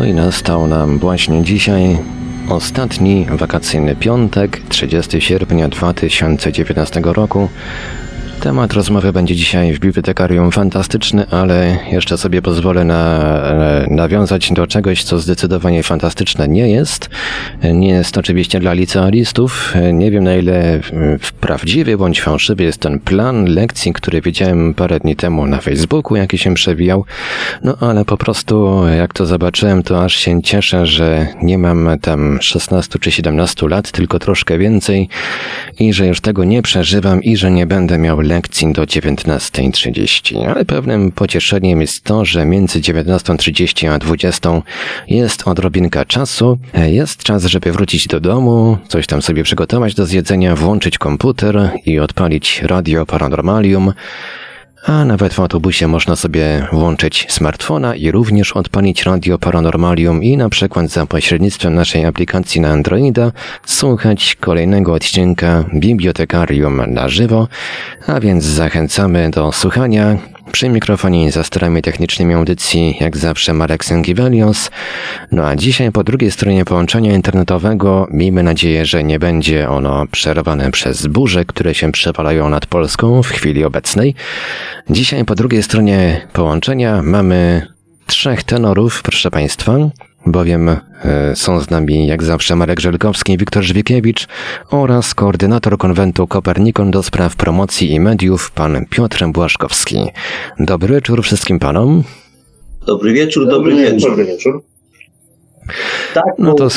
No i nastał nam właśnie dzisiaj ostatni wakacyjny piątek, 30 sierpnia 2019 roku. Temat rozmowy będzie dzisiaj w bibliotekarium fantastyczny, ale jeszcze sobie pozwolę nawiązać do czegoś, co zdecydowanie fantastyczne nie jest. Nie jest oczywiście dla licealistów. Nie wiem, na ile prawdziwy bądź fałszywy jest ten plan lekcji, który widziałem parę dni temu na Facebooku, jaki się przewijał. No ale po prostu jak to zobaczyłem, to aż się cieszę, że nie mam tam 16 czy 17 lat, tylko troszkę więcej i że już tego nie przeżywam i że nie będę miał lekcji do 19:30. Ale pewnym pocieszeniem jest to, że między 19:30 a 20 jest odrobinka czasu. Jest czas, żeby wrócić do domu, coś tam sobie przygotować do zjedzenia, włączyć komputer i odpalić Radio Paranormalium. A nawet w autobusie można sobie włączyć smartfona i również odpalić Radio Paranormalium i na przykład za pośrednictwem naszej aplikacji na Androida słuchać kolejnego odcinka Bibliotekarium na żywo, a więc zachęcamy do słuchania. Przy mikrofonie i za sterami technicznymi audycji jak zawsze Marek Sękiewelios. No a dzisiaj po drugiej stronie połączenia internetowego miejmy nadzieję, że nie będzie ono przerwane przez burze, które się przewalają nad Polską w chwili obecnej. Dzisiaj po drugiej stronie połączenia mamy 3 tenorów, proszę Państwa, bowiem są z nami jak zawsze Marek Żelkowski i Wiktor Żwikiewicz oraz koordynator konwentu Kopernikon do spraw promocji i mediów, pan Piotr Błaszkowski. Dobry wieczór wszystkim panom. Dobry wieczór, dobry wieczór. Tak, no to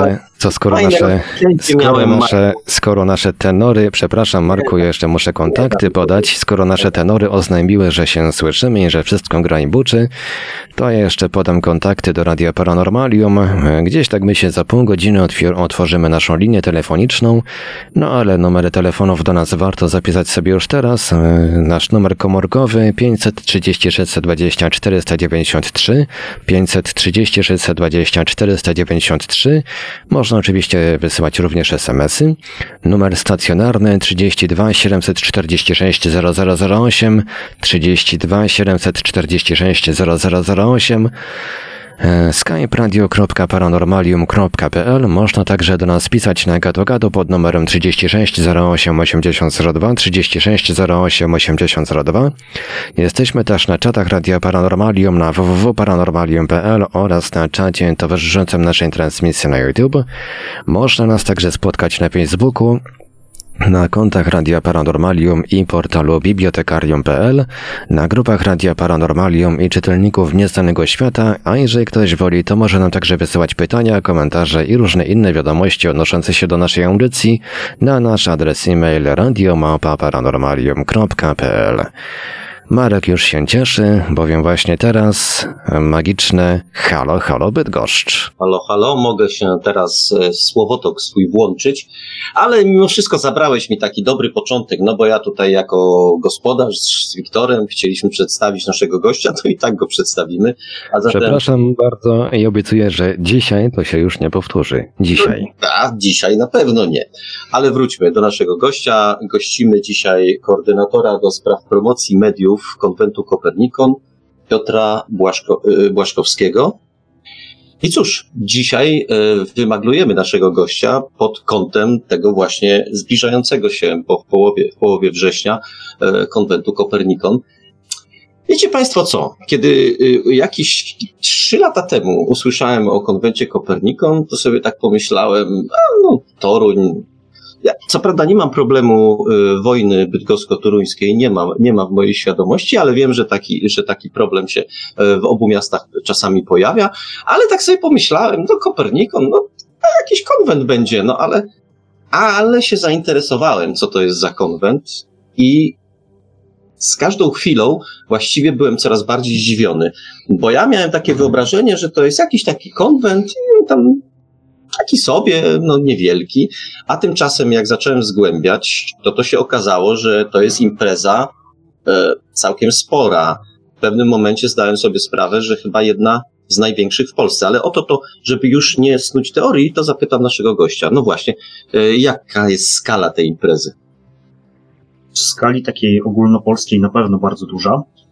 skoro nasze tenory, przepraszam Marku, ja jeszcze muszę kontakty podać, skoro nasze tenory oznajmiły, że się słyszymy i że wszystko gra i buczy, to ja jeszcze podam kontakty do Radia Paranormalium. Gdzieś tak myślę, za pół godziny otworzymy naszą linię telefoniczną, no ale numery telefonów do nas warto zapisać sobie już teraz. Nasz numer komórkowy 530 620 493, 530 620 493. Można oczywiście wysyłać również SMS-y. Numer stacjonarny 32 746 0008, 32 746 0008. Skype radio.paranormalium.pl. Można także do nas pisać na gadu pod numerem 36 08 8002, 36 08 8002. Jesteśmy też na czatach Radia Paranormalium na www.paranormalium.pl oraz na czacie towarzyszącym naszej transmisji na YouTube. Można nas także spotkać na Facebooku, na kontach Radia Paranormalium i portalu bibliotekarium.pl, na grupach Radia Paranormalium i czytelników Nieznanego Świata, a jeżeli ktoś woli, to może nam także wysyłać pytania, komentarze i różne inne wiadomości odnoszące się do naszej audycji na nasz adres e-mail radio@paranormalium.pl. Marek już się cieszy, bowiem właśnie teraz magiczne halo, halo Bydgoszcz. Halo, halo, mogę się teraz słowotok swój włączyć, ale mimo wszystko zabrałeś mi taki dobry początek, no bo ja tutaj jako gospodarz z Wiktorem chcieliśmy przedstawić naszego gościa, to i tak go przedstawimy. A zatem... Przepraszam bardzo i obiecuję, że dzisiaj to się już nie powtórzy. Dzisiaj. A dzisiaj na pewno nie. Ale wróćmy do naszego gościa. Gościmy dzisiaj koordynatora do spraw promocji mediów konwentu Kopernikon, Piotra Błaszkowskiego. I cóż, dzisiaj wymaglujemy naszego gościa pod kątem tego właśnie zbliżającego się w połowie września konwentu Kopernikon. Wiecie Państwo co? Kiedy jakieś 3 lata temu usłyszałem o konwencie Kopernikon, to sobie tak pomyślałem, Toruń. Ja, co prawda nie mam problemu wojny bydgosko-toruńskiej, nie ma w mojej świadomości, ale wiem, że taki problem się w obu miastach czasami pojawia, ale tak sobie pomyślałem, Kopernikon, jakiś konwent będzie, ale się zainteresowałem, co to jest za konwent i z każdą chwilą właściwie byłem coraz bardziej zdziwiony, bo ja miałem takie wyobrażenie, że to jest jakiś taki konwent i tam taki sobie, niewielki, a tymczasem jak zacząłem zgłębiać, to się okazało, że to jest impreza całkiem spora. W pewnym momencie zdałem sobie sprawę, że chyba jedna z największych w Polsce, ale to, żeby już nie snuć teorii, to zapytam naszego gościa. No właśnie, jaka jest skala tej imprezy? W skali takiej ogólnopolskiej na pewno bardzo duża.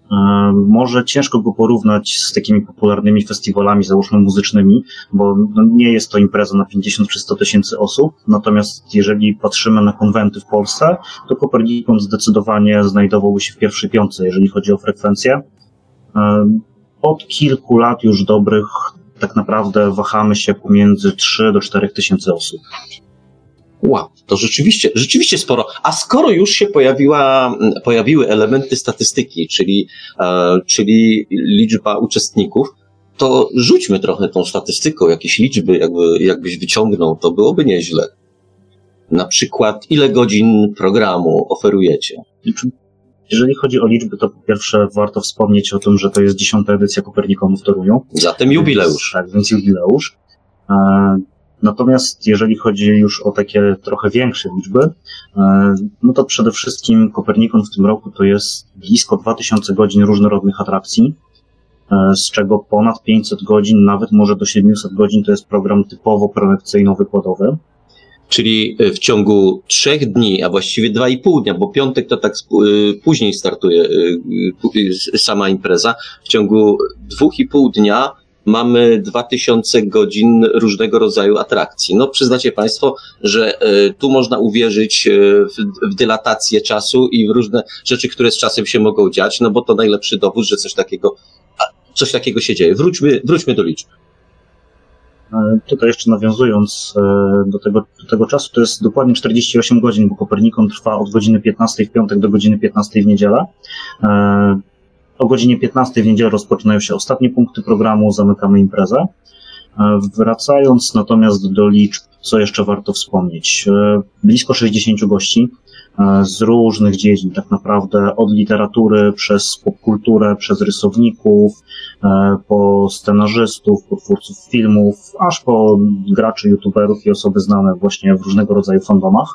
Może ciężko go porównać z takimi popularnymi festiwalami, załóżmy muzycznymi, bo nie jest to impreza na 50 czy 100 tysięcy osób, natomiast jeżeli patrzymy na konwenty w Polsce, to Kopernikon zdecydowanie znajdowałby się w pierwszej piątce, jeżeli chodzi o frekwencję. Od kilku lat już dobrych tak naprawdę wahamy się pomiędzy 3 do 4 tysięcy osób. Wow, to rzeczywiście sporo. A skoro już się pojawiły elementy statystyki, czyli liczba uczestników, to rzućmy trochę tą statystyką, jakieś liczby, jakbyś wyciągnął, to byłoby nieźle. Na przykład, ile godzin programu oferujecie? Jeżeli chodzi o liczby, to po pierwsze warto wspomnieć o tym, że to jest 10. edycja Kopernikonu w Toruniu. Zatem jubileusz. Tak, więc jubileusz. Natomiast jeżeli chodzi już o takie trochę większe liczby, no to przede wszystkim Kopernikon w tym roku to jest blisko 2000 godzin różnorodnych atrakcji, z czego ponad 500 godzin, nawet może do 700 godzin to jest program typowo prelekcyjno-wykładowy. Czyli w ciągu 3 dni, a właściwie 2,5 dnia, bo piątek to tak później startuje sama impreza, w ciągu 2,5 dnia mamy 2000 godzin różnego rodzaju atrakcji. No przyznacie Państwo, że tu można uwierzyć w dylatację czasu i w różne rzeczy, które z czasem się mogą dziać, no bo to najlepszy dowód, że coś takiego się dzieje. Wróćmy do liczb. Tutaj jeszcze nawiązując do tego czasu, to jest dokładnie 48 godzin, bo Kopernikon trwa od godziny 15 w piątek do godziny 15 w niedzielę. O godzinie 15 w niedzielę rozpoczynają się ostatnie punkty programu, zamykamy imprezę. Wracając natomiast do liczb, co jeszcze warto wspomnieć. Blisko 60 gości z różnych dziedzin, tak naprawdę od literatury, przez popkulturę, przez rysowników, po scenarzystów, po twórców filmów, aż po graczy, youtuberów i osoby znane właśnie w różnego rodzaju fandomach.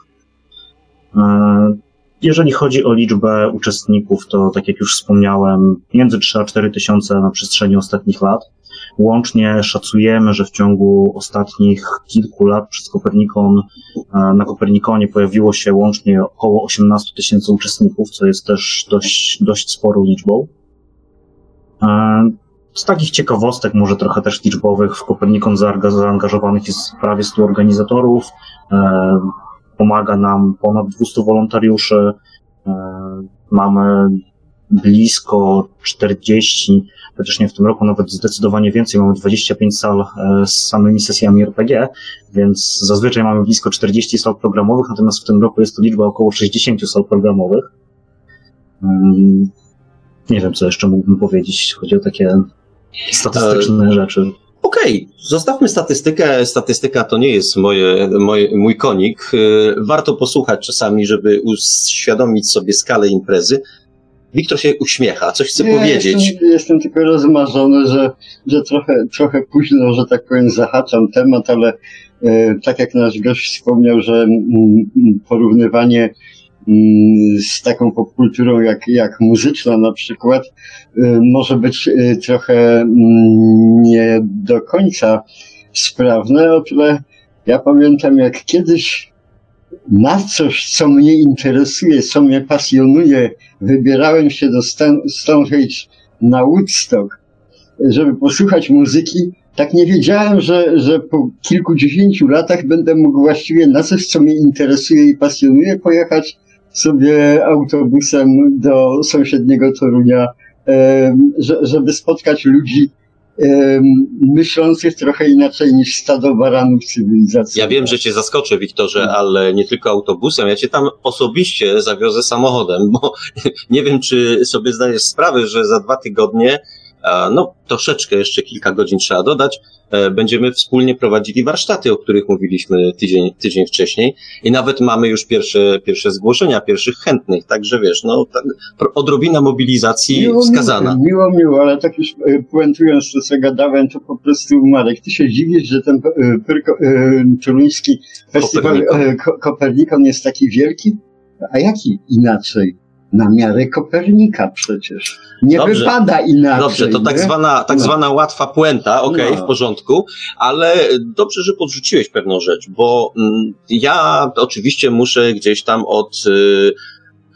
Jeżeli chodzi o liczbę uczestników, to tak jak już wspomniałem, między 3 a 4 tysiące na przestrzeni ostatnich lat. Łącznie szacujemy, że w ciągu ostatnich kilku lat na Kopernikonie pojawiło się łącznie około 18 tysięcy uczestników, co jest też dość sporą liczbą. Z takich ciekawostek, może trochę też liczbowych, w Kopernikon zaangażowanych jest prawie 100 organizatorów, pomaga nam ponad 200 wolontariuszy, mamy blisko 40, chociaż nie w tym roku, nawet zdecydowanie więcej, mamy 25 sal z samymi sesjami RPG, więc zazwyczaj mamy blisko 40 sal programowych, natomiast w tym roku jest to liczba około 60 sal programowych. Nie wiem, co jeszcze mógłbym powiedzieć, jeśli chodzi o takie statystyczne rzeczy. Okej, zostawmy statystykę. Statystyka to nie jest mój konik. Warto posłuchać czasami, żeby uświadomić sobie skalę imprezy. Wiktor się uśmiecha, coś chce powiedzieć. Jestem tylko rozmarzony, że trochę późno, że tak powiem, zahaczam temat, ale tak jak nasz gość wspomniał, że porównywanie z taką popkulturą jak muzyczna na przykład może być trochę nie do końca sprawne. O tyle ja pamiętam, jak kiedyś na coś, co mnie interesuje, co mnie pasjonuje, wybierałem się do Stonehenge na Woodstock, żeby posłuchać muzyki. Tak nie wiedziałem, że po kilkudziesięciu latach będę mógł właściwie na coś, co mnie interesuje i pasjonuje, pojechać sobie autobusem do sąsiedniego Torunia, żeby spotkać ludzi myślących trochę inaczej niż stado baranów cywilizacji. Ja wiem, że cię zaskoczę, Wiktorze, ale nie tylko autobusem. Ja cię tam osobiście zawiozę samochodem, bo nie wiem, czy sobie zdajesz sprawę, że za 2 tygodnie, no troszeczkę, jeszcze kilka godzin trzeba dodać, będziemy wspólnie prowadzili warsztaty, o których mówiliśmy tydzień wcześniej i nawet mamy już pierwsze zgłoszenia, pierwszych chętnych, także wiesz, no tak, odrobina mobilizacji wskazana. Miło, ale tak już puentując to, co gadałem, to po prostu, Marek, ty się dziwisz, że ten toruński festiwal Kopernikon jest taki wielki? A jaki inaczej? Na miarę Kopernika przecież. Nie wypada inaczej. Dobrze, to tak zwana łatwa puenta, okej, w porządku, ale dobrze, że podrzuciłeś pewną rzecz, bo ja oczywiście muszę gdzieś tam od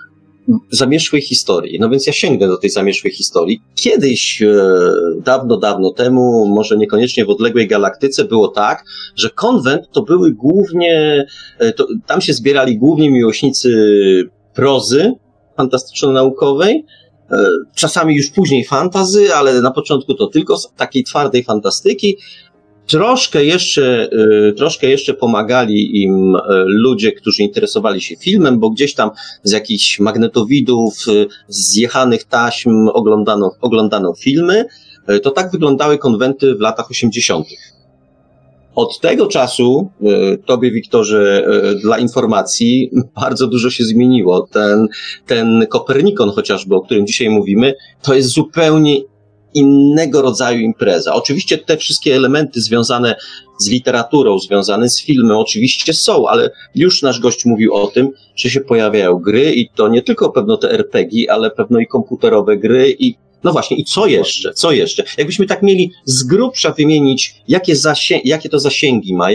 zamierzchłej historii. No więc ja sięgnę do tej zamierzchłej historii. Kiedyś, dawno, dawno temu, może niekoniecznie w odległej galaktyce, było tak, że konwent to były głównie, tam się zbierali głównie miłośnicy prozy fantastyczno-naukowej, czasami już później fantasy, ale na początku to tylko takiej twardej fantastyki. Troszkę jeszcze pomagali im ludzie, którzy interesowali się filmem, bo gdzieś tam z jakichś magnetowidów, zjechanych taśm oglądano filmy. To tak wyglądały konwenty w latach 80. Od tego czasu, tobie, Wiktorze, dla informacji, bardzo dużo się zmieniło. Ten Kopernikon chociażby, o którym dzisiaj mówimy, to jest zupełnie innego rodzaju impreza. Oczywiście te wszystkie elementy związane z literaturą, związane z filmem oczywiście są, ale już nasz gość mówił o tym, że się pojawiają gry i to nie tylko pewno te RPG, ale pewno i komputerowe gry i no właśnie, i co jeszcze? Co jeszcze? Jakbyśmy tak mieli z grubsza wymienić, jakie to zasięgi ma,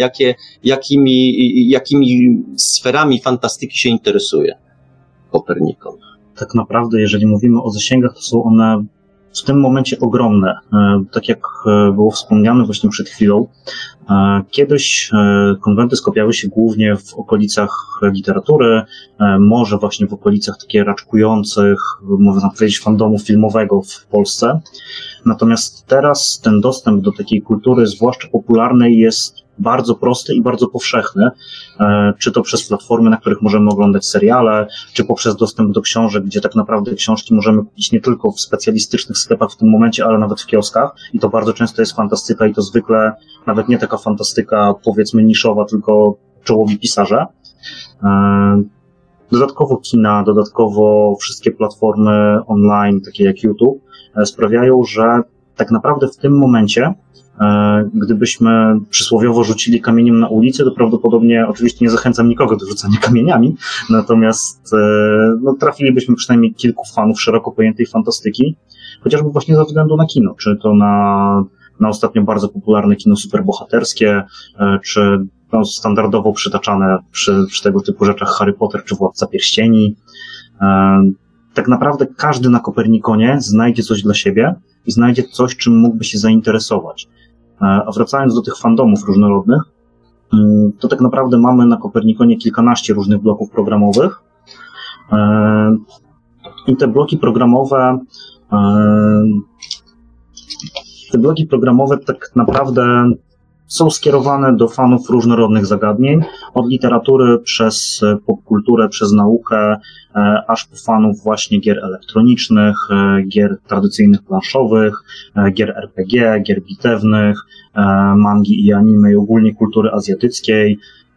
jakimi sferami fantastyki się interesuje Kopernikon? Tak naprawdę, jeżeli mówimy o zasięgach, to są one w tym momencie ogromne. Tak jak było wspomniane właśnie przed chwilą, kiedyś konwenty skupiały się głównie w okolicach literatury, może właśnie w okolicach takich raczkujących, można powiedzieć, fandomu filmowego w Polsce. Natomiast teraz ten dostęp do takiej kultury, zwłaszcza popularnej, jest bardzo prosty i bardzo powszechny, czy to przez platformy, na których możemy oglądać seriale, czy poprzez dostęp do książek, gdzie tak naprawdę książki możemy kupić nie tylko w specjalistycznych sklepach w tym momencie, ale nawet w kioskach i to bardzo często jest fantastyka i to zwykle nawet nie taka fantastyka powiedzmy niszowa, tylko czołowi pisarze. Dodatkowo kina, dodatkowo wszystkie platformy online, takie jak YouTube, sprawiają, że tak naprawdę w tym momencie gdybyśmy przysłowiowo rzucili kamieniem na ulicę, to prawdopodobnie, oczywiście nie zachęcam nikogo do rzucania kamieniami, natomiast no, trafilibyśmy przynajmniej kilku fanów szeroko pojętej fantastyki, chociażby właśnie ze względu na kino, czy to na ostatnio bardzo popularne kino superbohaterskie, czy no, standardowo przytaczane przy tego typu rzeczach Harry Potter czy Władca Pierścieni. Tak naprawdę każdy na Kopernikonie znajdzie coś dla siebie i znajdzie coś, czym mógłby się zainteresować. A wracając do tych fandomów różnorodnych, to tak naprawdę mamy na Kopernikonie kilkanaście różnych bloków programowych i te bloki programowe tak naprawdę są skierowane do fanów różnorodnych zagadnień, od literatury przez popkulturę, przez naukę, aż po fanów właśnie gier elektronicznych, gier tradycyjnych planszowych, gier RPG, gier bitewnych, mangi i anime i ogólnie kultury azjatyckiej,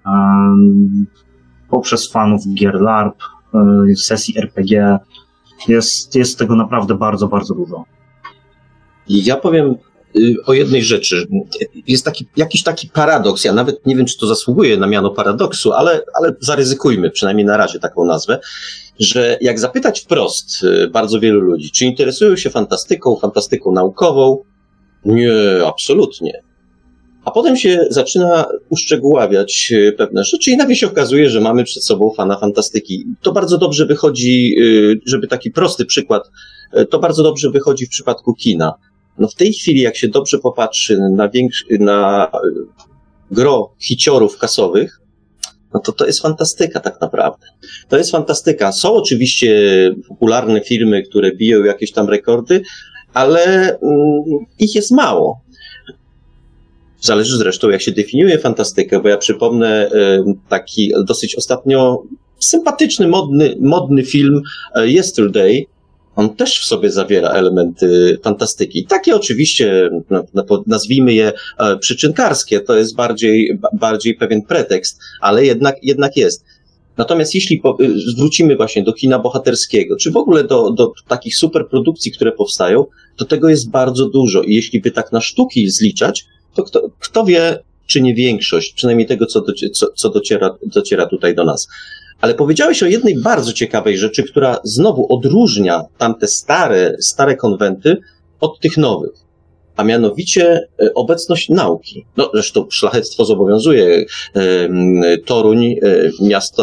poprzez fanów gier LARP, sesji RPG. Jest tego naprawdę bardzo, bardzo dużo. Ja powiem o jednej rzeczy. Jest jakiś taki paradoks, ja nawet nie wiem, czy to zasługuje na miano paradoksu, ale zaryzykujmy, przynajmniej na razie taką nazwę, że jak zapytać wprost bardzo wielu ludzi, czy interesują się fantastyką naukową? Nie, absolutnie. A potem się zaczyna uszczegóławiać pewne rzeczy i nagle się okazuje, że mamy przed sobą fana fantastyki. To bardzo dobrze wychodzi, żeby taki prosty przykład, to bardzo dobrze wychodzi w przypadku kina. No w tej chwili, jak się dobrze popatrzy na gro hiciorów kasowych, no to jest fantastyka tak naprawdę. To jest fantastyka. Są oczywiście popularne filmy, które biją jakieś tam rekordy, ale ich jest mało. Zależy zresztą, jak się definiuje fantastykę, bo ja przypomnę taki dosyć ostatnio sympatyczny, modny film Yesterday. On też w sobie zawiera elementy fantastyki. Takie oczywiście, nazwijmy je przyczynkarskie, to jest bardziej pewien pretekst, ale jednak jest. Natomiast jeśli zwrócimy właśnie do kina bohaterskiego, czy w ogóle do takich superprodukcji, które powstają, to tego jest bardzo dużo. I jeśli by tak na sztuki zliczać, to kto wie, czy nie większość, przynajmniej tego, co dociera tutaj do nas. Ale powiedziałeś o jednej bardzo ciekawej rzeczy, która znowu odróżnia tamte stare konwenty od tych nowych, a mianowicie obecność nauki. No zresztą szlachectwo zobowiązuje. Toruń, miasto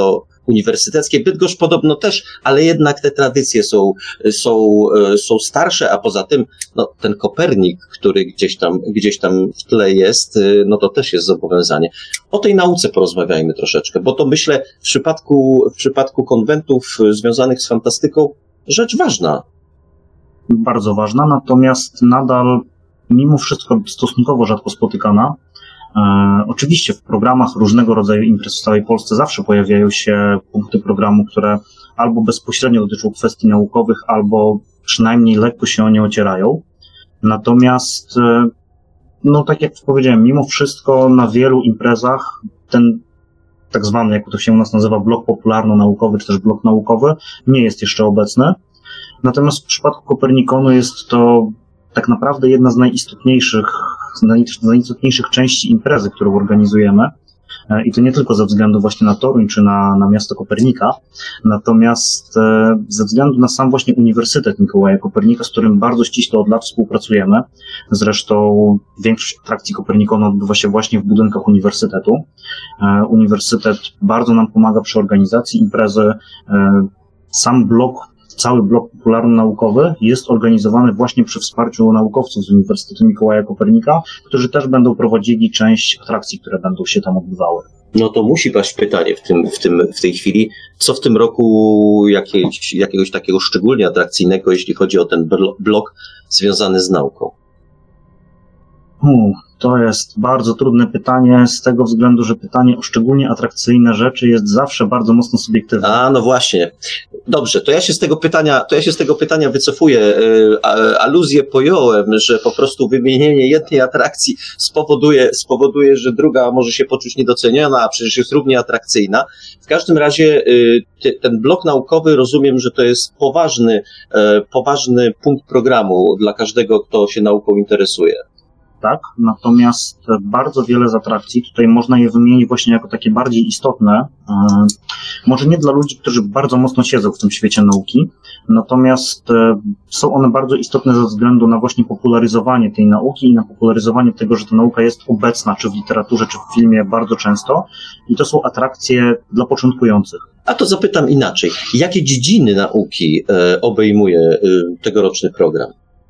uniwersyteckie. Bydgoszcz podobno też, ale jednak te tradycje są starsze, a poza tym no, ten Kopernik, który gdzieś tam w tle jest, no to też jest zobowiązanie. O tej nauce porozmawiajmy troszeczkę, bo to myślę w przypadku konwentów związanych z fantastyką rzecz ważna. Bardzo ważna, natomiast nadal mimo wszystko stosunkowo rzadko spotykana. Oczywiście w programach różnego rodzaju imprez w całej Polsce zawsze pojawiają się punkty programu, które albo bezpośrednio dotyczą kwestii naukowych, albo przynajmniej lekko się o nie ocierają. Natomiast, no tak jak powiedziałem, mimo wszystko na wielu imprezach ten tak zwany, jak to się u nas nazywa, blok popularno-naukowy, czy też blok naukowy, nie jest jeszcze obecny. Natomiast w przypadku Kopernikonu jest to tak naprawdę jedna z najistotniejszych części imprezy, którą organizujemy. I to nie tylko ze względu właśnie na Toruń czy na miasto Kopernika, natomiast ze względu na sam właśnie Uniwersytet Mikołaja Kopernika, z którym bardzo ściśle od lat współpracujemy. Zresztą większość atrakcji Kopernikonu odbywa się właśnie w budynkach uniwersytetu. Uniwersytet bardzo nam pomaga przy organizacji imprezy. Sam cały blok popularno-naukowy jest organizowany właśnie przy wsparciu naukowców z Uniwersytetu Mikołaja Kopernika, którzy też będą prowadzili część atrakcji, które będą się tam odbywały. No to musi paść pytanie w tej chwili, co w tym roku jakiegoś takiego szczególnie atrakcyjnego, jeśli chodzi o ten blok związany z nauką? To jest bardzo trudne pytanie z tego względu, że pytanie o szczególnie atrakcyjne rzeczy jest zawsze bardzo mocno subiektywne. A, no właśnie. Dobrze, to ja się z tego pytania wycofuję. Aluzję pojąłem, że po prostu wymienienie jednej atrakcji spowoduje, że druga może się poczuć niedoceniona, a przecież jest równie atrakcyjna. W każdym razie ten blok naukowy, rozumiem, że to jest poważny punkt programu dla każdego, kto się nauką interesuje. Tak, natomiast bardzo wiele z atrakcji, tutaj można je wymienić właśnie jako takie bardziej istotne, może nie dla ludzi, którzy bardzo mocno siedzą w tym świecie nauki, natomiast są one bardzo istotne ze względu na właśnie popularyzowanie tej nauki i na popularyzowanie tego, że ta nauka jest obecna, czy w literaturze, czy w filmie bardzo często i to są atrakcje dla początkujących. A to zapytam inaczej, jakie dziedziny nauki obejmuje tegoroczny program?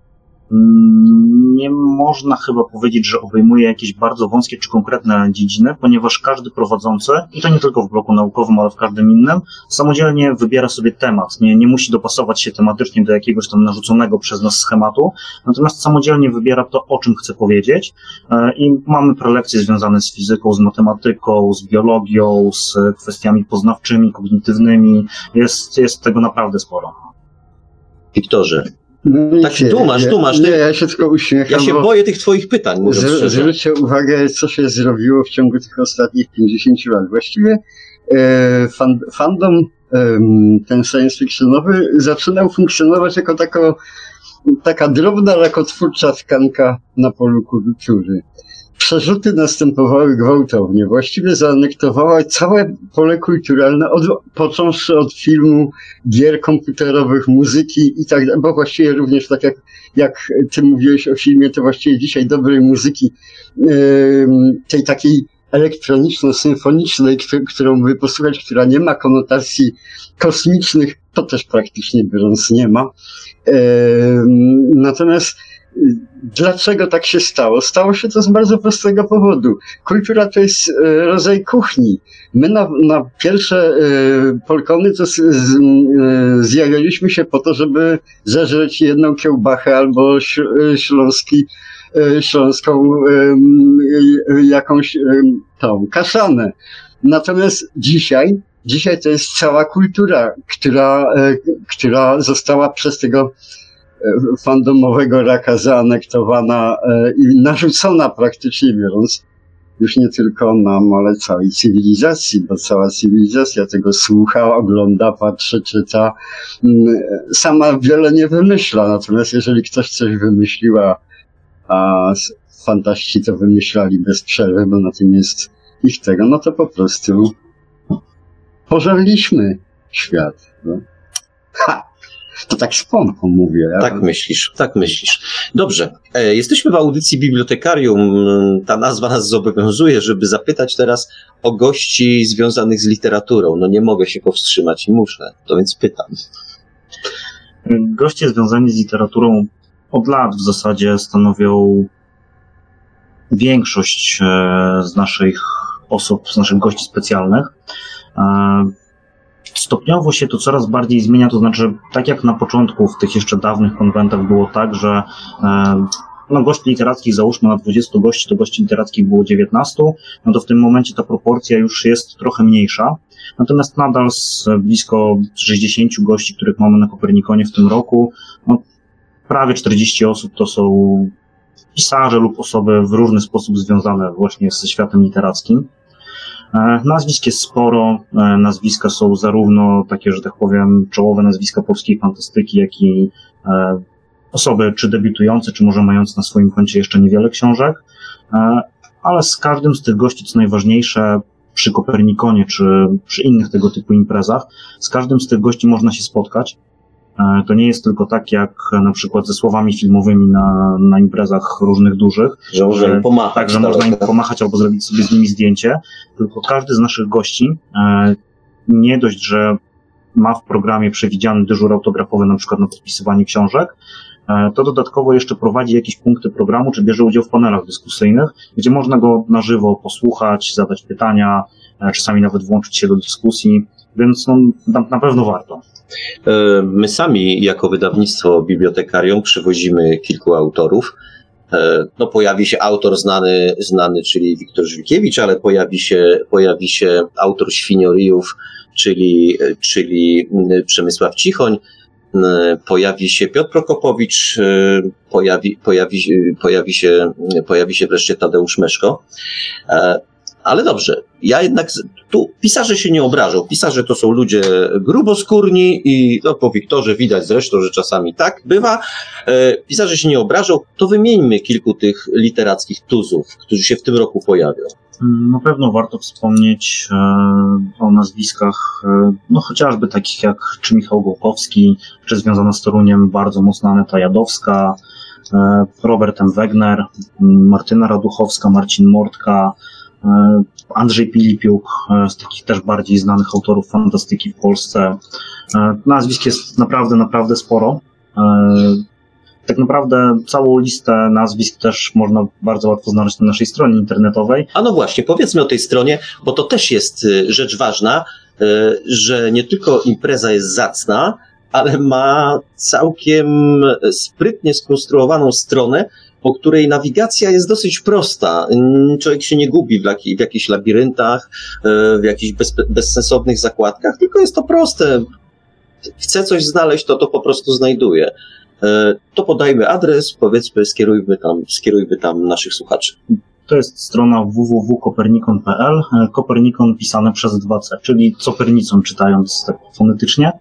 Nie można chyba powiedzieć, że obejmuje jakieś bardzo wąskie czy konkretne dziedziny, ponieważ każdy prowadzący, i to nie tylko w bloku naukowym, ale w każdym innym, samodzielnie wybiera sobie temat. Nie musi dopasować się tematycznie do jakiegoś tam narzuconego przez nas schematu, natomiast samodzielnie wybiera to, o czym chce powiedzieć i mamy prelekcje związane z fizyką, z matematyką, z biologią, z kwestiami poznawczymi, kognitywnymi. Jest tego naprawdę sporo. Wiktorze, No tak dumasz. Nie, ja się tylko uśmiecham. Ja się boję tych twoich pytań, mówiąc szczerze. Zwróćcie uwagę, co się zrobiło w ciągu tych ostatnich 50 lat. Właściwie fandom ten science fictionowy zaczynał funkcjonować jako taka drobna, rakotwórcza tkanka na polu kultury. Przerzuty następowały gwałtownie. Właściwie zaanektowała całe pole kulturalne, począwszy od filmu, gier komputerowych, muzyki i tak dalej, bo właściwie również tak jak ty mówiłeś o filmie, to właściwie dzisiaj dobrej muzyki, tej takiej elektroniczno-symfonicznej, którą by posłuchać, która nie ma konotacji kosmicznych, to też praktycznie biorąc nie ma. Natomiast dlaczego tak się stało? Stało się to z bardzo prostego powodu. Kultura to jest rodzaj kuchni. My na pierwsze Polkony to zjawialiśmy się po to, żeby zeżreć jedną kiełbachę albo śląską jakąś tą kaszanę. Natomiast dzisiaj to jest cała kultura, która została przez tego fandomowego raka zaanektowana i narzucona praktycznie biorąc już nie tylko nam, ale całej cywilizacji, bo cała cywilizacja tego słucha, ogląda, patrzy, czyta. Sama wiele nie wymyśla, natomiast jeżeli ktoś coś wymyślił, a fantaści to wymyślali bez przerwy, bo na tym jest ich tego, no to po prostu pożarliśmy świat. No. Ha! To tak szponką mówię. Ja? Tak myślisz, tak myślisz. Dobrze, jesteśmy w audycji Bibliotekarium. Ta nazwa nas zobowiązuje, żeby zapytać teraz o gości związanych z literaturą. No nie mogę się powstrzymać i muszę, to więc pytam. Goście związani z literaturą od lat w zasadzie stanowią większość z naszych osób, z naszych gości specjalnych. Stopniowo się to coraz bardziej zmienia, to znaczy tak jak na początku w tych jeszcze dawnych konwentach było tak, że no gości literackich załóżmy na 20 gości, to gości literackich było 19, no to w tym momencie ta proporcja już jest trochę mniejsza. Natomiast nadal z blisko 60 gości, których mamy na Kopernikonie w tym roku, no prawie 40 osób to są pisarze lub osoby w różny sposób związane właśnie ze światem literackim. Nazwisk jest sporo, nazwiska są zarówno takie, że tak powiem, czołowe nazwiska polskiej fantastyki, jak i osoby czy debiutujące, czy może mające na swoim koncie jeszcze niewiele książek, ale z każdym z tych gości, co najważniejsze, przy Kopernikonie, czy przy innych tego typu imprezach, z każdym z tych gości można się spotkać. To nie jest tylko tak, jak na przykład ze słowami filmowymi na imprezach różnych dużych, Że można im pomachać. Tak, że można im pomachać albo zrobić sobie z nimi zdjęcie, tylko każdy z naszych gości nie dość, że ma w programie przewidziany dyżur autografowy na przykład na podpisywanie książek, to dodatkowo jeszcze prowadzi jakieś punkty programu, czy bierze udział w panelach dyskusyjnych, gdzie można go na żywo posłuchać, zadać pytania, czasami nawet włączyć się do dyskusji, więc no, na pewno warto. My sami jako wydawnictwo Bibliotekarium przywozimy kilku autorów. No, pojawi się autor znany, czyli Wiktor Żwikiewicz, ale pojawi się autor Świniorijów, czyli Przemysław Cichoń, pojawi się Piotr Prokopowicz, pojawi się wreszcie Tadeusz Meszko. Ale dobrze, ja jednak tu pisarze się nie obrażą. Pisarze to są ludzie gruboskórni i no, po Wiktorze widać zresztą, że czasami tak bywa. Pisarze się nie obrażą. To wymieńmy kilku tych literackich tuzów, którzy się w tym roku pojawią. Na pewno warto wspomnieć o nazwiskach, no chociażby takich jak czy Michał Gołkowski, czy związana z Toruniem bardzo mocno Aneta Jadowska, Robert M. Wegner, Martyna Raduchowska, Marcin Mortka, Andrzej Pilipiuk, z takich też bardziej znanych autorów fantastyki w Polsce. Nazwisk jest naprawdę sporo. Tak naprawdę całą listę nazwisk też można bardzo łatwo znaleźć na naszej stronie internetowej. A no właśnie, powiedzmy o tej stronie, bo to też jest rzecz ważna, że nie tylko impreza jest zacna, ale ma całkiem sprytnie skonstruowaną stronę, po której nawigacja jest dosyć prosta. Człowiek się nie gubi w jakichś labiryntach, w jakichś bezsensownych zakładkach, tylko jest to proste. Chce coś znaleźć, to po prostu znajduje. To podajmy adres, powiedzmy, skierujmy tam naszych słuchaczy. To jest strona www.kopernikon.pl, Kopernikon pisane przez 2C, czyli Copernicon czytając tak fonetycznie.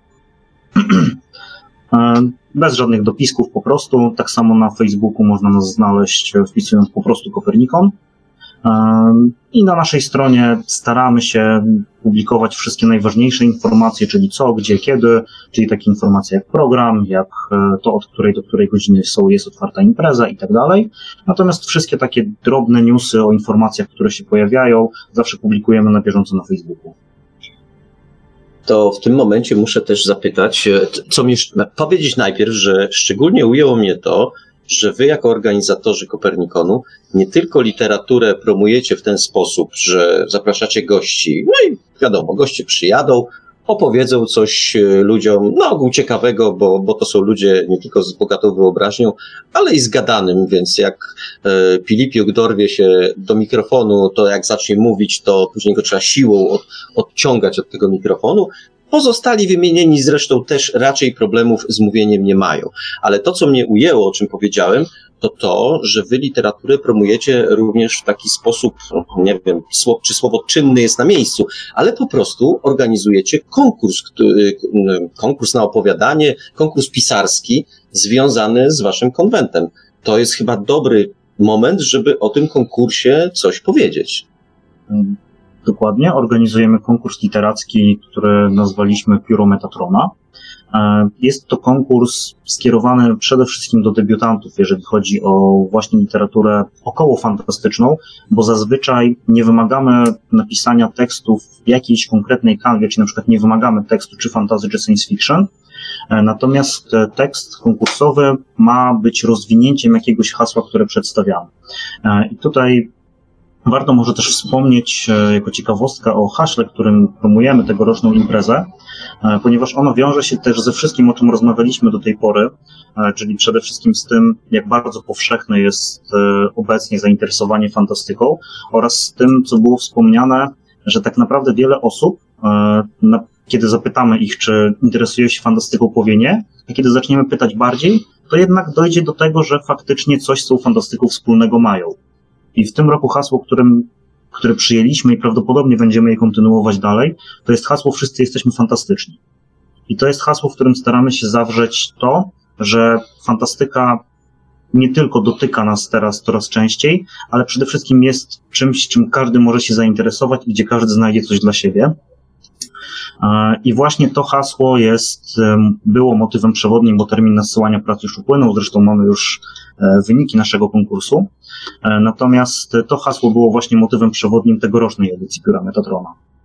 Bez żadnych dopisków po prostu. Tak samo na Facebooku można nas znaleźć wpisując po prostu Kopernikon. I na naszej stronie staramy się publikować wszystkie najważniejsze informacje, czyli co, gdzie, kiedy, czyli takie informacje jak program, jak to od której do której godziny jest otwarta impreza i tak dalej. Natomiast wszystkie takie drobne newsy o informacjach, które się pojawiają, zawsze publikujemy na bieżąco na Facebooku. To w tym momencie muszę też zapytać, powiedzieć najpierw, że szczególnie ujęło mnie to, że wy jako organizatorzy Kopernikonu nie tylko literaturę promujecie w ten sposób, że zapraszacie gości, no i wiadomo, goście przyjadą, opowiedzą coś ludziom, na ogół ciekawego, bo to są ludzie nie tylko z bogatą wyobraźnią, ale i z gadanym, więc jak Pilipiuk dorwie się do mikrofonu, to jak zacznie mówić, to później go trzeba siłą odciągać od tego mikrofonu. Pozostali wymienieni zresztą też raczej problemów z mówieniem nie mają. Ale to, co mnie ujęło, o czym powiedziałem, to, że wy literaturę promujecie również w taki sposób, nie wiem, czy słowo czynny jest na miejscu, ale po prostu organizujecie konkurs na opowiadanie, konkurs pisarski związany z waszym konwentem. To jest chyba dobry moment, żeby o tym konkursie coś powiedzieć. Dokładnie. Organizujemy konkurs literacki, który nazwaliśmy Pióro Metatrona. Jest to konkurs skierowany przede wszystkim do debiutantów, jeżeli chodzi o właśnie literaturę okołofantastyczną, bo zazwyczaj nie wymagamy napisania tekstów w jakiejś konkretnej kanwie, czy na przykład nie wymagamy tekstu czy fantasy, czy science fiction, natomiast tekst konkursowy ma być rozwinięciem jakiegoś hasła, które przedstawiamy. I tutaj warto może też wspomnieć jako ciekawostka o haśle, którym promujemy tegoroczną imprezę, ponieważ ono wiąże się też ze wszystkim, o czym rozmawialiśmy do tej pory, czyli przede wszystkim z tym, jak bardzo powszechne jest obecnie zainteresowanie fantastyką oraz z tym, co było wspomniane, że tak naprawdę wiele osób, kiedy zapytamy ich, czy interesuje się fantastyką, powie nie, a kiedy zaczniemy pytać bardziej, to jednak dojdzie do tego, że faktycznie coś z tą fantastyką wspólnego mają. I w tym roku hasło, które przyjęliśmy i prawdopodobnie będziemy je kontynuować dalej, to jest hasło "Wszyscy jesteśmy fantastyczni". I to jest hasło, w którym staramy się zawrzeć to, że fantastyka nie tylko dotyka nas teraz coraz częściej, ale przede wszystkim jest czymś, czym każdy może się zainteresować i gdzie każdy znajdzie coś dla siebie. I właśnie to hasło było motywem przewodnim, bo termin nadsyłania prac już upłynął, zresztą mamy już wyniki naszego konkursu. Natomiast to hasło było właśnie motywem przewodnim tegorocznej edycji Pióra Metatrona.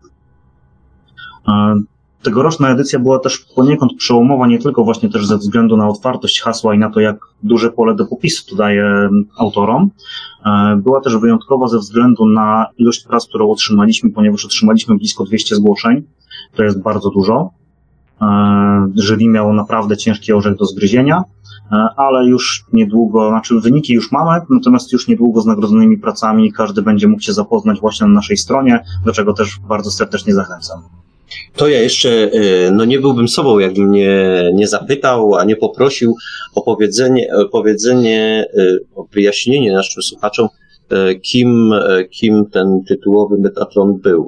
Tegoroczna edycja była też poniekąd przełomowa, nie tylko właśnie też ze względu na otwartość hasła i na to, jak duże pole do popisu to daje autorom. Była też wyjątkowa ze względu na ilość prac, którą otrzymaliśmy, ponieważ otrzymaliśmy blisko 200 zgłoszeń. To jest bardzo dużo. Jury miało naprawdę ciężki orzech do zgryzienia, ale już niedługo, znaczy wyniki już mamy, natomiast już niedługo z nagrodzonymi pracami każdy będzie mógł się zapoznać właśnie na naszej stronie, do czego też bardzo serdecznie zachęcam. To ja jeszcze, nie byłbym sobą, jakbym nie zapytał, a nie poprosił o wyjaśnienie naszym słuchaczom, kim ten tytułowy Metatron był.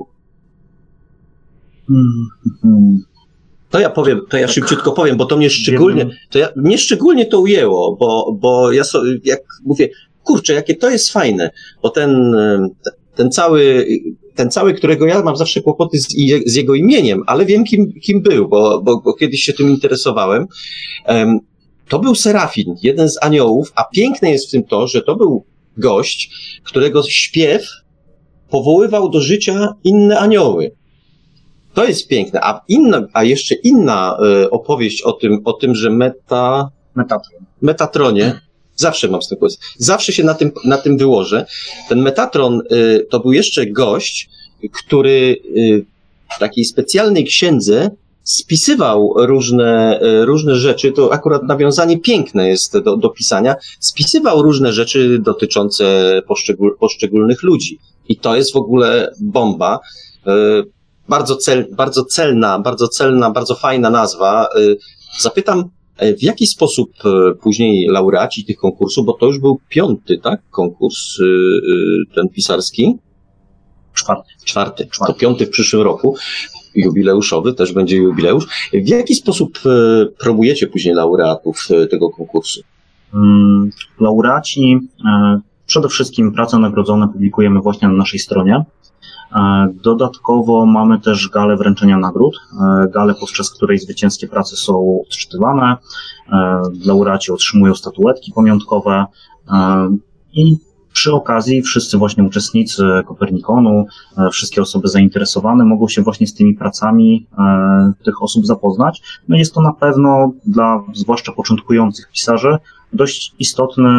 To ja szybciutko powiem, bo to mnie szczególnie to ujęło, bo ja sobie, jak mówię, kurczę, jakie to jest fajne, bo ten cały, którego ja mam zawsze kłopoty z jego imieniem, ale wiem, kim był, bo kiedyś się tym interesowałem. To był Serafin, jeden z aniołów, a piękne jest w tym to, że to był gość, którego śpiew powoływał do życia inne anioły. To jest piękne, a jeszcze inna opowieść o tym, że Metatronie, zawsze mam z tym pomysł, zawsze się na tym wyłożę. Ten Metatron to był jeszcze gość, który w takiej specjalnej księdze spisywał różne rzeczy, to akurat nawiązanie piękne jest do pisania, spisywał różne rzeczy dotyczące poszczególnych ludzi. I to jest w ogóle bomba. Bardzo celna, bardzo fajna nazwa. Zapytam, w jaki sposób później laureaci tych konkursów, bo to już był 5., tak? Konkurs ten pisarski? Czwarty. To 5. w przyszłym roku. Jubileuszowy, też będzie jubileusz. W jaki sposób promujecie później laureatów tego konkursu? Laureaci, przede wszystkim prace nagrodzone publikujemy właśnie na naszej stronie. Dodatkowo mamy też galę wręczenia nagród, galę, podczas której zwycięskie prace są odczytywane, laureaci otrzymują statuetki pamiątkowe i przy okazji wszyscy właśnie uczestnicy Kopernikonu, wszystkie osoby zainteresowane mogą się właśnie z tymi pracami tych osób zapoznać. No jest to na pewno dla zwłaszcza początkujących pisarzy dość istotny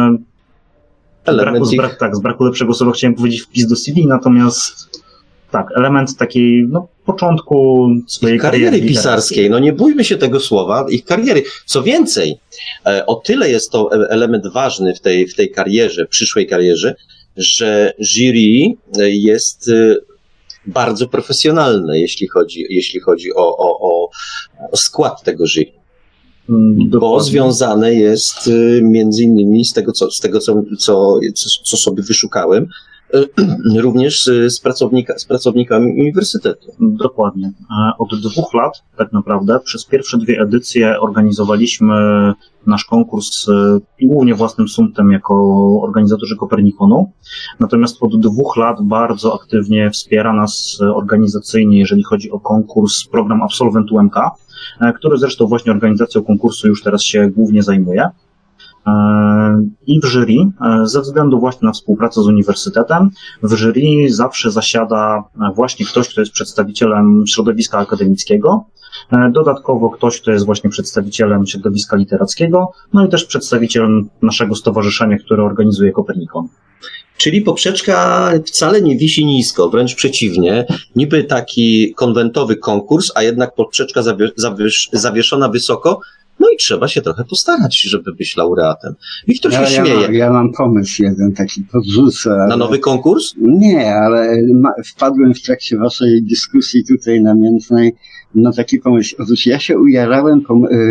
z braku lepszego słowa chciałem powiedzieć wpis do CV, natomiast tak, element takiej, początku swojej kariery pisarskiej. Nie bójmy się tego słowa, ich kariery. Co więcej, o tyle jest to element ważny w tej karierze, przyszłej karierze, że jury jest bardzo profesjonalne, jeśli chodzi o skład tego jury. Bo związane jest między innymi z tego, co sobie wyszukałem, również z pracownikami uniwersytetu. Dokładnie. Od 2 lat tak naprawdę przez pierwsze 2 edycje organizowaliśmy nasz konkurs głównie własnym sumptem jako organizatorzy Kopernikonu. Natomiast od 2 lat bardzo aktywnie wspiera nas organizacyjnie, jeżeli chodzi o konkurs, program Absolwent UMK, który zresztą właśnie organizacją konkursu już teraz się głównie zajmuje. I w jury, ze względu właśnie na współpracę z uniwersytetem, w jury zawsze zasiada właśnie ktoś, kto jest przedstawicielem środowiska akademickiego, dodatkowo ktoś, kto jest właśnie przedstawicielem środowiska literackiego, no i też przedstawiciel naszego stowarzyszenia, które organizuje Kopernikon. Czyli poprzeczka wcale nie wisi nisko, wręcz przeciwnie. Niby taki konwentowy konkurs, a jednak poprzeczka zawieszona wysoko. No i trzeba się trochę postarać, żeby być laureatem. Wiktor się śmieje. Ja mam pomysł jeden, taki podrzucę. Na nowy konkurs? Nie, ale wpadłem w trakcie waszej dyskusji tutaj namiętnej na taki pomysł. Otóż ja się ujarałem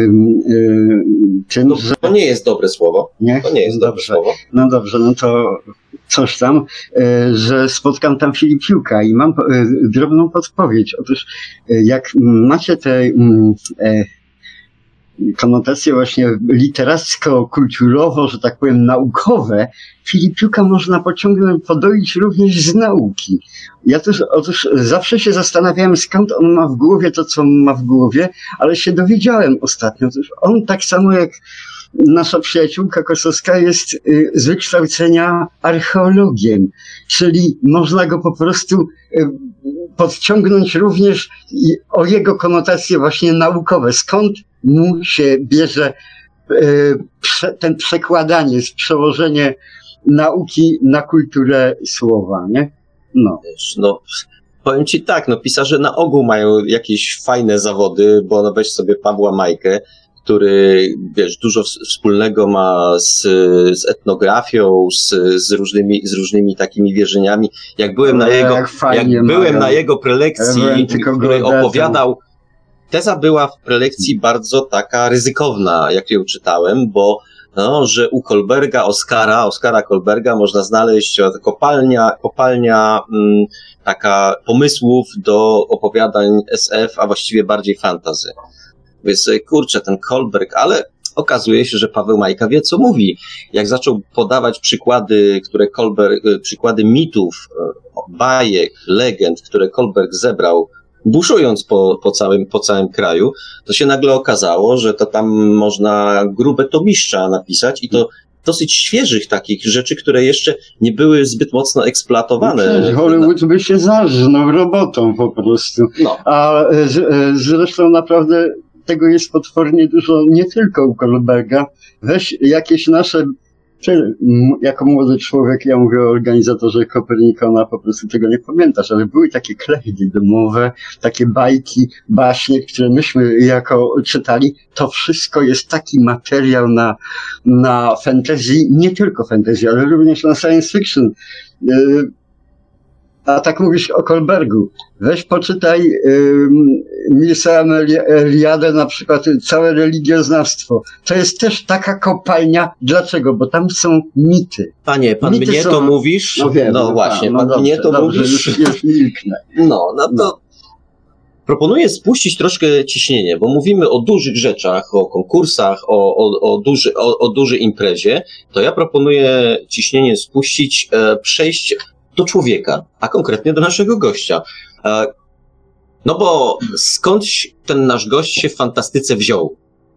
tym, że... To nie jest dobre słowo. Nie? To nie jest dobre słowo. No dobrze, no to coś tam, że spotkam tam Filipiuka i mam drobną podpowiedź. Otóż jak macie te... konotacje właśnie literacko-kulturowo, że tak powiem, naukowe, Filipiuka można podoić również z nauki. Ja też otóż zawsze się zastanawiałem, skąd on ma w głowie to, co ma w głowie, ale się dowiedziałem ostatnio. Otóż on tak samo jak nasza przyjaciółka Kosowska jest z wykształcenia archeologiem, czyli można go po prostu podciągnąć również o jego konotacje właśnie naukowe. Skąd mu się bierze ten przekładanie, przełożenie nauki na kulturę słowa, nie? No, powiem ci tak, no pisarze na ogół mają jakieś fajne zawody, bo weź sobie Pawła Majkę, który, wiesz, dużo wspólnego ma z etnografią, z różnymi takimi wierzeniami. Jak byłem na jego prelekcji, w której opowiadał, teza była w prelekcji bardzo taka ryzykowna, jak ją czytałem, bo że u Oskara Kolberga można znaleźć kopalnia taka pomysłów do opowiadań SF, a właściwie bardziej fantasy. Więc kurczę, ten Kolberg, ale okazuje się, że Paweł Majka wie, co mówi. Jak zaczął podawać przykłady mitów, bajek, legend, które Kolberg zebrał, buszując po całym kraju, to się nagle okazało, że to tam można grube tomiszcza napisać i to dosyć świeżych takich rzeczy, które jeszcze nie były zbyt mocno eksploatowane. Hollywood by się zarżnął robotą po prostu. No. A zresztą naprawdę tego jest potwornie dużo, nie tylko u Kolberga. Weź jakieś nasze, jako młody człowiek, ja mówię o organizatorze Kopernikona, po prostu tego nie pamiętasz, ale były takie klejdy domowe, takie bajki, baśnie, które myśmy jako czytali. To wszystko jest taki materiał na fantasy, nie tylko fantasy, ale również na science fiction. A tak mówisz o Kolbergu. Weź poczytaj Mircea Eliadę, na przykład całe religioznawstwo. To jest też taka kopalnia. Dlaczego? Bo tam są mity. Panie, pan mity mnie to mówisz? No wiem, właśnie, pan dobrze, mnie to dobrze, mówisz. Już milknę. No to proponuję spuścić troszkę ciśnienie, bo mówimy o dużych rzeczach, o konkursach, o dużej imprezie. To ja proponuję ciśnienie spuścić, przejść do człowieka, a konkretnie do naszego gościa. No bo skądś ten nasz gość się w fantastyce wziął?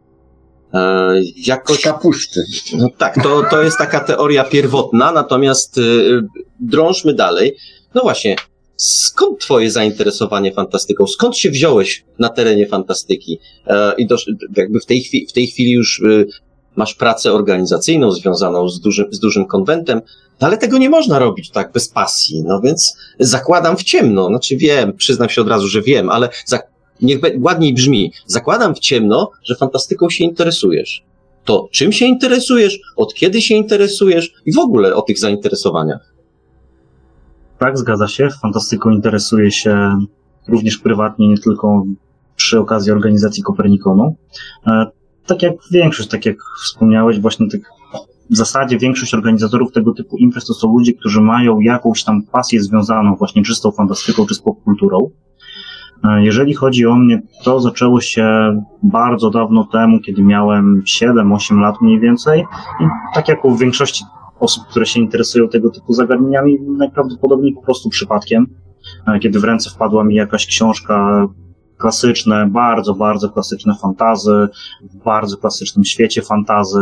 Z kapusty. No tak, to jest taka teoria pierwotna, natomiast drążmy dalej. No właśnie, skąd twoje zainteresowanie fantastyką? Skąd się wziąłeś na terenie fantastyki? I jakby w tej chwili już masz pracę organizacyjną związaną z dużym konwentem, ale tego nie można robić tak bez pasji, no więc zakładam w ciemno, znaczy wiem, przyznam się od razu, że wiem, ale niech ładniej brzmi, zakładam w ciemno, że fantastyką się interesujesz. To czym się interesujesz, od kiedy się interesujesz i w ogóle o tych zainteresowaniach. Tak, zgadza się, fantastyką interesuję się również prywatnie, nie tylko przy okazji organizacji Kopernikonu. Tak jak większość, tak jak wspomniałeś, właśnie tych w zasadzie większość organizatorów tego typu imprez to są ludzie, którzy mają jakąś tam pasję związaną właśnie czy z tą fantastyką, czy z popkulturą. Jeżeli chodzi o mnie, to zaczęło się bardzo dawno temu, kiedy miałem 7-8 lat mniej więcej. I tak jak u większości osób, które się interesują tego typu zagadnieniami, najprawdopodobniej po prostu przypadkiem, kiedy w ręce wpadła mi jakaś książka klasyczne, bardzo, bardzo klasyczne fantasy, w bardzo klasycznym świecie fantasy.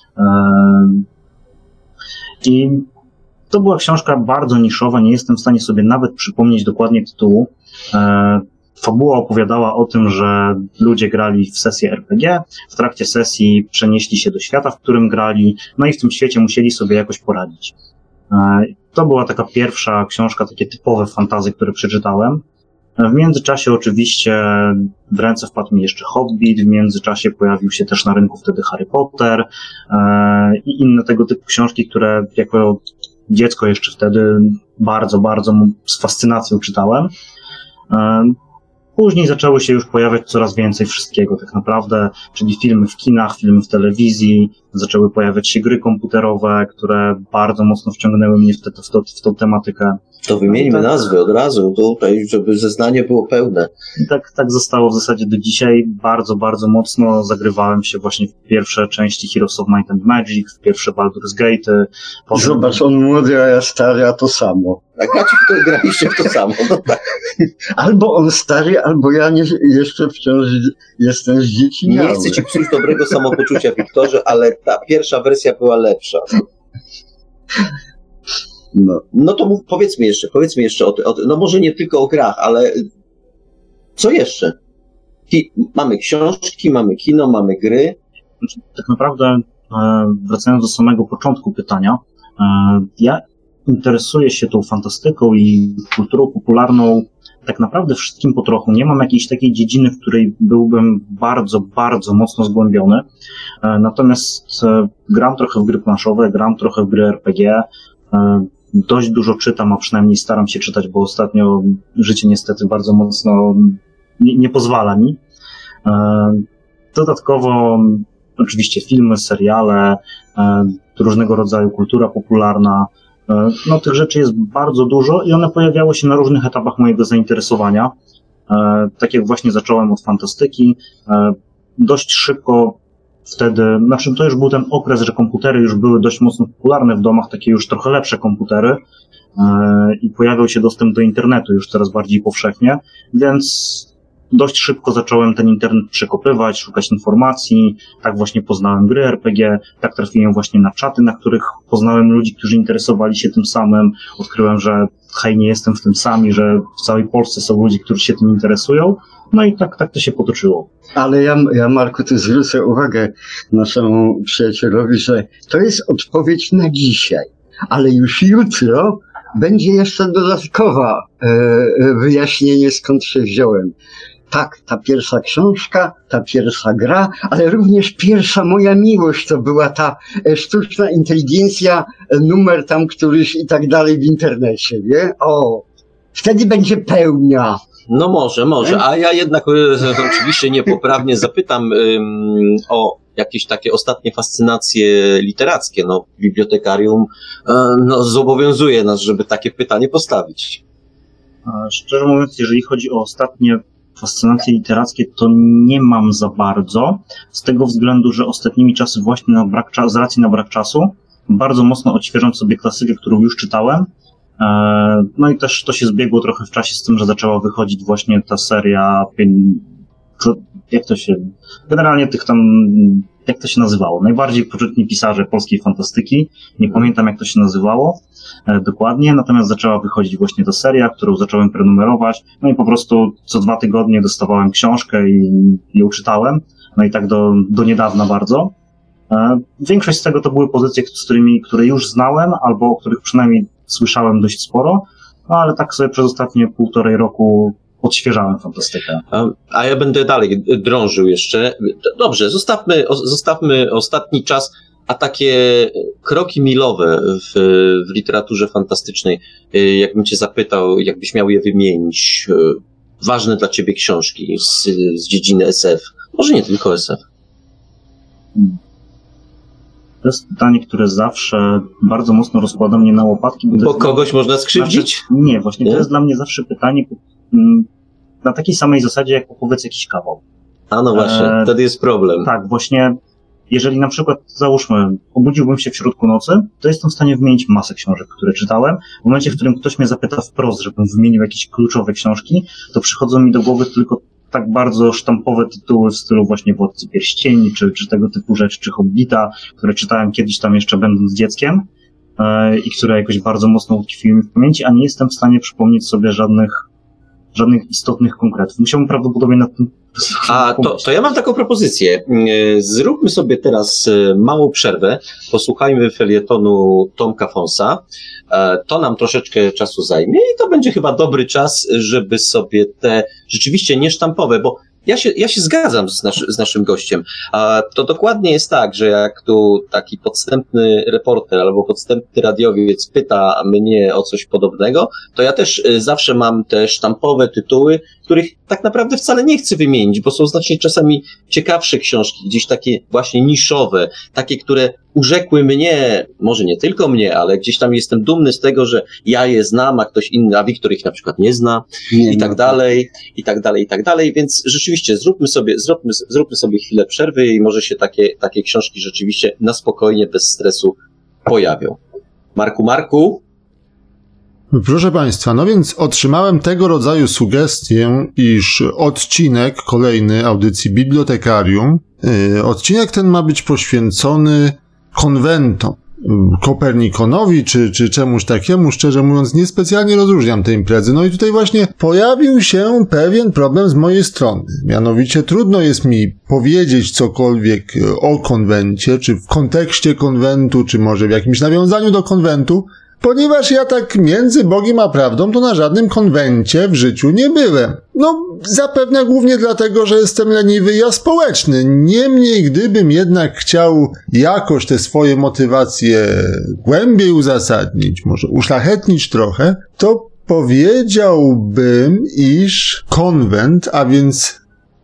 I to była książka bardzo niszowa, nie jestem w stanie sobie nawet przypomnieć dokładnie tytułu. Fabuła opowiadała o tym, że ludzie grali w sesję RPG, w trakcie sesji przenieśli się do świata, w którym grali, no i w tym świecie musieli sobie jakoś poradzić. To była taka pierwsza książka, takie typowe fantasy, które przeczytałem. W międzyczasie oczywiście w ręce wpadł mi jeszcze Hobbit, w międzyczasie pojawił się też na rynku wtedy Harry Potter i inne tego typu książki, które jako dziecko jeszcze wtedy bardzo, bardzo z fascynacją czytałem. Później zaczęło się już pojawiać coraz więcej wszystkiego tak naprawdę, czyli filmy w kinach, filmy w telewizji, zaczęły pojawiać się gry komputerowe, które bardzo mocno wciągnęły mnie w tą tematykę. To wymieńmy nazwy od razu tutaj, żeby zeznanie było pełne. I tak zostało w zasadzie do dzisiaj. Bardzo, bardzo mocno zagrywałem się właśnie w pierwsze części Heroes of Might and Magic, w pierwsze Baldur's Gate'y. Zobacz, on młody, a ja stary, a to samo. Tak, graliście w to samo. No tak. Albo on stary, albo ja jeszcze wciąż jestem zdzieciniały. Nie chcę ci psuć dobrego samopoczucia, Wiktorze, ale ta pierwsza wersja była lepsza. No to powiedzmy jeszcze no może nie tylko o grach, ale co jeszcze? Mamy książki, mamy kino, mamy gry. Tak naprawdę, wracając do samego początku pytania, ja interesuję się tą fantastyką i kulturą popularną tak naprawdę wszystkim po trochu. Nie mam jakiejś takiej dziedziny, w której byłbym bardzo, bardzo mocno zgłębiony. Natomiast gram trochę w gry planszowe, gram trochę w gry RPG, dość dużo czytam, a przynajmniej staram się czytać, bo ostatnio życie niestety bardzo mocno nie pozwala mi. Dodatkowo oczywiście filmy, seriale, różnego rodzaju kultura popularna. No tych rzeczy jest bardzo dużo i one pojawiały się na różnych etapach mojego zainteresowania. Tak jak właśnie zacząłem od fantastyki, dość szybko wtedy, znaczy to już był ten okres, że komputery już były dość mocno popularne w domach, takie już trochę lepsze komputery i pojawiał się dostęp do internetu już coraz bardziej powszechnie, więc dość szybko zacząłem ten internet przekopywać, szukać informacji, tak właśnie poznałem gry RPG, tak trafiłem właśnie na czaty, na których poznałem ludzi, którzy interesowali się tym samym, odkryłem, że hej, nie jestem w tym sami, że w całej Polsce są ludzie, którzy się tym interesują, no i tak to się potoczyło. Ale ja Marku, tu zwrócę uwagę naszemu przyjacielowi, że to jest odpowiedź na dzisiaj, ale już jutro będzie jeszcze dodatkowa wyjaśnienie, skąd się wziąłem. Tak, ta pierwsza książka, ta pierwsza gra, ale również pierwsza moja miłość to była ta sztuczna inteligencja, numer tam któryś i tak dalej w internecie, wie? O, wtedy będzie pełnia. No może, a ja jednak oczywiście niepoprawnie zapytam o jakieś takie ostatnie fascynacje literackie. No, bibliotekarium zobowiązuje nas, żeby takie pytanie postawić. Szczerze mówiąc, jeżeli chodzi o ostatnie fascynacje literackie, to nie mam za bardzo, z tego względu, że ostatnimi czasy właśnie z racji na brak czasu, bardzo mocno odświeżam sobie klasykę, którą już czytałem. No i też to się zbiegło trochę w czasie z tym, że zaczęła wychodzić właśnie ta seria, generalnie jak to się nazywało? Najbardziej poczytni pisarze polskiej fantastyki. Nie pamiętam, jak to się nazywało dokładnie, natomiast zaczęła wychodzić właśnie ta seria, którą zacząłem prenumerować. No i po prostu co 2 tygodnie dostawałem książkę i ją czytałem. No i tak do niedawna bardzo. Większość z tego to były pozycje, które już znałem, albo o których przynajmniej słyszałem dość sporo, no ale tak sobie przez ostatnie 1,5 roku odświeżałem fantastykę. A ja będę dalej drążył jeszcze. Dobrze, zostawmy ostatni czas, a takie kroki milowe w literaturze fantastycznej, jakbym cię zapytał, jakbyś miał je wymienić, ważne dla ciebie książki z dziedziny SF, może nie tylko SF. To jest pytanie, które zawsze bardzo mocno rozkłada mnie na łopatki. Bo kogoś można skrzywdzić? Znaczy, nie, właśnie to jest dla mnie zawsze pytanie na takiej samej zasadzie, jak opowiedz jakiś kawał. A no właśnie, wtedy jest problem. Tak, właśnie jeżeli na przykład, załóżmy, obudziłbym się w środku nocy, to jestem w stanie wymienić masę książek, które czytałem. W momencie, w którym ktoś mnie zapyta wprost, żebym wymienił jakieś kluczowe książki, to przychodzą mi do głowy tylko tak bardzo sztampowe tytuły w stylu właśnie Władcy Pierścieni, czy tego typu rzeczy, czy Hobbita, które czytałem kiedyś tam jeszcze będąc dzieckiem i które jakoś bardzo mocno utkwiły mi w pamięci, a nie jestem w stanie przypomnieć sobie żadnych istotnych konkretów. Musiałbym prawdopodobnie nad tym to ja mam taką propozycję. Zróbmy sobie teraz małą przerwę, posłuchajmy felietonu Tomka Fonsa. To nam troszeczkę czasu zajmie i to będzie chyba dobry czas, żeby sobie te rzeczywiście niesztampowe, bo ja się zgadzam z naszym gościem. To dokładnie jest tak, że jak tu taki podstępny reporter albo podstępny radiowiec pyta mnie o coś podobnego, to ja też zawsze mam te sztampowe tytuły, których tak naprawdę wcale nie chcę wymienić, bo są znacznie czasami ciekawsze książki, gdzieś takie właśnie niszowe, takie, które urzekły mnie, może nie tylko mnie, ale gdzieś tam jestem dumny z tego, że ja je znam, a ktoś inny, a Wiktor ich na przykład nie zna, i tak dalej, więc rzeczywiście zróbmy sobie chwilę przerwy i może się takie książki rzeczywiście na spokojnie, bez stresu pojawią. Marku? Proszę Państwa, no więc otrzymałem tego rodzaju sugestię, iż odcinek kolejny audycji Bibliotekarium, odcinek ten ma być poświęcony konwentom, Kopernikonowi czy czemuś takiemu. Szczerze mówiąc, niespecjalnie rozróżniam te imprezy. No i tutaj właśnie pojawił się pewien problem z mojej strony. Mianowicie trudno jest mi powiedzieć cokolwiek o konwencie, czy w kontekście konwentu, czy może w jakimś nawiązaniu do konwentu, ponieważ ja tak między Bogiem a prawdą to na żadnym konwencie w życiu nie byłem. No, zapewne głównie dlatego, że jestem leniwy i aspołeczny. Niemniej, gdybym jednak chciał jakoś te swoje motywacje głębiej uzasadnić, może uszlachetnić trochę, to powiedziałbym, iż konwent, a więc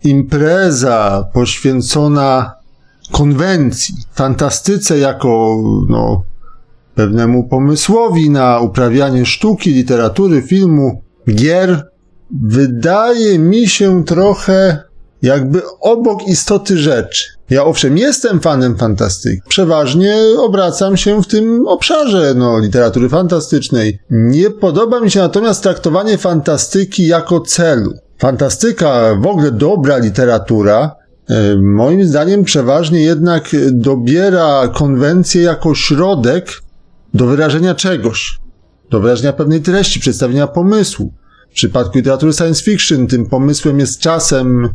impreza poświęcona konwencji, fantastyce jako, pewnemu pomysłowi na uprawianie sztuki, literatury, filmu, gier, wydaje mi się trochę jakby obok istoty rzeczy. Ja owszem jestem fanem fantastyki. Przeważnie obracam się w tym obszarze, literatury fantastycznej. Nie podoba mi się natomiast traktowanie fantastyki jako celu. Fantastyka, w ogóle dobra literatura, moim zdaniem przeważnie jednak dobiera konwencję jako środek do wyrażenia czegoś, do wyrażenia pewnej treści, przedstawienia pomysłu. W przypadku literatury science fiction tym pomysłem jest czasem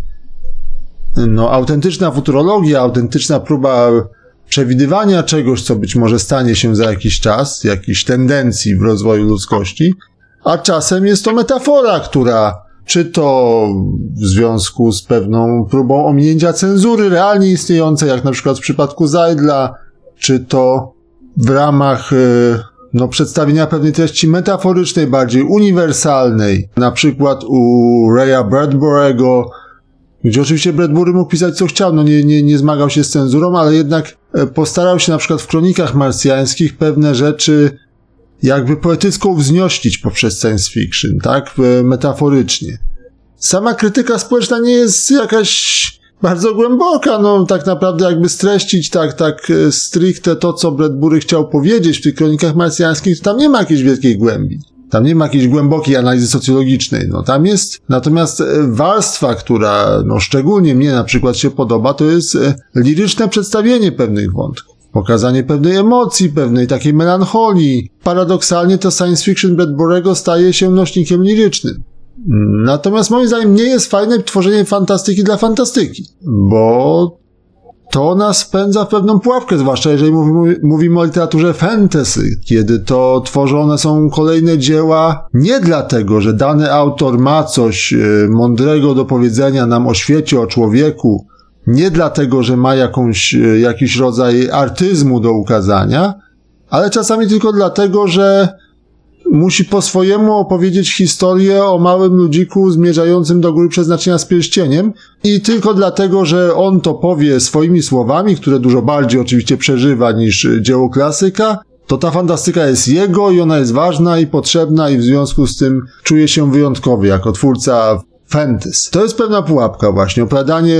autentyczna futurologia, autentyczna próba przewidywania czegoś, co być może stanie się za jakiś czas, jakichś tendencji w rozwoju ludzkości, a czasem jest to metafora, która czy to w związku z pewną próbą ominięcia cenzury realnie istniejącej, jak na przykład w przypadku Zajdla, czy to w ramach przedstawienia pewnej treści metaforycznej, bardziej uniwersalnej, na przykład u Raya Bradbury'ego, gdzie oczywiście Bradbury mógł pisać co chciał, nie zmagał się z cenzurą, ale jednak postarał się na przykład w Kronikach Marsjańskich pewne rzeczy jakby poetycko wznioślić poprzez science fiction, tak, metaforycznie. Sama krytyka społeczna nie jest jakaś bardzo głęboka, tak naprawdę jakby streścić tak stricte to, co Bradbury chciał powiedzieć w tych Kronikach Marsjańskich, to tam nie ma jakiejś wielkiej głębi. Tam nie ma jakiejś głębokiej analizy socjologicznej. Tam jest natomiast warstwa, która szczególnie mnie na przykład się podoba, to jest liryczne przedstawienie pewnych wątków. Pokazanie pewnej emocji, pewnej takiej melancholii. Paradoksalnie to science fiction Bradbury'ego staje się nośnikiem lirycznym. Natomiast moim zdaniem nie jest fajne tworzenie fantastyki dla fantastyki, bo to nas wpędza w pewną pułapkę, zwłaszcza jeżeli mówimy o literaturze fantasy, kiedy to tworzone są kolejne dzieła nie dlatego, że dany autor ma coś mądrego do powiedzenia nam o świecie, o człowieku, nie dlatego, że ma jakiś rodzaj artyzmu do ukazania, ale czasami tylko dlatego, że musi po swojemu opowiedzieć historię o małym ludziku zmierzającym do góry przeznaczenia z pierścieniem i tylko dlatego, że on to powie swoimi słowami, które dużo bardziej oczywiście przeżywa niż dzieło klasyka, to ta fantastyka jest jego i ona jest ważna i potrzebna i w związku z tym czuje się wyjątkowy jako twórca fantasy. To jest pewna pułapka właśnie, opowiadanie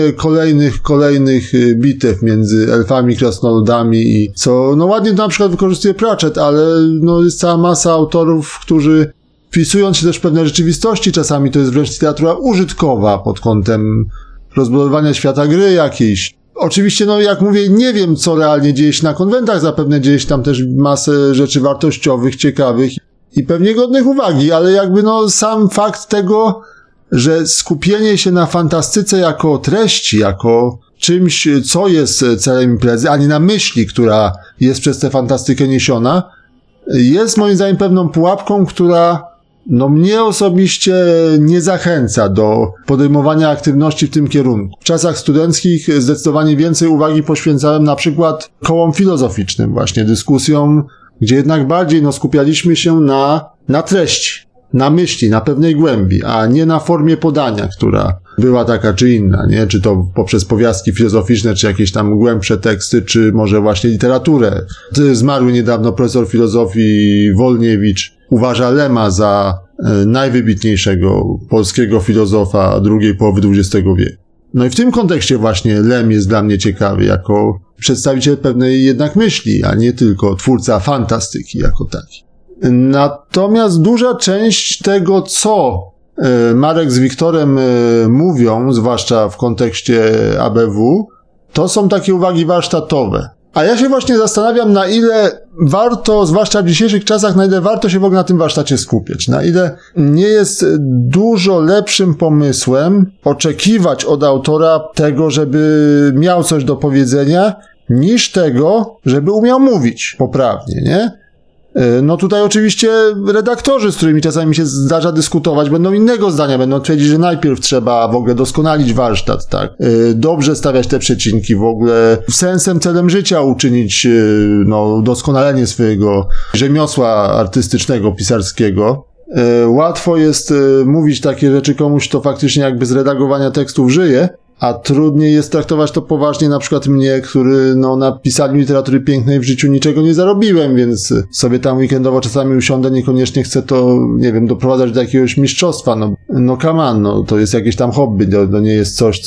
kolejnych bitew między elfami, krasnoludami i co, no ładnie to na przykład wykorzystuje Pratchett, ale no jest cała masa autorów, którzy wpisując się też w pewne rzeczywistości, czasami to jest wręcz literatura użytkowa pod kątem rozbudowywania świata gry jakiejś. Oczywiście, no jak mówię, nie wiem, co realnie dzieje się na konwentach, zapewne dzieje się tam też masę rzeczy wartościowych, ciekawych i pewnie godnych uwagi, ale jakby no sam fakt tego, że skupienie się na fantastyce jako treści, jako czymś, co jest celem imprezy, a nie na myśli, która jest przez tę fantastykę niesiona, jest moim zdaniem pewną pułapką, która no mnie osobiście nie zachęca do podejmowania aktywności w tym kierunku. W czasach studenckich zdecydowanie więcej uwagi poświęcałem na przykład kołom filozoficznym, właśnie dyskusjom, gdzie jednak bardziej no skupialiśmy się na treści, na myśli, na pewnej głębi, a nie na formie podania, która była taka czy inna, nie? Czy to poprzez powiastki filozoficzne, czy jakieś tam głębsze teksty, czy może właśnie literaturę. Zmarły niedawno profesor filozofii Wolniewicz uważa Lema za najwybitniejszego polskiego filozofa drugiej połowy XX wieku. No i w tym kontekście właśnie Lem jest dla mnie ciekawy jako przedstawiciel pewnej jednak myśli, a nie tylko twórca fantastyki jako taki. Natomiast duża część tego, co Marek z Wiktorem mówią, zwłaszcza w kontekście ABW, to są takie uwagi warsztatowe. A ja się właśnie zastanawiam, na ile warto, zwłaszcza w dzisiejszych czasach, na ile warto się w ogóle na tym warsztacie skupiać, na ile nie jest dużo lepszym pomysłem oczekiwać od autora tego, żeby miał coś do powiedzenia, niż tego, żeby umiał mówić poprawnie, nie? No tutaj oczywiście redaktorzy, z którymi czasami się zdarza dyskutować, będą innego zdania, będą twierdzić, że najpierw trzeba w ogóle doskonalić warsztat, tak, dobrze stawiać te przecinki, w ogóle sensem, celem życia uczynić, no, doskonalenie swojego rzemiosła artystycznego, pisarskiego. Łatwo jest mówić takie rzeczy komuś, kto faktycznie jakby z redagowania tekstów żyje, a trudniej jest traktować to poważnie, na przykład mnie, który no na pisaniu literatury pięknej w życiu niczego nie zarobiłem, więc sobie tam weekendowo czasami usiądę, niekoniecznie chcę to, nie wiem, doprowadzać do jakiegoś mistrzostwa, no come on, no to jest jakieś tam hobby, to nie jest coś,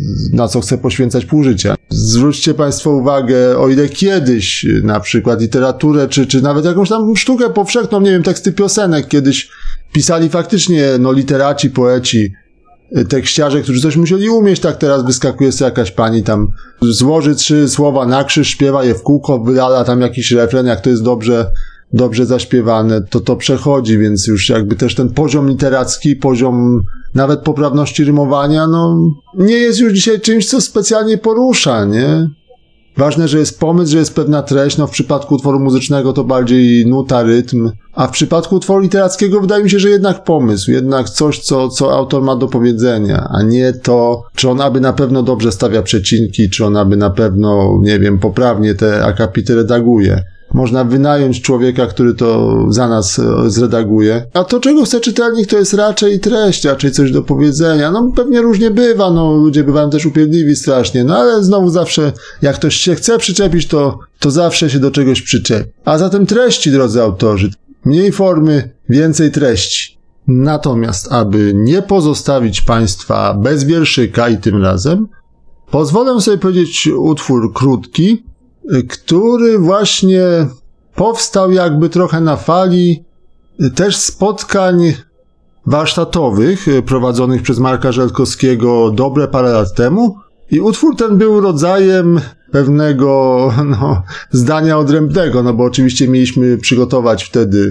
na co chcę poświęcać pół życia. Zwróćcie Państwo uwagę, o ile kiedyś na przykład literaturę, czy nawet jakąś tam sztukę powszechną, nie wiem, teksty piosenek kiedyś pisali faktycznie, no literaci, poeci, tekściarze, którzy coś musieli umieć, tak teraz wyskakuje sobie jakaś pani tam, złoży 3 słowa na krzyż, śpiewa je w kółko, wylala tam jakiś refren, jak to jest dobrze zaśpiewane, to przechodzi, więc już jakby też ten poziom literacki, poziom nawet poprawności rymowania, no nie jest już dzisiaj czymś, co specjalnie porusza, nie? Ważne, że jest pomysł, że jest pewna treść, no w przypadku utworu muzycznego to bardziej nuta, rytm, a w przypadku utworu literackiego wydaje mi się, że jednak pomysł, jednak coś, co autor ma do powiedzenia, a nie to, czy on aby na pewno dobrze stawia przecinki, czy on aby na pewno, nie wiem, poprawnie te akapity redaguje. Można wynająć człowieka, który to za nas zredaguje. A to, czego chce czytelnik, to jest raczej treść, raczej coś do powiedzenia. No pewnie różnie bywa, no ludzie bywają też upierdliwi strasznie, no ale znowu zawsze, jak ktoś się chce przyczepić, to zawsze się do czegoś przyczepi. A zatem treści, drodzy autorzy. Mniej formy, więcej treści. Natomiast, aby nie pozostawić Państwa bez wierszyka i tym razem, pozwolę sobie powiedzieć utwór krótki, który właśnie powstał jakby trochę na fali też spotkań warsztatowych prowadzonych przez Marka Żelkowskiego dobre parę lat temu i utwór ten był rodzajem pewnego zdania odrębnego, bo oczywiście mieliśmy przygotować wtedy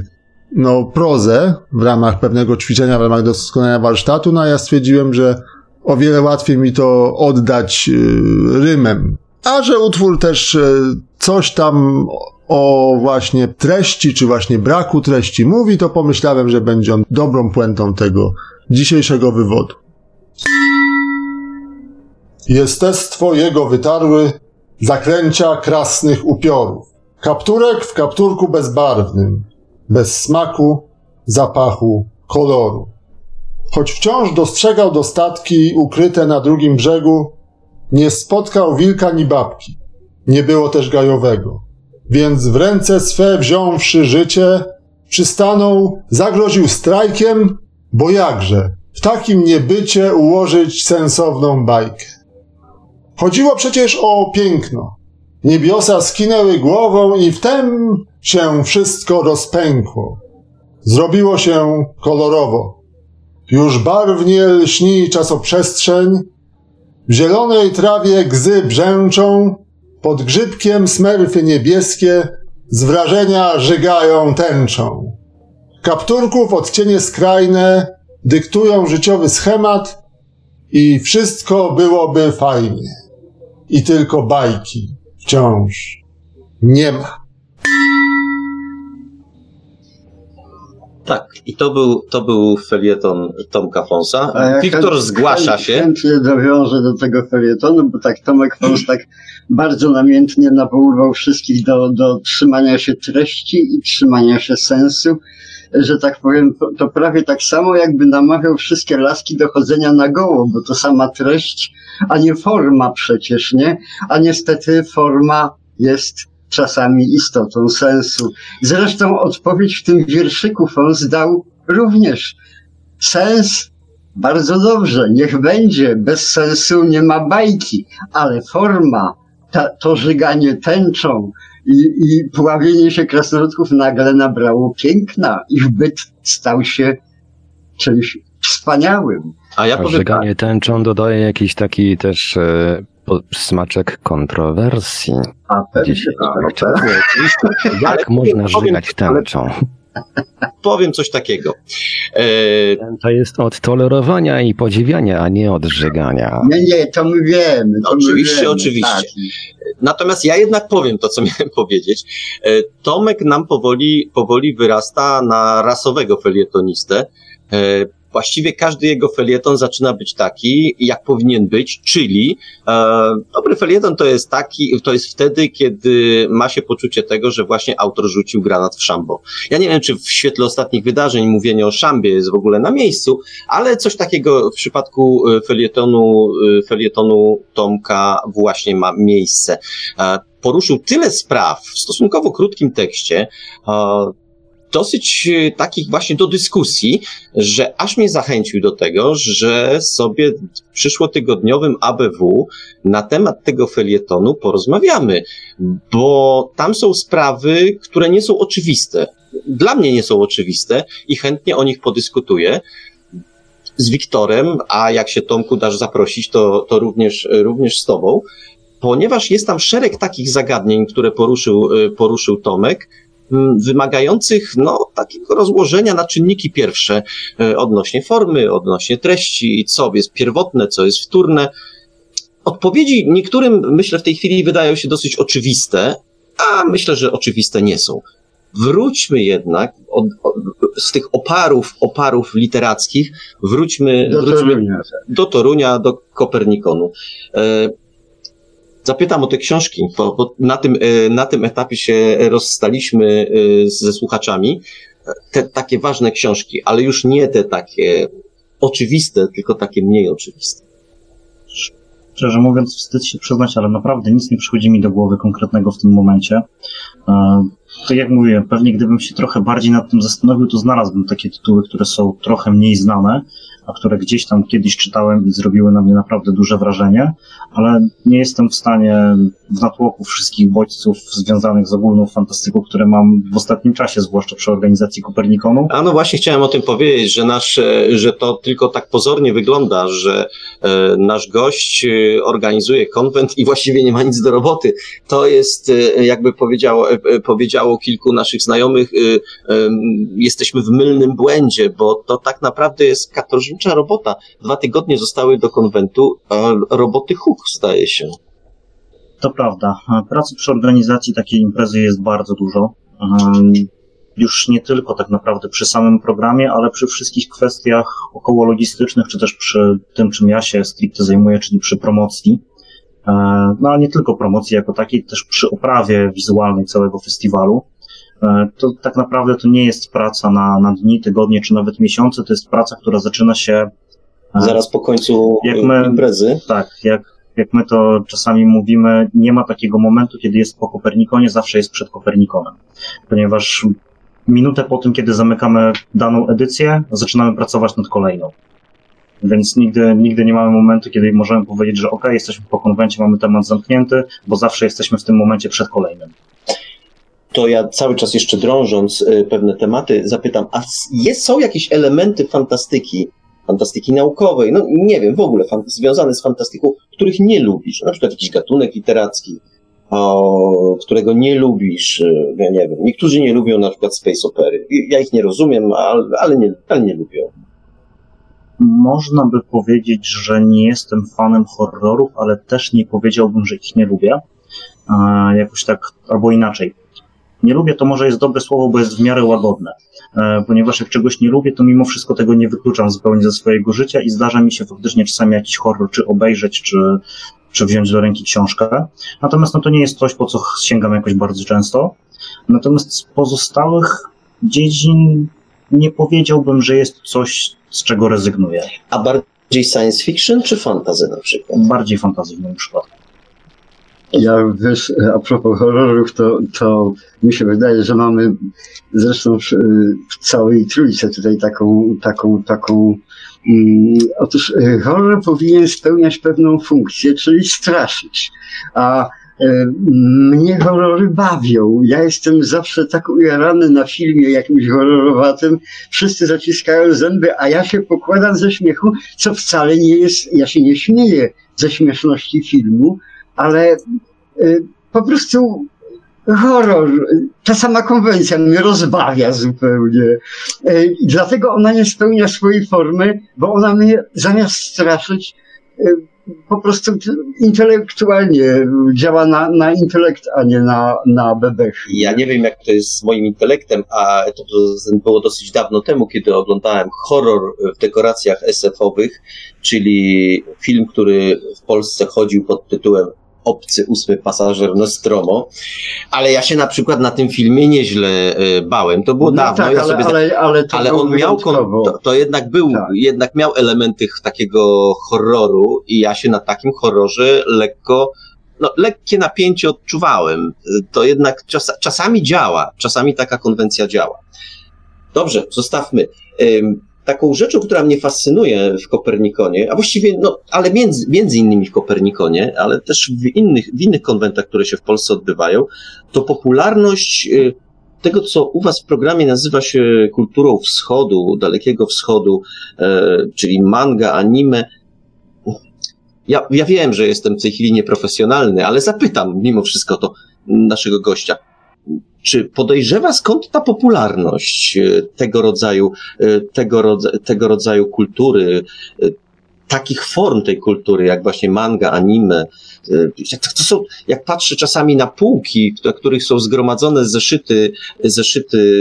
prozę w ramach pewnego ćwiczenia, w ramach doskonalenia warsztatu, a ja stwierdziłem, że o wiele łatwiej mi to oddać rymem. A że utwór też coś tam o właśnie treści, czy właśnie braku treści mówi, to pomyślałem, że będzie on dobrą puentą tego dzisiejszego wywodu. Jestestwo jego wytarły zaklęcia krasnych upiorów. Kapturek w kapturku bezbarwnym, bez smaku, zapachu, koloru. Choć wciąż dostrzegał dostatki ukryte na drugim brzegu, nie spotkał wilka ni babki. Nie było też gajowego. Więc w ręce swe wziąwszy życie, przystanął, zagroził strajkiem, bo jakże w takim niebycie ułożyć sensowną bajkę. Chodziło przecież o piękno. Niebiosa skinęły głową i wtem się wszystko rozpękło. Zrobiło się kolorowo. Już barwnie lśni czasoprzestrzeń, w zielonej trawie gzy brzęczą, pod grzybkiem smerfy niebieskie z wrażenia żygają tęczą. Kapturków odcienie skrajne dyktują życiowy schemat i wszystko byłoby fajnie. I tylko bajki wciąż nie ma. Tak, i to był felieton Tomka Fonsa. Wiktor zgłasza się. Chętnie nawiążę do tego felietonu, bo tak Tomek Fons tak bardzo namiętnie nawoływał wszystkich do trzymania się treści i trzymania się sensu, że tak powiem, to prawie tak samo jakby namawiał wszystkie laski do chodzenia na goło, bo to sama treść, a nie forma przecież, nie? A niestety forma jest czasami istotą sensu. Zresztą odpowiedź w tym wierszyku Fons dał również. Sens? Bardzo dobrze, niech będzie, bez sensu nie ma bajki, ale forma, to żyganie tęczą i pławienie się krasnoludków nagle nabrało piękna i byt stał się czymś wspaniałym. A ja powiem żyganie tęczą dodaje jakiś taki też smaczek kontrowersji. A pewnie, oczywiście. Jak można żygać tęczą? Powiem coś takiego. To jest od tolerowania i podziwiania, a nie od żygania. Nie, to my wiemy. Oczywiście. Tak. Natomiast ja jednak powiem to, co miałem powiedzieć. Tomek nam powoli wyrasta na rasowego felietonistę. Właściwie każdy jego felieton zaczyna być taki, jak powinien być, czyli dobry felieton to jest wtedy, kiedy ma się poczucie tego, że właśnie autor rzucił granat w szambo. Ja nie wiem, czy w świetle ostatnich wydarzeń mówienie o szambie jest w ogóle na miejscu, ale coś takiego w przypadku felietonu Tomka właśnie ma miejsce. Poruszył tyle spraw w stosunkowo krótkim tekście, dosyć takich właśnie do dyskusji, że aż mnie zachęcił do tego, że sobie w przyszłotygodniowym ABW na temat tego felietonu porozmawiamy, bo tam są sprawy, które nie są oczywiste. Dla mnie nie są oczywiste i chętnie o nich podyskutuję z Wiktorem, a jak się Tomku dasz zaprosić, to również z tobą, ponieważ jest tam szereg takich zagadnień, które poruszył Tomek, wymagających takiego rozłożenia na czynniki pierwsze odnośnie formy, odnośnie treści, co jest pierwotne, co jest wtórne. Odpowiedzi niektórym, myślę, w tej chwili wydają się dosyć oczywiste, a myślę, że oczywiste nie są. Wróćmy jednak z tych oparów literackich, wróćmy do Torunia, do Kopernikonu. Zapytam o te książki, bo na tym etapie się rozstaliśmy ze słuchaczami. Te takie ważne książki, ale już nie te takie oczywiste, tylko takie mniej oczywiste. Szczerze mówiąc, wstyd się przyznać, ale naprawdę nic nie przychodzi mi do głowy konkretnego w tym momencie. Tak jak mówiłem, pewnie gdybym się trochę bardziej nad tym zastanowił, to znalazłbym takie tytuły, które są trochę mniej znane, a które gdzieś tam kiedyś czytałem i zrobiły na mnie naprawdę duże wrażenie, ale nie jestem w stanie w natłoku wszystkich bodźców związanych z ogólną fantastyką, które mam w ostatnim czasie, zwłaszcza przy organizacji Kopernikonu. A no właśnie chciałem o tym powiedzieć, że to tylko tak pozornie wygląda, że nasz gość organizuje konwent i właściwie nie ma nic do roboty. To jest, jakby powiedziało kilku naszych znajomych, jesteśmy w mylnym błędzie, bo to tak naprawdę jest katorżnicza robota. 2 tygodnie zostały do konwentu, a roboty huk, zdaje się. To prawda. Pracy przy organizacji takiej imprezy jest bardzo dużo. Już nie tylko tak naprawdę przy samym programie, ale przy wszystkich kwestiach około logistycznych, czy też przy tym, czym ja się stricte zajmuję, czyli przy promocji. No ale nie tylko promocji jako takiej, też przy oprawie wizualnej całego festiwalu. To tak naprawdę to nie jest praca na dni, tygodnie, czy nawet miesiące, to jest praca, która zaczyna się zaraz po końcu imprezy. Tak, jak my to czasami mówimy, nie ma takiego momentu, kiedy jest po Kopernikonie, zawsze jest przed Kopernikonem. Ponieważ minutę po tym, kiedy zamykamy daną edycję, zaczynamy pracować nad kolejną. Więc nigdy nie mamy momentu, kiedy możemy powiedzieć, że jesteśmy po konwencie, mamy temat zamknięty, bo zawsze jesteśmy w tym momencie przed kolejnym. To ja cały czas jeszcze drążąc pewne tematy zapytam, a są jakieś elementy fantastyki naukowej, no nie wiem, w ogóle związane z fantastyką, których nie lubisz, na przykład jakiś gatunek literacki, którego nie lubisz, ja nie wiem, niektórzy nie lubią na przykład space opery, ja ich nie rozumiem, ale nie lubią. Można by powiedzieć, że nie jestem fanem horrorów, ale też nie powiedziałbym, że ich nie lubię, jakoś tak, albo inaczej. Nie lubię to może jest dobre słowo, bo jest w miarę łagodne, ponieważ jak czegoś nie lubię, to mimo wszystko tego nie wykluczam zupełnie ze swojego życia i zdarza mi się faktycznie czasami jakiś horror czy obejrzeć, czy wziąć do ręki książkę. Natomiast to nie jest coś, po co sięgam jakoś bardzo często. Natomiast z pozostałych dziedzin nie powiedziałbym, że jest coś, z czego rezygnuję. A bardziej science fiction czy fantasy na przykład? Bardziej fantasy w moim przypadku. Ja wiesz, a propos horrorów, to mi się wydaje, że mamy zresztą w całej trójce tutaj taką otóż horror powinien spełniać pewną funkcję, czyli straszyć. A mnie horrory bawią. Ja jestem zawsze tak ujarany na filmie jakimś horrorowatym. Wszyscy zaciskają zęby, a ja się pokładam ze śmiechu, co wcale nie jest, ja się nie śmieję ze śmieszności filmu, ale po prostu horror, ta sama konwencja mnie rozbawia zupełnie. I dlatego ona nie spełnia swojej formy, bo ona mnie zamiast straszyć po prostu intelektualnie działa na intelekt, a nie na bebechy. Ja nie wiem, jak to jest z moim intelektem, a to było dosyć dawno temu, kiedy oglądałem horror w dekoracjach SF-owych, czyli film, który w Polsce chodził pod tytułem Obcy ósmy pasażer Nostromo, ale ja się na przykład na tym filmie nieźle bałem. To było dawno. Tak, ale on miał, to jednak miał elementy takiego horroru i ja się na takim horrorze lekkie napięcie odczuwałem. To jednak czasami działa, czasami taka konwencja działa. Dobrze, zostawmy. Taką rzeczą, która mnie fascynuje w Kopernikonie, a właściwie, ale między innymi w Kopernikonie, ale też w innych konwentach, które się w Polsce odbywają, to popularność tego, co u was w programie nazywa się kulturą wschodu, Dalekiego Wschodu, czyli manga, anime. Ja wiem, że jestem w tej chwili nieprofesjonalny, ale zapytam mimo wszystko to naszego gościa. Czy podejrzewa, skąd ta popularność tego rodzaju kultury, takich form tej kultury, jak właśnie manga, anime? To są, jak patrzę czasami na półki, na których są zgromadzone zeszyty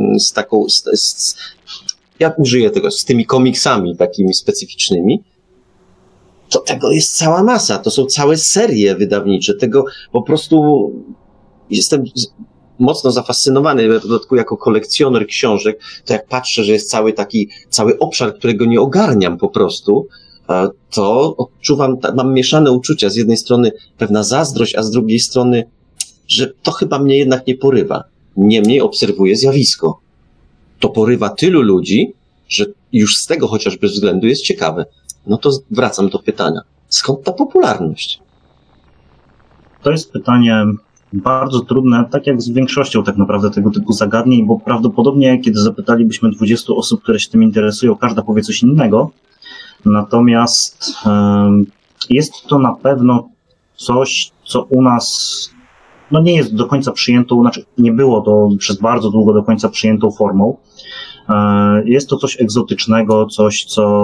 ja użyję tego, z tymi komiksami takimi specyficznymi, to tego jest cała masa, to są całe serie wydawnicze, tego po prostu jestem mocno zafascynowany, w dodatku jako kolekcjoner książek, to jak patrzę, że jest cały obszar, którego nie ogarniam po prostu, to odczuwam, mam mieszane uczucia. Z jednej strony pewna zazdrość, a z drugiej strony, że to chyba mnie jednak nie porywa. Niemniej obserwuję zjawisko. To porywa tylu ludzi, że już z tego chociażby względu jest ciekawe. No to wracam do pytania. Skąd ta popularność? To jest pytanie bardzo trudne, tak jak z większością tak naprawdę tego typu zagadnień, bo prawdopodobnie, kiedy zapytalibyśmy 20 osób, które się tym interesują, każda powie coś innego. Natomiast jest to na pewno coś, co u nas nie jest do końca przyjętą, znaczy nie było to przez bardzo długo do końca przyjętą formą. Jest to coś egzotycznego, coś,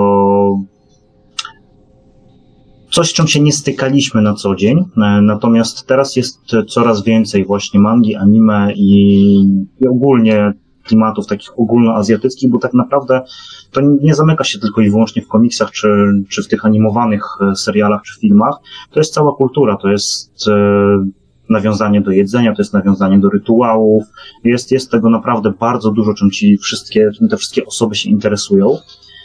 z czym się nie stykaliśmy na co dzień, natomiast teraz jest coraz więcej właśnie mangi, anime i ogólnie klimatów takich ogólnoazjatyckich, bo tak naprawdę to nie zamyka się tylko i wyłącznie w komiksach, czy w tych animowanych serialach, czy filmach. To jest cała kultura, to jest nawiązanie do jedzenia, to jest nawiązanie do rytuałów. Jest tego naprawdę bardzo dużo, czym te wszystkie osoby się interesują.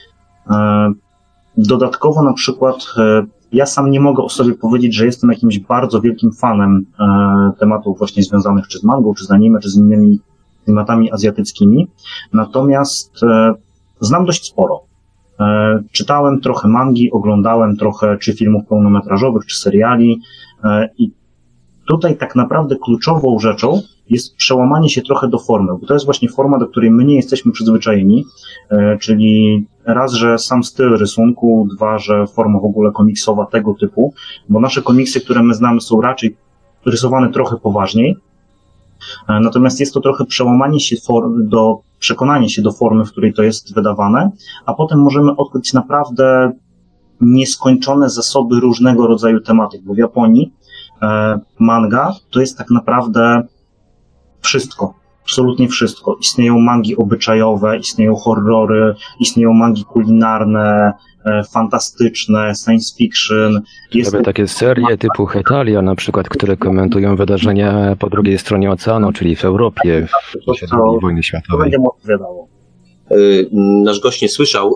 Dodatkowo na przykład ja sam nie mogę o sobie powiedzieć, że jestem jakimś bardzo wielkim fanem tematów właśnie związanych czy z mangą, czy z anime, czy z innymi tematami azjatyckimi. Natomiast znam dość sporo. Czytałem trochę mangi, oglądałem trochę czy filmów pełnometrażowych, czy seriali i tutaj tak naprawdę kluczową rzeczą jest przełamanie się trochę do formy, bo to jest właśnie forma, do której my nie jesteśmy przyzwyczajeni, czyli raz, że sam styl rysunku, dwa, że forma w ogóle komiksowa tego typu, bo nasze komiksy, które my znamy, są raczej rysowane trochę poważniej, natomiast jest to trochę przełamanie się przekonanie się do formy, w której to jest wydawane, a potem możemy odkryć naprawdę nieskończone zasoby różnego rodzaju tematyk, bo w Japonii manga to jest tak naprawdę wszystko, absolutnie wszystko. Istnieją mangi obyczajowe, istnieją horrory, istnieją mangi kulinarne, fantastyczne, science fiction. Nawet takie serie typu Hetalia na przykład, które komentują wydarzenia po drugiej stronie oceanu, czyli w Europie w czasie II wojny To światowej. będzie mu odpowiadało. Nasz gość nie słyszał.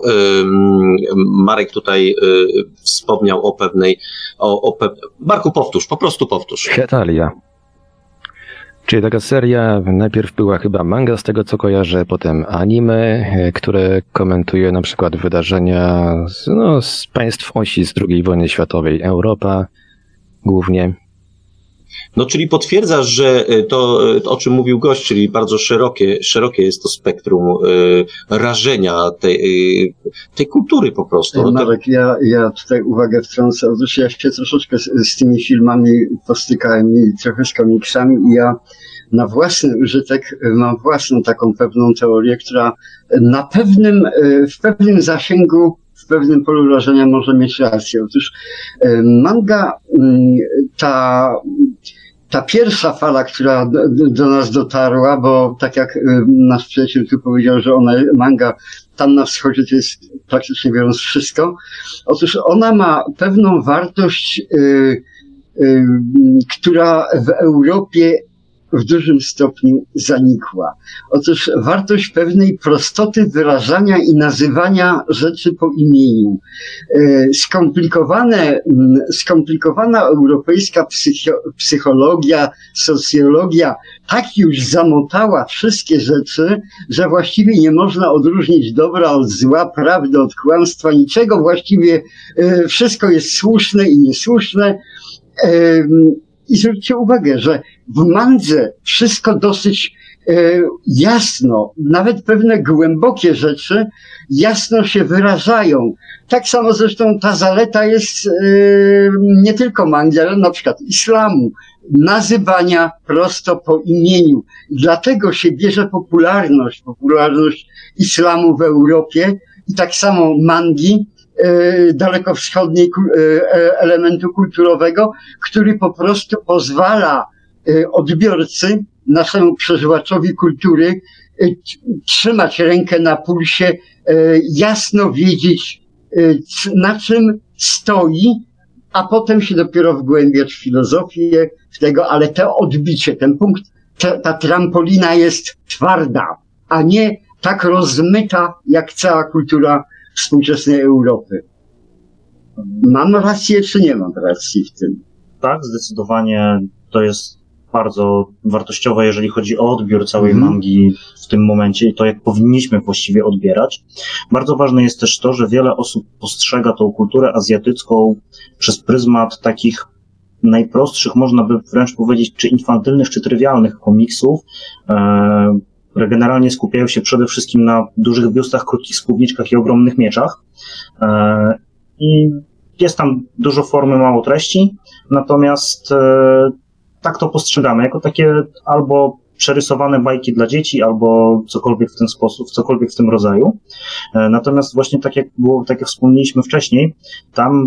Marek tutaj wspomniał o pewnej... Marku, powtórz, po prostu powtórz. Hetalia. Czyli taka seria, najpierw była chyba manga z tego co kojarzę, potem anime, które komentuje na przykład wydarzenia z państw osi z II wojny światowej, Europa głównie. No, czyli potwierdzasz, że to, o czym mówił gość, czyli bardzo szerokie jest to spektrum rażenia tej kultury po prostu. Marek, ja tutaj uwagę wtrącę. Otóż ja się troszeczkę z tymi filmami postykałem i trochę z komiksami i ja na własny użytek mam własną taką pewną teorię, która w pewnym zasięgu, w pewnym polu rażenia może mieć rację. Otóż manga, ta pierwsza fala, która do nas dotarła, bo tak jak nasz przyjaciel tu powiedział, że manga tam na wschodzie to jest praktycznie biorąc wszystko. Otóż ona ma pewną wartość, która w Europie w dużym stopniu zanikła. Otóż wartość pewnej prostoty wyrażania rzeczy po imieniu. Skomplikowana europejska psychologia, socjologia tak już zamotała wszystkie rzeczy, że właściwie nie można odróżnić dobra od zła, prawdy od kłamstwa, niczego właściwie, wszystko jest słuszne i niesłuszne. I zwróćcie uwagę, że w mandze wszystko dosyć jasno, nawet pewne głębokie rzeczy jasno się wyrażają. Tak samo zresztą ta zaleta jest nie tylko mangi, ale na przykład islamu, nazywania prosto po imieniu. Dlatego się bierze popularność islamu w Europie i tak samo mangi, dalekowschodniej elementu kulturowego, który po prostu pozwala odbiorcy, naszemu przeżywaczowi kultury, trzymać rękę na pulsie, jasno wiedzieć, na czym stoi, a potem się dopiero wgłębiać w filozofię, w tego, ale to odbicie, ten punkt, ta trampolina jest twarda, a nie tak rozmyta, jak cała kultura współczesnej Europy. Mam rację, czy nie mam racji w tym? Tak, zdecydowanie to jest bardzo wartościowe, jeżeli chodzi o odbiór całej mangi w tym momencie i to, jak powinniśmy właściwie odbierać. Bardzo ważne jest też to, że wiele osób postrzega tą kulturę azjatycką przez pryzmat takich najprostszych, można by wręcz powiedzieć, czy infantylnych, czy trywialnych komiksów, które generalnie skupiają się przede wszystkim na dużych biustach, krótkich spódniczkach i ogromnych mieczach. I jest tam dużo formy, mało treści, natomiast tak to postrzegamy, jako takie albo przerysowane bajki dla dzieci, albo cokolwiek w ten sposób, cokolwiek w tym rodzaju. Natomiast właśnie tak jak wspomnieliśmy wcześniej, tam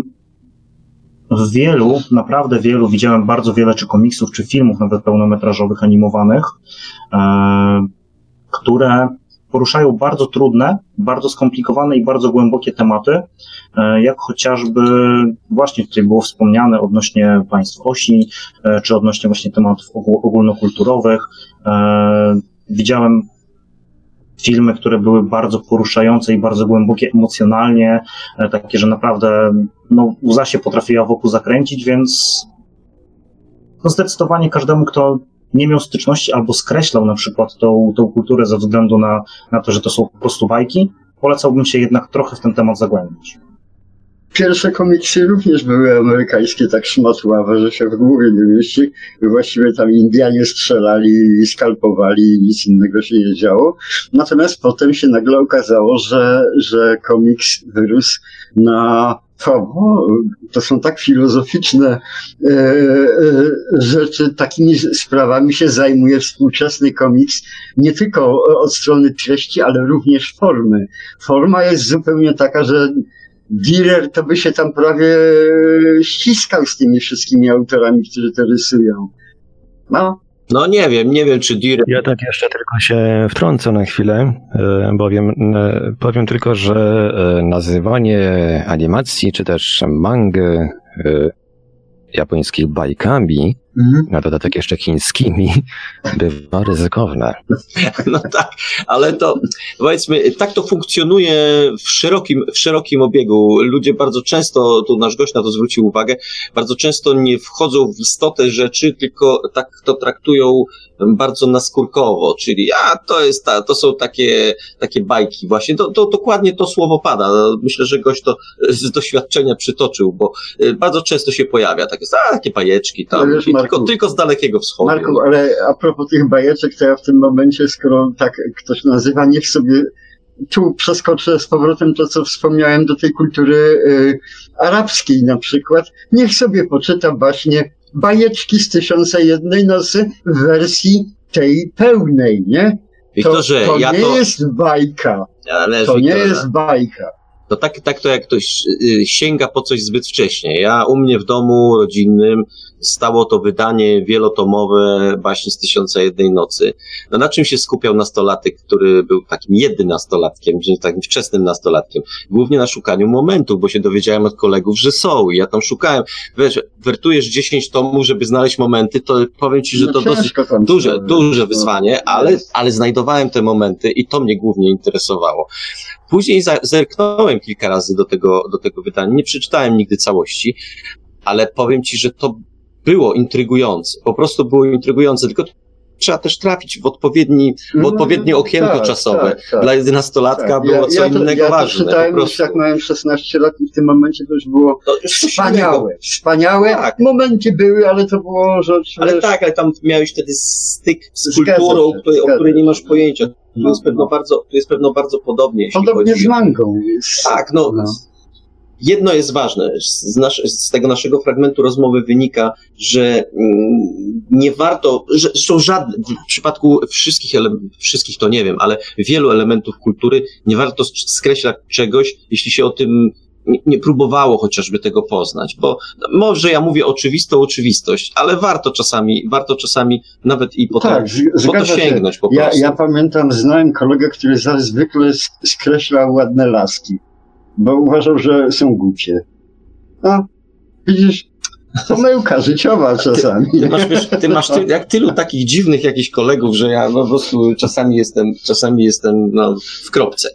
naprawdę wielu, widziałem bardzo wiele czy komiksów, czy filmów nawet pełnometrażowych, animowanych, które poruszają bardzo trudne, bardzo skomplikowane i bardzo głębokie tematy, jak chociażby właśnie tutaj było wspomniane odnośnie państw osi, czy odnośnie właśnie tematów ogólnokulturowych. Widziałem filmy, które były bardzo poruszające i bardzo głębokie emocjonalnie, takie, że naprawdę łza się potrafiła wokół zakręcić, więc zdecydowanie każdemu, kto nie miał styczności albo skreślał na przykład tą kulturę ze względu na to, że to są po prostu bajki, polecałbym się jednak trochę w ten temat zagłębić. Pierwsze komiksy również były amerykańskie, tak szmatławe, że się w głowie nie mieści. Właściwie tam Indianie strzelali i skalpowali i nic innego się nie działo. Natomiast potem się nagle okazało, że komiks wyrósł na to są tak filozoficzne rzeczy, takimi sprawami się zajmuje współczesny komiks, nie tylko od strony treści, ale również formy. Forma jest zupełnie taka, że Dürer to by się tam prawie ściskał z tymi wszystkimi autorami, którzy to rysują. No nie wiem, czy Dürer... Ja tak jeszcze tylko się wtrącę na chwilę, bowiem powiem tylko, że nazywanie animacji, czy też mangy japońskich bajkami, na dodatek jeszcze chińskimi, bywa ryzykowne. No tak, ale to powiedzmy, tak to funkcjonuje w szerokim obiegu. Ludzie bardzo często, tu nasz gość na to zwrócił uwagę, bardzo często nie wchodzą w istotę rzeczy, tylko tak to traktują bardzo naskórkowo, czyli to są takie bajki właśnie. To dokładnie to słowo pada. Myślę, że gość to z doświadczenia przytoczył, bo bardzo często się pojawia takie bajeczki tam. Tylko z Dalekiego Wschodu. Marku, ale a propos tych bajeczek, to ja w tym momencie, skoro tak ktoś nazywa, niech sobie tu przeskoczę z powrotem to, co wspomniałem, do tej kultury arabskiej na przykład. Niech sobie poczyta właśnie bajeczki z 1001 Nocy w wersji tej pełnej, nie? Wiktorze, to nie jest bajka. Nie jest bajka. To tak to jak ktoś sięga po coś zbyt wcześnie. U mnie w domu rodzinnym stało to wydanie wielotomowe Baśni z 1001 Nocy. Na czym się skupiał nastolatek, który był takim jedynym nastolatkiem, takim wczesnym nastolatkiem? Głównie na szukaniu momentów, bo się dowiedziałem od kolegów, że są i ja tam szukałem. Wiesz, wertujesz 10 tomów, żeby znaleźć momenty, to powiem ci, że to dosyć duże wyzwanie, ale znajdowałem te momenty i to mnie głównie interesowało. Później zerknąłem kilka razy do tego wydania, nie przeczytałem nigdy całości, ale powiem ci, że to było intrygujące, po prostu było intrygujące, tylko trzeba też trafić w odpowiednie okienko czasowe. Tak. Dla 11-latka było co innego ważne. Ja czytałem już jak miałem 16 lat i w tym momencie to już było wspaniałe. Tak. Momenty były, ale to było rzecz... Ale tam miałeś wtedy styk z kulturą, o której nie masz pojęcia. Tu jest pewno bardzo podobnie. Podobnie z mangą. Tak, jedno jest ważne, z tego naszego fragmentu rozmowy wynika, że nie warto, że są żadne, w przypadku wszystkich to nie wiem, ale wielu elementów kultury nie warto skreślać czegoś, jeśli się o tym nie próbowało chociażby tego poznać, bo może ja mówię oczywistość, ale warto czasami nawet i po to sięgnąć po prostu. Ja pamiętam, znałem kolegę, który zwykle skreślał ładne laski, bo uważał, że są głupie. Widzisz, pomyłka życiowa czasami. Ty masz tylu takich dziwnych jakichś kolegów, że ja po prostu czasami jestem w kropce.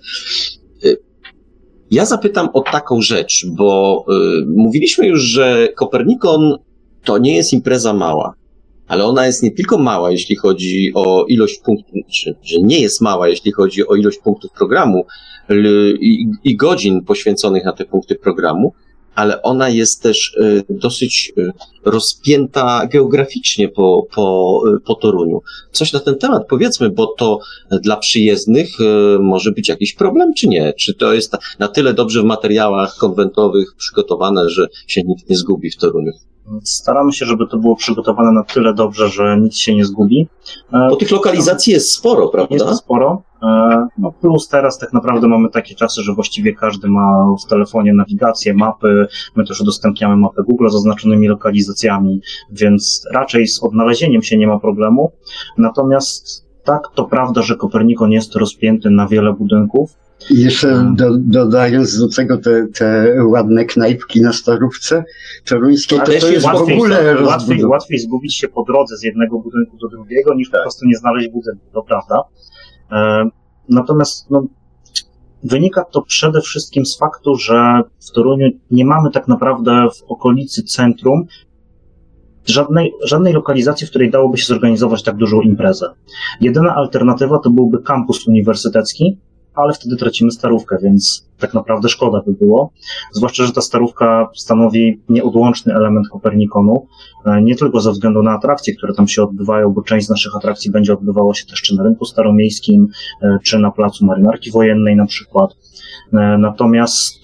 Ja zapytam o taką rzecz, bo mówiliśmy już, że Kopernikon to nie jest impreza mała, ale ona jest nie tylko mała, jeśli chodzi o ilość punktów, że nie jest mała, jeśli chodzi o ilość punktów programu i godzin poświęconych na te punkty programu, ale ona jest też dosyć rozpięta geograficznie po Toruniu. Coś na ten temat powiedzmy, bo to dla przyjezdnych może być jakiś problem, czy nie? Czy to jest na tyle dobrze w materiałach konwentowych przygotowane, że się nikt nie zgubi w Toruniu? Staramy się, żeby to było przygotowane na tyle dobrze, że nic się nie zgubi. Bo tych lokalizacji jest sporo, prawda? Jest sporo. Plus teraz tak naprawdę mamy takie czasy, że właściwie każdy ma w telefonie nawigację, mapy. My też udostępniamy mapę Google z zaznaczonymi lokalizacjami, więc raczej z odnalezieniem się nie ma problemu. Natomiast tak, to prawda, że Kopernikon jest rozpięty na wiele budynków. I jeszcze dodając do tego te ładne knajpki na Starówce toruńskiej, to jest w ogóle łatwiej zgubić się po drodze z jednego budynku do drugiego, niż po prostu nie znaleźć budynku, to prawda. Natomiast wynika to przede wszystkim z faktu, że w Toruniu nie mamy tak naprawdę w okolicy centrum żadnej lokalizacji, w której dałoby się zorganizować tak dużą imprezę. Jedyna alternatywa to byłby kampus uniwersytecki, ale wtedy tracimy Starówkę, więc tak naprawdę szkoda by było. Zwłaszcza, że ta Starówka stanowi nieodłączny element Kopernikonu, nie tylko ze względu na atrakcje, które tam się odbywają, bo część z naszych atrakcji będzie odbywała się też czy na Rynku Staromiejskim, czy na Placu Marynarki Wojennej na przykład. Natomiast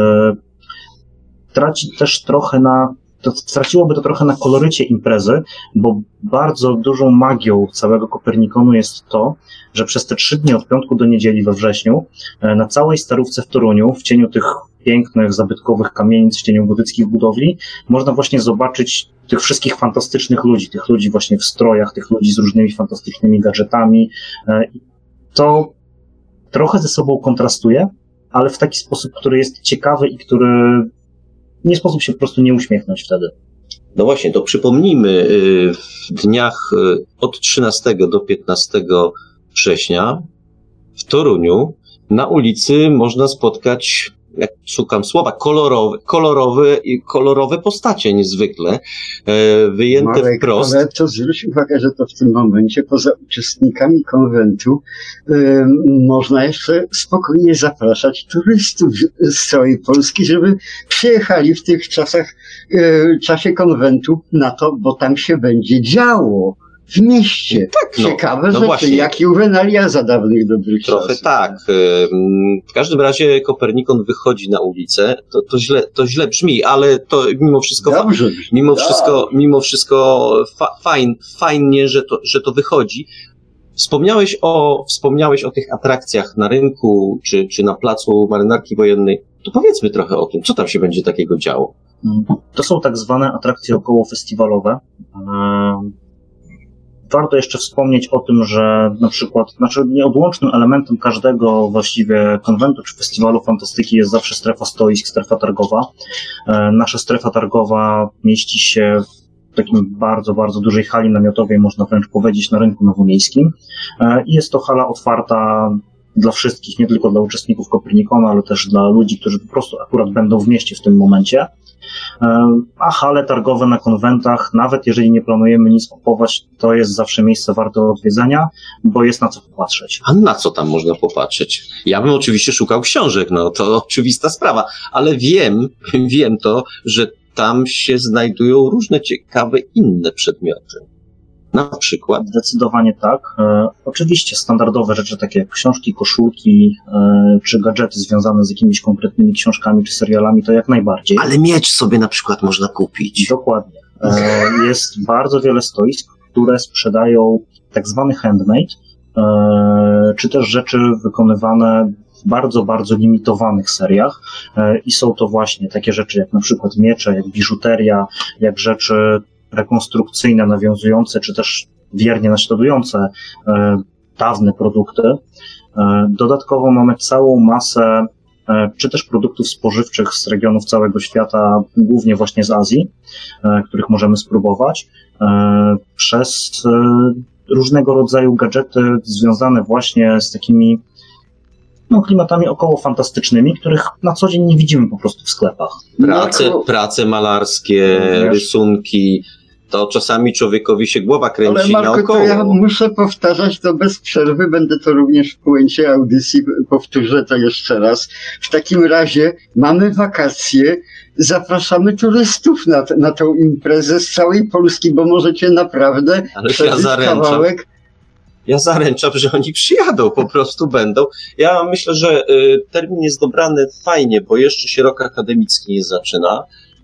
straciłoby to trochę na kolorycie imprezy, bo bardzo dużą magią całego Kopernikonu jest to, że przez te 3 dni od piątku do niedzieli we wrześniu na całej Starówce w Toruniu, w cieniu tych pięknych, zabytkowych kamienic, w cieniu gotyckich budowli, można właśnie zobaczyć tych wszystkich fantastycznych ludzi, tych ludzi właśnie w strojach, tych ludzi z różnymi fantastycznymi gadżetami. To trochę ze sobą kontrastuje, ale w taki sposób, który jest ciekawy i który nie sposób się po prostu nie uśmiechnąć wtedy. No właśnie, to przypomnijmy, w dniach od 13 do 15 września w Toruniu na ulicy można spotkać, jak szukam słowa, kolorowe postacie niezwykle, wyjęte Marek, wprost. Ale to zwróć uwagę, że to w tym momencie poza uczestnikami konwentu można jeszcze spokojnie zapraszać turystów z całej Polski, żeby przyjechali w tych czasie konwentu na to, bo tam się będzie działo. W mieście. Tak, Ciekawe rzeczy, właśnie. jak Juvenalia za dawnych dobrych Trochę czasów. tak. W każdym razie Kopernikon wychodzi na ulicę. To źle brzmi, ale to mimo wszystko... Dobrze. Mimo wszystko fajnie, że to wychodzi. Wspomniałeś o tych atrakcjach na rynku, czy na Placu Marynarki Wojennej. To powiedzmy trochę o tym, co tam się będzie takiego działo. To są tak zwane atrakcje okołofestiwalowe. Warto jeszcze wspomnieć o tym, że na przykład, nieodłącznym elementem każdego właściwie konwentu czy festiwalu fantastyki jest zawsze strefa stoisk, strefa targowa. Nasza strefa targowa mieści się w takim bardzo, bardzo dużej hali namiotowej, można wręcz powiedzieć, na rynku nowomiejskim. I jest to hala otwarta dla wszystkich, nie tylko dla uczestników Kopernikona, ale też dla ludzi, którzy po prostu akurat będą w mieście w tym momencie. A hale targowe na konwentach, nawet jeżeli nie planujemy nic kupować, to jest zawsze miejsce warte odwiedzenia, bo jest na co popatrzeć. A na co tam można popatrzeć? Ja bym oczywiście szukał książek, to oczywista sprawa, ale wiem to, że tam się znajdują różne ciekawe inne przedmioty. Na przykład? Zdecydowanie tak. Oczywiście standardowe rzeczy takie jak książki, koszulki czy gadżety związane z jakimiś konkretnymi książkami czy serialami, to jak najbardziej. Ale miecz sobie na przykład można kupić. Dokładnie. Jest bardzo wiele stoisk, które sprzedają tak zwany handmade, czy też rzeczy wykonywane w bardzo, bardzo limitowanych seriach i są to właśnie takie rzeczy jak na przykład miecze, jak biżuteria, jak rzeczy rekonstrukcyjne, nawiązujące, czy też wiernie naśladujące dawne produkty. Dodatkowo mamy całą masę czy też produktów spożywczych z regionów całego świata, głównie właśnie z Azji, których możemy spróbować, przez różnego rodzaju gadżety związane właśnie z takimi klimatami około fantastycznymi, których na co dzień nie widzimy po prostu w sklepach. Prace malarskie, rysunki, to czasami człowiekowi się głowa kręci ale Marku, naokoło. To ja muszę powtarzać to bez przerwy, będę to również w puencie audycji, powtórzę to jeszcze raz. W takim razie mamy wakacje, zapraszamy turystów na tą imprezę z całej Polski, bo możecie naprawdę przeżyć kawałek. Ja zaręczam, że oni przyjadą, po prostu będą. Ja myślę, że termin jest dobrany fajnie, bo jeszcze się rok akademicki nie zaczyna.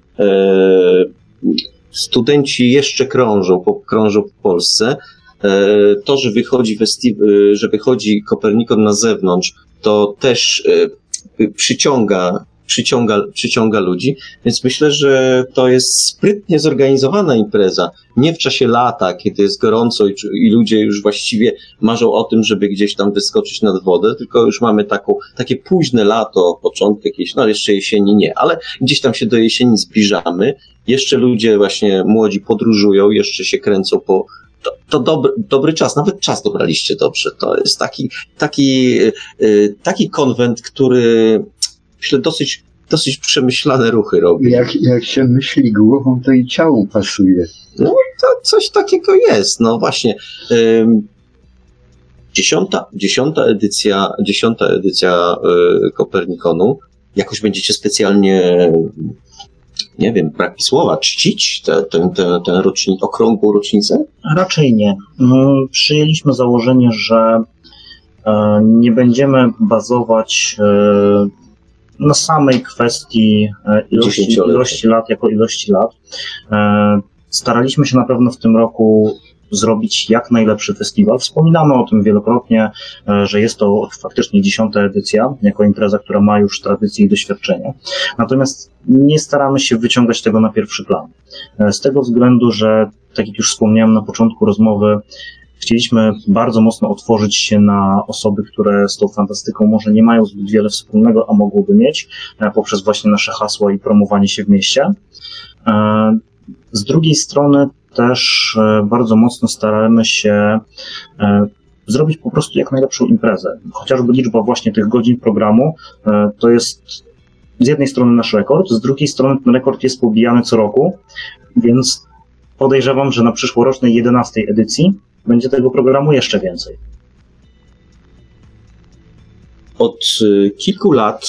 Studenci jeszcze krążą po Polsce. To, że wychodzi Kopernikon na zewnątrz, to też przyciąga ludzi, więc myślę, że to jest sprytnie zorganizowana impreza. Nie w czasie lata, kiedy jest gorąco i ludzie już właściwie marzą o tym, żeby gdzieś tam wyskoczyć nad wodę, tylko już mamy takie późne lato, początek jakiejś, no jeszcze jesieni nie, ale gdzieś tam się do jesieni zbliżamy. Jeszcze ludzie właśnie młodzi podróżują, jeszcze się kręcą to dobry czas, nawet czas dobraliście dobrze. To jest taki konwent, który myślę dosyć przemyślane ruchy robi. Jak się myśli głową, to i ciało pasuje. No to coś takiego jest, no właśnie. 10. edycja Kopernikonu. Jakoś będziecie specjalnie, nie wiem, brak mi słowa, czcić tę okrągłą rocznicę? Raczej nie. Przyjęliśmy założenie, że nie będziemy bazować na samej kwestii ilości lat jako ilości lat. Staraliśmy się na pewno w tym roku zrobić jak najlepszy festiwal. Wspominamy o tym wielokrotnie, że jest to faktycznie 10. edycja, jako impreza, która ma już tradycję i doświadczenie. Natomiast nie staramy się wyciągać tego na pierwszy plan. Z tego względu, że, tak jak już wspomniałem na początku rozmowy, chcieliśmy bardzo mocno otworzyć się na osoby, które z tą fantastyką może nie mają zbyt wiele wspólnego, a mogłyby mieć, poprzez właśnie nasze hasła i promowanie się w mieście. Z drugiej strony też bardzo mocno staramy się zrobić po prostu jak najlepszą imprezę. Chociażby liczba właśnie tych godzin programu to jest z jednej strony nasz rekord, z drugiej strony ten rekord jest pobijany co roku, więc podejrzewam, że na przyszłorocznej 11. edycji będzie tego programu jeszcze więcej. Od kilku lat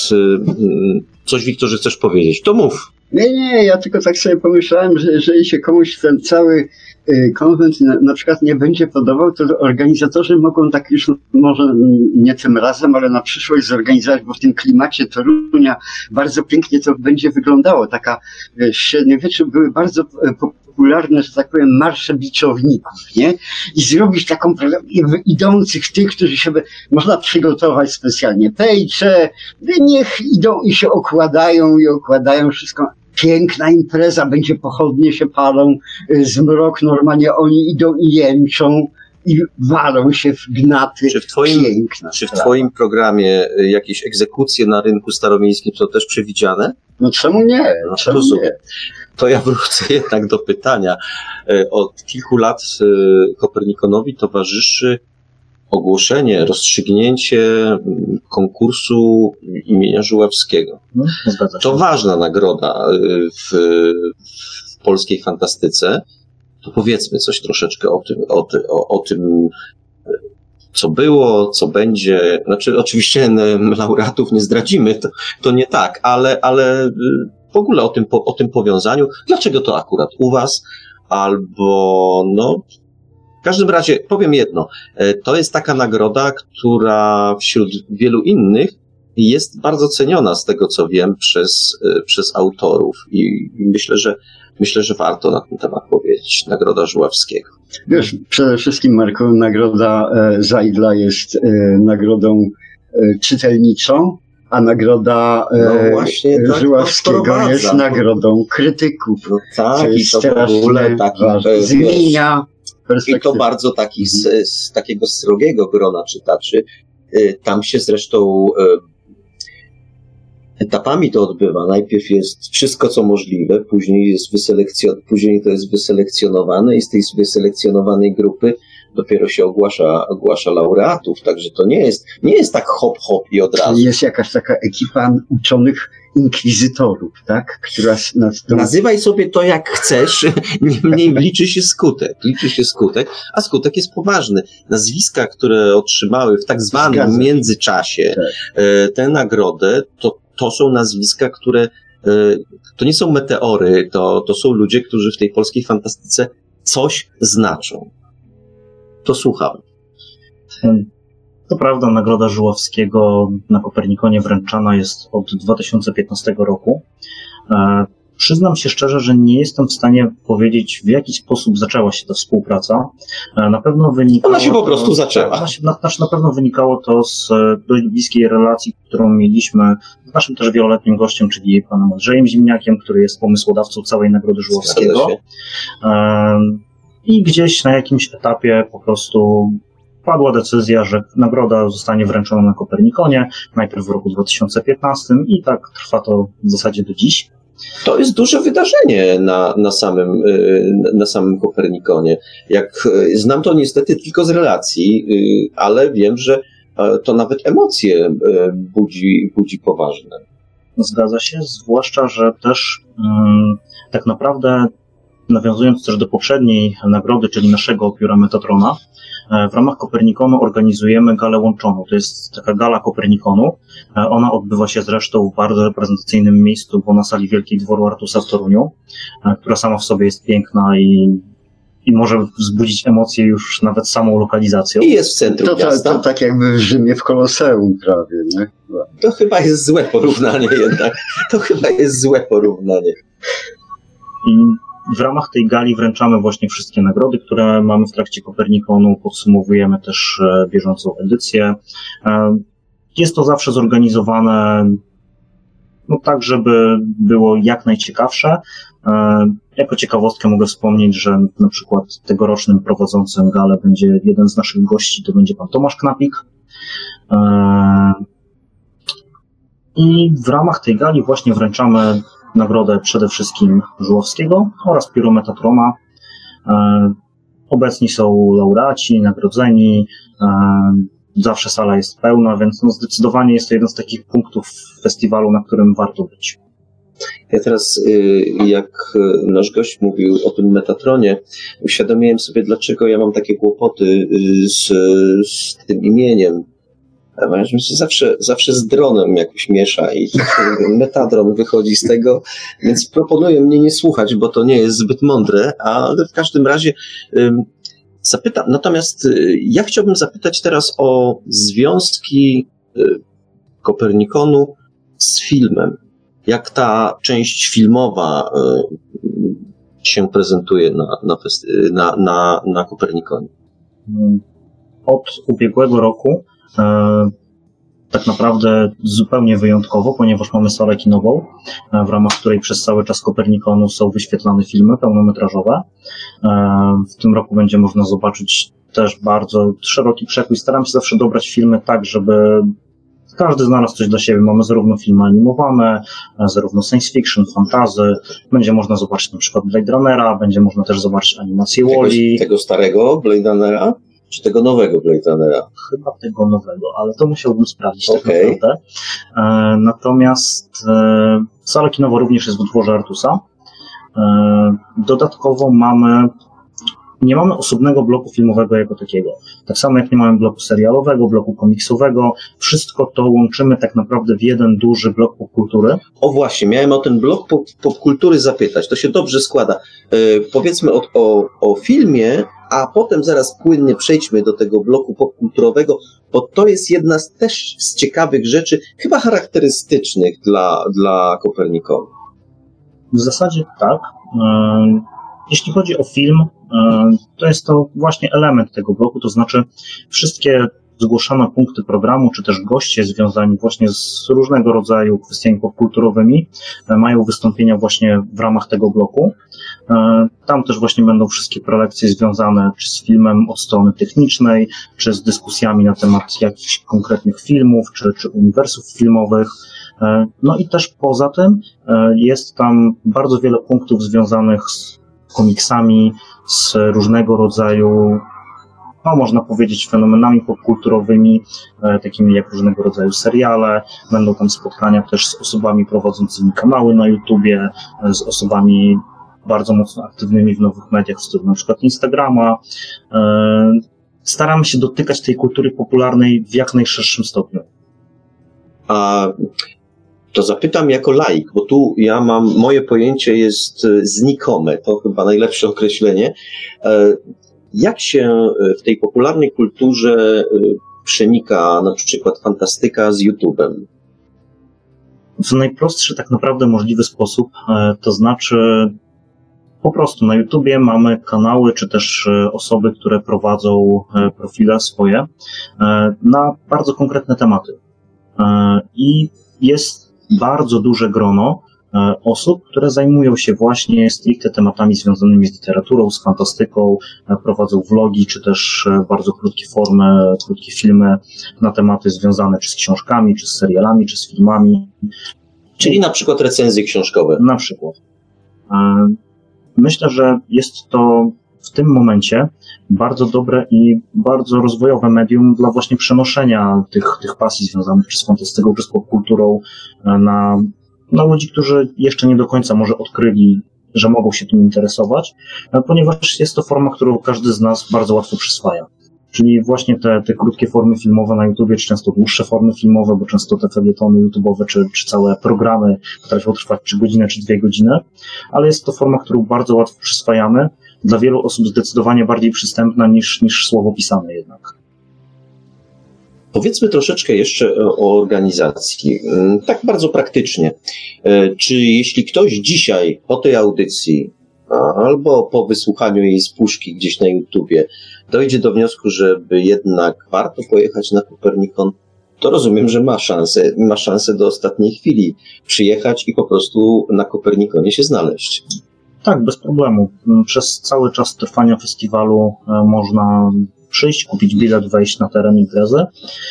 coś, Wiktorze, chcesz powiedzieć? To mów. Nie, ja tylko tak sobie pomyślałem, że jeżeli się komuś ten cały konwent na przykład nie będzie podobał, to organizatorzy mogą tak już, może nie tym razem, ale na przyszłość zorganizować, bo w tym klimacie Torunia bardzo pięknie to będzie wyglądało. Taka w średniowieczu były bardzo popularne, że tak powiem, marsze biczowników, nie? I zrobić taką idących tych, którzy się można przygotować specjalnie. Pejcze, niech idą i się okładają wszystko. Piękna impreza, będzie pochodnie się palą, zmrok, normalnie oni idą i jęczą i walą się w gnaty. Czy w twoim programie jakieś egzekucje na rynku staromiejskim są też przewidziane? No czemu nie? Nie? To ja wrócę jednak do pytania. Od kilku lat Kopernikonowi towarzyszy ogłoszenie, rozstrzygnięcie konkursu imienia Żuławskiego. To ważna nagroda w polskiej fantastyce. To powiedzmy coś troszeczkę o tym, co było, co będzie. Znaczy, oczywiście laureatów nie zdradzimy, to nie tak, ale w ogóle o tym powiązaniu. Dlaczego to akurat u was? Albo, w każdym razie powiem jedno. To jest taka nagroda, która wśród wielu innych jest bardzo ceniona, z tego co wiem, przez autorów. I myślę, że warto na ten temat powiedzieć. Nagroda Żuławskiego. Wiesz, przede wszystkim, Marku, nagroda Zajdla jest nagrodą czytelniczą, a nagroda Żuławskiego jest nagrodą krytyków. No tak, co jest strasznie ważne. Zmienia perspektywę. I to bardzo z takiego srogiego grona czytaczy. Tam się zresztą etapami to odbywa. Najpierw jest wszystko, co możliwe, później to jest wyselekcjonowane i z tej wyselekcjonowanej grupy dopiero się ogłasza laureatów. Także to nie jest tak hop i od razu. Jest jakaś taka ekipa uczonych inkwizytorów, tak? Która Nazywaj sobie to jak chcesz, niemniej liczy się skutek, a skutek jest poważny. Nazwiska, które otrzymały w tak zwanym międzyczasie tę nagrodę, to są nazwiska, które to nie są meteory, to są ludzie, którzy w tej polskiej fantastyce coś znaczą. To słucham. To prawda, nagroda Żuławskiego na Kopernikonie wręczana jest od 2015 roku. Przyznam się szczerze, że nie jestem w stanie powiedzieć, w jaki sposób zaczęła się ta współpraca. Na pewno wynikało Ona się po prostu zaczęła. Na pewno wynikało to z dość bliskiej relacji, którą mieliśmy z naszym też wieloletnim gościem, czyli panem Andrzejem Zimniakiem, który jest pomysłodawcą całej Nagrody Żuławskiego. I gdzieś na jakimś etapie po prostu padła decyzja, że nagroda zostanie wręczona na Kopernikonie, najpierw w roku 2015 i tak trwa to w zasadzie do dziś. To jest duże wydarzenie na samym Kopernikonie. Jak znam to niestety tylko z relacji, ale wiem, że to nawet emocje budzi poważne. Zgadza się, zwłaszcza, że też tak naprawdę nawiązując też do poprzedniej nagrody, czyli naszego Pióra Metatrona, w ramach Kopernikonu organizujemy galę łączoną. To jest taka gala Kopernikonu. Ona odbywa się zresztą w bardzo reprezentacyjnym miejscu, bo na sali Wielkiej Dworu Artusa w Toruniu, która sama w sobie jest piękna i może wzbudzić emocje już nawet samą lokalizacją. I jest w centrum miasta. To tak jakby w Rzymie w Koloseum prawie, nie? To chyba jest złe porównanie jednak. To chyba jest złe porównanie. I w ramach tej gali wręczamy właśnie wszystkie nagrody, które mamy w trakcie Kopernikonu, podsumowujemy też bieżącą edycję. Jest to zawsze zorganizowane tak, żeby było jak najciekawsze. Jako ciekawostkę mogę wspomnieć, że na przykład tegorocznym prowadzącym galę będzie jeden z naszych gości, to będzie pan Tomasz Knapik. I w ramach tej gali właśnie wręczamy nagrodę przede wszystkim Żuławskiego oraz Pióro Metatrona. Obecni są laureaci, nagrodzeni, zawsze sala jest pełna, więc zdecydowanie jest to jeden z takich punktów festiwalu, na którym warto być. Ja teraz, jak nasz gość mówił o tym Metatronie, uświadomiłem sobie, dlaczego ja mam takie kłopoty z tym imieniem. Zawsze z dronem jakoś miesza i Metatron wychodzi z tego, więc proponuję mnie nie słuchać, bo to nie jest zbyt mądre, ale w każdym razie zapytam. Natomiast ja chciałbym zapytać teraz o związki Kopernikonu z filmem. Jak ta część filmowa się prezentuje na Kopernikonie? Od ubiegłego roku tak naprawdę zupełnie wyjątkowo, ponieważ mamy salę kinową, w ramach której przez cały czas Kopernikonu są wyświetlane filmy pełnometrażowe. W tym roku będzie można zobaczyć też bardzo szeroki przekrój. Staram się zawsze dobrać filmy tak, żeby każdy znalazł coś dla siebie. Mamy zarówno filmy animowane, zarówno science fiction, fantasy. Będzie można zobaczyć na przykład Blade Runnera, będzie można też zobaczyć animację Wall-E. Tego starego Blade Runnera? Czy tego nowego Blade Runnera? Chyba tego nowego, ale to musiałbym sprawdzić tak naprawdę. Natomiast sala kinowa również jest w dworze Artusa. Dodatkowo nie mamy osobnego bloku filmowego jako takiego. Tak samo jak nie mamy bloku serialowego, bloku komiksowego. Wszystko to łączymy tak naprawdę w jeden duży blok popkultury. O właśnie, miałem o ten blok popkultury zapytać. To się dobrze składa. Powiedzmy o filmie, a potem zaraz płynnie przejdźmy do tego bloku popkulturowego, bo to jest jedna też z ciekawych rzeczy, chyba charakterystycznych dla Kopernikonu. W zasadzie tak. Jeśli chodzi o film, to jest to właśnie element tego bloku, to znaczy wszystkie zgłoszone punkty programu, czy też goście związani właśnie z różnego rodzaju kwestiami popkulturowymi mają wystąpienia właśnie w ramach tego bloku. Tam też właśnie będą wszystkie prelekcje związane czy z filmem od strony technicznej, czy z dyskusjami na temat jakichś konkretnych filmów, czy uniwersów filmowych. No i też poza tym jest tam bardzo wiele punktów związanych z komiksami, z różnego rodzaju, można powiedzieć, fenomenami popkulturowymi, takimi jak różnego rodzaju seriale. Będą tam spotkania też z osobami prowadzącymi kanały na YouTubie, z osobami bardzo mocno aktywnymi w nowych mediach, w stylu na przykład Instagrama. Staramy się dotykać tej kultury popularnej w jak najszerszym stopniu. A to zapytam jako laik, bo tu moje pojęcie jest znikome, to chyba najlepsze określenie. Jak się w tej popularnej kulturze przenika na przykład fantastyka z YouTube'em? w najprostszy tak naprawdę możliwy sposób, to znaczy po prostu na YouTubie mamy kanały, czy też osoby, które prowadzą profile swoje na bardzo konkretne tematy. I jest bardzo duże grono osób, które zajmują się właśnie stricte tematami związanymi z literaturą, z fantastyką, prowadzą vlogi, czy też bardzo krótkie formy, krótkie filmy na tematy związane czy z książkami, czy z serialami, czy z filmami. Czyli na przykład recenzje książkowe. Na przykład. Myślę, że jest to w tym momencie bardzo dobre i bardzo rozwojowe medium dla właśnie przenoszenia tych pasji związanych z fantastyką, czy z popkulturą na ludzi, którzy jeszcze nie do końca może odkryli, że mogą się tym interesować, ponieważ jest to forma, którą każdy z nas bardzo łatwo przyswaja. Czyli właśnie te krótkie formy filmowe na YouTubie, czy często dłuższe formy filmowe, bo często te felietony YouTube'owe, czy całe programy potrafią trwać 3 godziny, czy 2 godziny, ale jest to forma, którą bardzo łatwo przyswajamy, dla wielu osób zdecydowanie bardziej przystępna niż słowo pisane jednak. Powiedzmy troszeczkę jeszcze o organizacji. Tak bardzo praktycznie. Czy jeśli ktoś dzisiaj po tej audycji albo po wysłuchaniu jej z puszki gdzieś na YouTubie dojdzie do wniosku, żeby jednak warto pojechać na Kopernikon, to rozumiem, że ma szansę do ostatniej chwili przyjechać i po prostu na Kopernikonie się znaleźć. Tak, bez problemu. Przez cały czas trwania festiwalu można przyjść, kupić bilet, wejść na teren imprezy.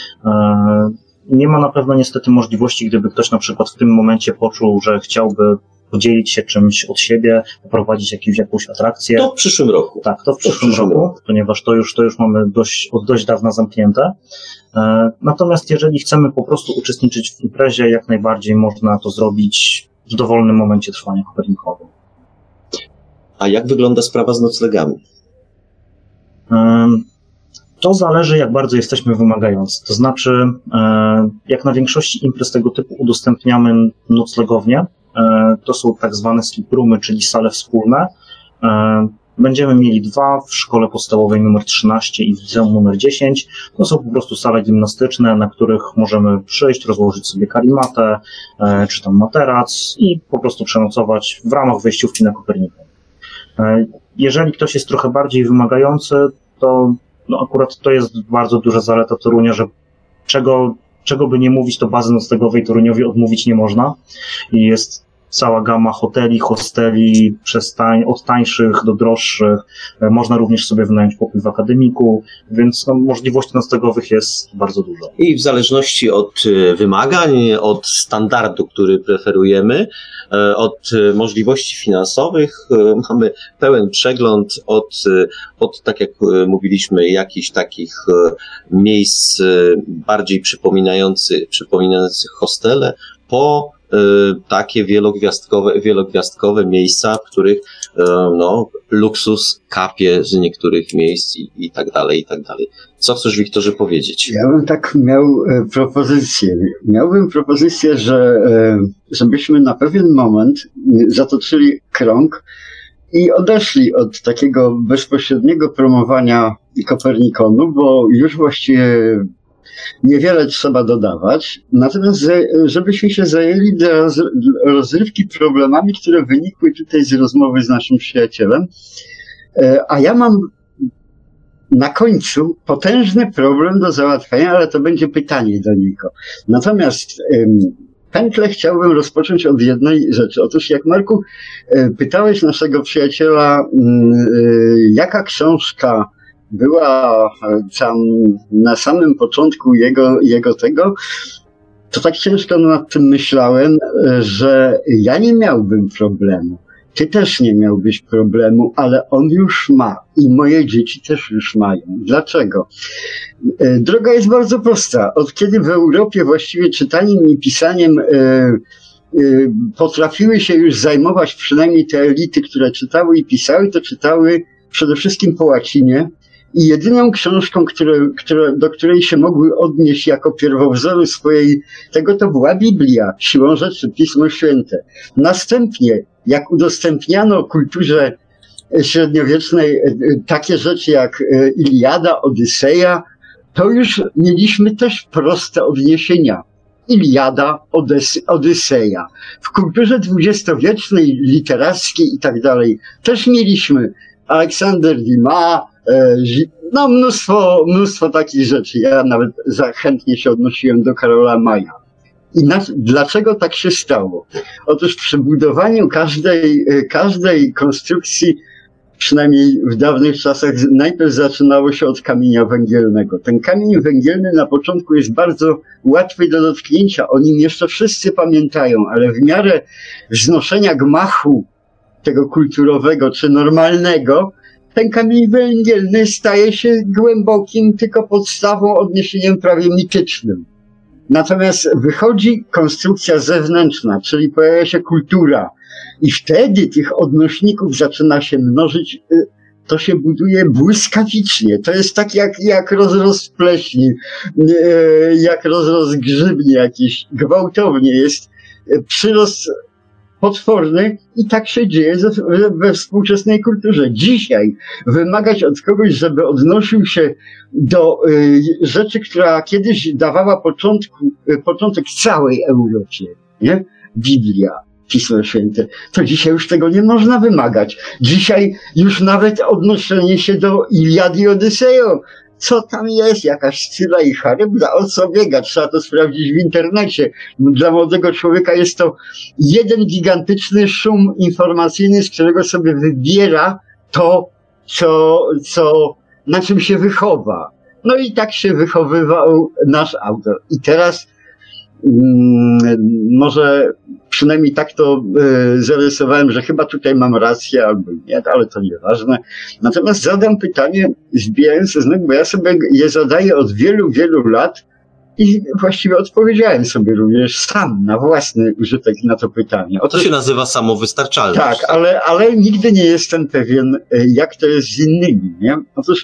Nie ma na pewno niestety możliwości, gdyby ktoś na przykład w tym momencie poczuł, że chciałby podzielić się czymś od siebie, poprowadzić jakąś atrakcję. To w przyszłym roku. Tak, to w przyszłym roku, ponieważ to już mamy od dość dawna zamknięte. Natomiast jeżeli chcemy po prostu uczestniczyć w imprezie, jak najbardziej można to zrobić w dowolnym momencie trwania Kopernikonu. A jak wygląda sprawa z noclegami? To zależy, jak bardzo jesteśmy wymagający. To znaczy, jak na większości imprez tego typu udostępniamy noclegownie. To są tak zwane sleep roomy, czyli sale wspólne. Będziemy mieli 2 w szkole podstawowej numer 13 i w liceum numer 10. To są po prostu sale gimnastyczne, na których możemy przyjść, rozłożyć sobie karimatę, czy tam materac i po prostu przenocować w ramach wejściówki na Kopernikon. Jeżeli ktoś jest trochę bardziej wymagający, to akurat to jest bardzo duża zaleta Torunia, że czego by nie mówić, to bazy noclegowej Toruniowi odmówić nie można. I jest cała gama hoteli, hosteli, od tańszych do droższych. Można również sobie wynająć pokój w akademiku, więc możliwości noclegowych jest bardzo dużo. I w zależności od wymagań, od standardu, który preferujemy, od możliwości finansowych, mamy pełen przegląd od tak jak mówiliśmy, jakichś takich miejsc bardziej przypominających hostele, po takie wielogwiazdkowe miejsca, w których luksus kapie z niektórych miejsc i tak dalej, i tak dalej. Co chcesz, Wiktorze, powiedzieć? Ja bym tak miał propozycję. Miałbym propozycję, żebyśmy na pewien moment zatoczyli krąg i odeszli od takiego bezpośredniego promowania Kopernikonu, bo już właściwie niewiele trzeba dodawać, natomiast żebyśmy się zajęli dla rozrywki problemami, które wynikły tutaj z rozmowy z naszym przyjacielem. A ja mam na końcu potężny problem do załatwienia, ale to będzie pytanie do niego. Natomiast pętlę chciałbym rozpocząć od jednej rzeczy. Otóż jak, Marku, pytałeś naszego przyjaciela, jaka książka była tam na samym początku jego tego, to tak ciężko nad tym myślałem, że ja nie miałbym problemu. Ty też nie miałbyś problemu, ale on już ma i moje dzieci też już mają. Dlaczego? Droga jest bardzo prosta. Od kiedy w Europie właściwie czytaniem i pisaniem potrafiły się już zajmować przynajmniej te elity, które czytały i pisały, to czytały przede wszystkim po łacinie. I jedyną książką, do której się mogły odnieść jako pierwowzoru tego, to była Biblia, siłą rzeczy Pismo Święte. Następnie, jak udostępniano kulturze średniowiecznej takie rzeczy jak Iliada, Odyseja, to już mieliśmy też proste odniesienia. Iliada, Odyseja. W kulturze dwudziestowiecznej, literackiej i tak dalej też mieliśmy Aleksander Dumas, no mnóstwo takich rzeczy. Ja nawet chętnie się odnosiłem do Karola Maja. I dlaczego tak się stało? Otóż przy budowaniu każdej konstrukcji, przynajmniej w dawnych czasach, najpierw zaczynało się od kamienia węgielnego. Ten kamień węgielny na początku jest bardzo łatwy do dotknięcia, o nim jeszcze wszyscy pamiętają, ale w miarę wznoszenia gmachu tego kulturowego czy normalnego, ten kamień węgielny staje się głębokim tylko podstawą, odniesieniem prawie mitycznym. Natomiast wychodzi konstrukcja zewnętrzna, czyli pojawia się kultura i wtedy tych odnośników zaczyna się mnożyć, to się buduje błyskawicznie. To jest tak jak rozrost pleśni, jak rozrost grzybni jakiś, gwałtownie jest przyrost potworny i tak się dzieje we współczesnej kulturze. Dzisiaj wymagać od kogoś, żeby odnosił się do rzeczy, która kiedyś dawała początek całej Europie, nie? Biblia, Pismo Święte, to dzisiaj już tego nie można wymagać. Dzisiaj już nawet odnoszenie się do Iliady i Odyseju, co tam jest, jakaś Scylla i Charybda, o co biega, trzeba to sprawdzić w internecie. Dla młodego człowieka jest to jeden gigantyczny szum informacyjny, z którego sobie wybiera to, na czym się wychowa. No i tak się wychowywał nasz autor. I teraz może przynajmniej tak to zarysowałem, że chyba tutaj mam rację albo nie, ale to nieważne. Natomiast zadam pytanie, zbierając ze znak, bo ja sobie je zadaję od wielu, wielu lat i właściwie odpowiedziałem sobie również sam na własny użytek na to pytanie. To się nazywa samowystarczalność. Tak, ale nigdy nie jestem pewien, jak to jest z innymi, nie? Otóż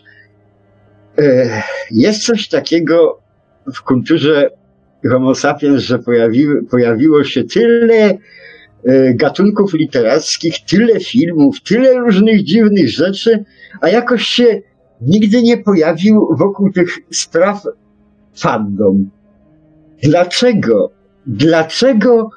jest coś takiego w kulturze Homo sapiens, że pojawiło się tyle gatunków literackich, tyle filmów, tyle różnych dziwnych rzeczy, a jakoś się nigdy nie pojawił wokół tych spraw fandom. Dlaczego? Dlaczego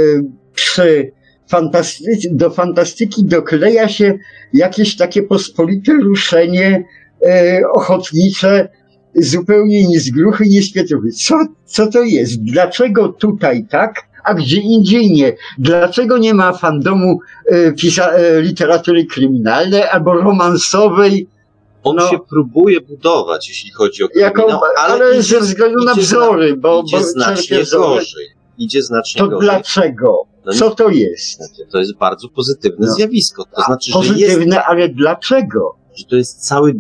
do fantastyki dokleja się jakieś takie pospolite ruszenie ochotnicze, zupełnie ni z gruchy, ni z pietruchy. Co to jest? Dlaczego tutaj tak, a gdzie indziej nie? Dlaczego nie ma fandomu literatury kryminalnej albo romansowej? On się próbuje budować, jeśli chodzi o kryminał, ale ze względu na wzory, bo znacznie gorzej. Idzie znacznie to gorzej. Dlaczego? Co to jest? To jest bardzo pozytywne zjawisko. To znaczy, pozytywne, że jest, ale dlaczego? Że to jest cały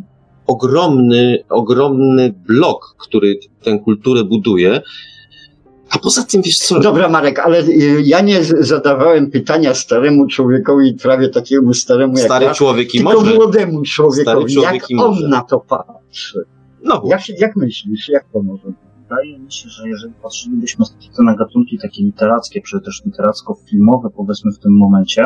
ogromny blok, który tę kulturę buduje. A poza tym, wiesz co... Dobra, Marek, ale ja nie zadawałem pytania staremu człowiekowi, prawie takiemu staremu jak Stary ja, człowiek i tylko może. Młodemu człowiekowi. Człowiek jak i on może. na to patrzy? No Jak myślisz, jak to może? Wydaje mi się, że jeżeli patrzylibyśmy stricte na gatunki takie literackie, czy też literacko-filmowe, powiedzmy w tym momencie,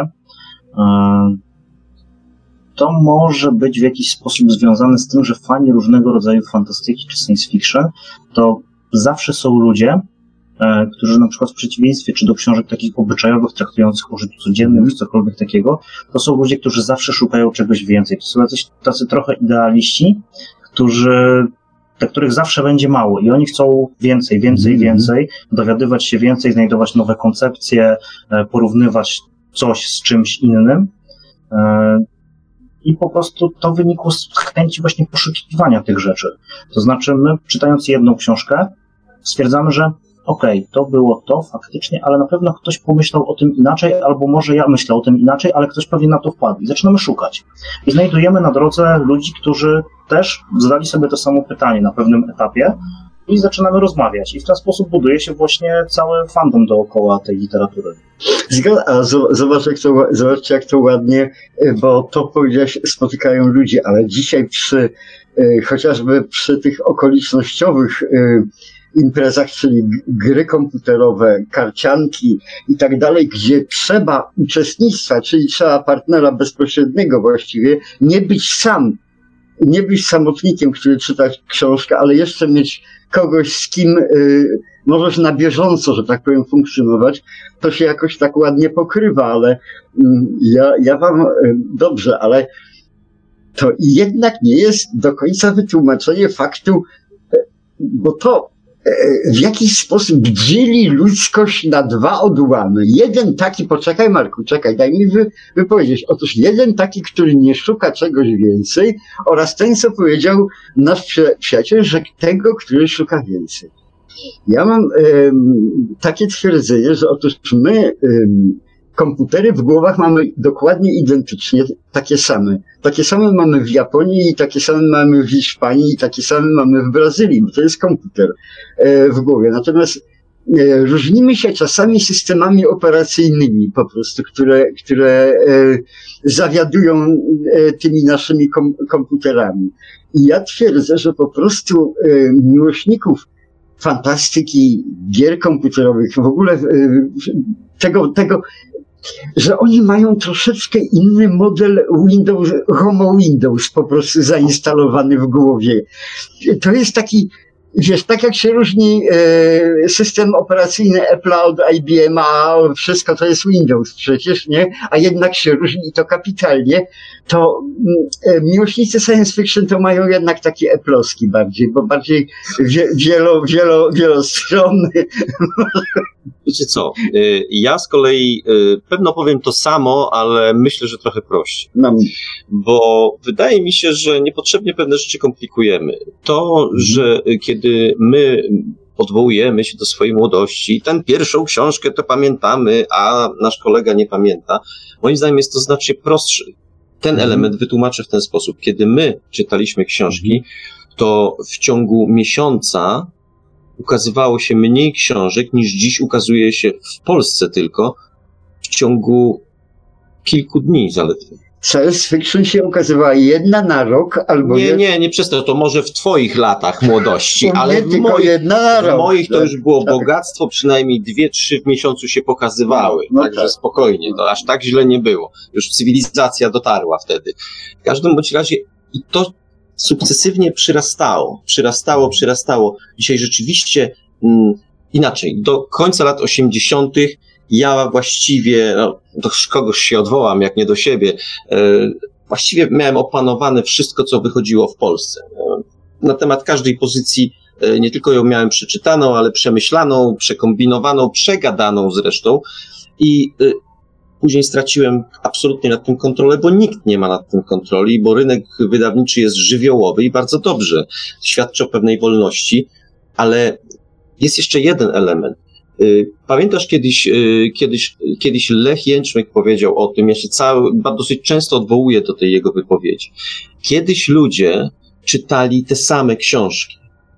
to może być w jakiś sposób związane z tym, że fani różnego rodzaju fantastyki czy science fiction to zawsze są ludzie, którzy na przykład w przeciwieństwie czy do książek takich obyczajowych, traktujących o życiu codziennym czy cokolwiek takiego, to są ludzie, którzy zawsze szukają czegoś więcej. To są tacy trochę idealiści, dla których zawsze będzie mało i oni chcą więcej, dowiadywać się więcej, znajdować nowe koncepcje, porównywać coś z czymś innym. I po prostu to wynikło z chęci właśnie poszukiwania tych rzeczy. To znaczy my, czytając jedną książkę, stwierdzamy, że okej, to było to faktycznie, ale na pewno ktoś pomyślał o tym inaczej, albo może ja myślę o tym inaczej, ale ktoś pewnie na to wpadł. I zaczynamy szukać. I znajdujemy na drodze ludzi, którzy też zadali sobie to samo pytanie na pewnym etapie i zaczynamy rozmawiać. I w ten sposób buduje się właśnie cały fandom dookoła tej literatury. Zobaczcie, jak to ładnie, bo to powiedziałeś, spotykają ludzie, ale dzisiaj chociażby przy tych okolicznościowych imprezach, czyli gry komputerowe, karcianki i tak dalej, gdzie trzeba uczestnictwa, czyli trzeba partnera bezpośredniego właściwie, nie być samotnikiem, który czyta książkę, ale jeszcze mieć kogoś, z kim możesz na bieżąco, że tak powiem, funkcjonować, to się jakoś tak ładnie pokrywa, ale ja wam dobrze, ale to jednak nie jest do końca wytłumaczenie faktu, bo to w jakiś sposób dzieli ludzkość na dwa odłamy. Jeden taki, poczekaj Marku, czekaj, daj mi wypowiedzieć. Otóż jeden taki, który nie szuka czegoś więcej, oraz ten, co powiedział nasz przyjaciel, że tego, który szuka więcej. Ja mam takie twierdzenie, że otóż my komputery w głowach mamy dokładnie identycznie takie same. Takie same mamy w Japonii, takie same mamy w Hiszpanii, takie same mamy w Brazylii, bo to jest komputer w głowie. Natomiast różnimy się czasami systemami operacyjnymi po prostu, które zawiadują tymi naszymi komputerami. I ja twierdzę, że po prostu miłośników fantastyki, gier komputerowych, w ogóle tego, że oni mają troszeczkę inny model Homo Windows po prostu zainstalowany w głowie. To jest taki, wiesz, tak jak się różni system operacyjny Apple'a od IBM'a, wszystko to jest Windows przecież, nie? A jednak się różni i to kapitalnie, to miłośnicy science fiction to mają jednak taki Apple'owski bardziej, bo bardziej wielostronny. Wiecie co, ja z kolei pewno powiem to samo, ale myślę, że trochę prościej. No. Bo wydaje mi się, że niepotrzebnie pewne rzeczy komplikujemy. To, że kiedy my odwołujemy się do swojej młodości, tę pierwszą książkę to pamiętamy, a nasz kolega nie pamięta, moim zdaniem jest to znacznie prostsze. Ten element wytłumaczę w ten sposób. Kiedy my czytaliśmy książki, to w ciągu miesiąca ukazywało się mniej książek niż dziś ukazuje się w Polsce tylko w ciągu kilku dni zaledwie. Science fiction się ukazywała jedna na rok albo... Nie przez to może w twoich latach młodości, ale w moich to już było bogactwo, przynajmniej 2-3 w miesiącu się pokazywały, także spokojnie, to aż tak źle nie było. Już cywilizacja dotarła wtedy. W każdym bądź razie i to sukcesywnie przyrastało. Dzisiaj rzeczywiście inaczej. Do końca lat 80. ja właściwie, do kogoś się odwołam, jak nie do siebie, właściwie miałem opanowane wszystko, co wychodziło w Polsce. Na temat każdej pozycji nie tylko ją miałem przeczytaną, ale przemyślaną, przekombinowaną, przegadaną zresztą i później straciłem absolutnie nad tym kontrolę, bo nikt nie ma nad tym kontroli, bo rynek wydawniczy jest żywiołowy i bardzo dobrze świadczy o pewnej wolności, ale jest jeszcze jeden element. Pamiętasz kiedyś Lech Jęczmyk powiedział o tym, ja się dosyć często odwołuję do tej jego wypowiedzi. Kiedyś ludzie czytali te same książki.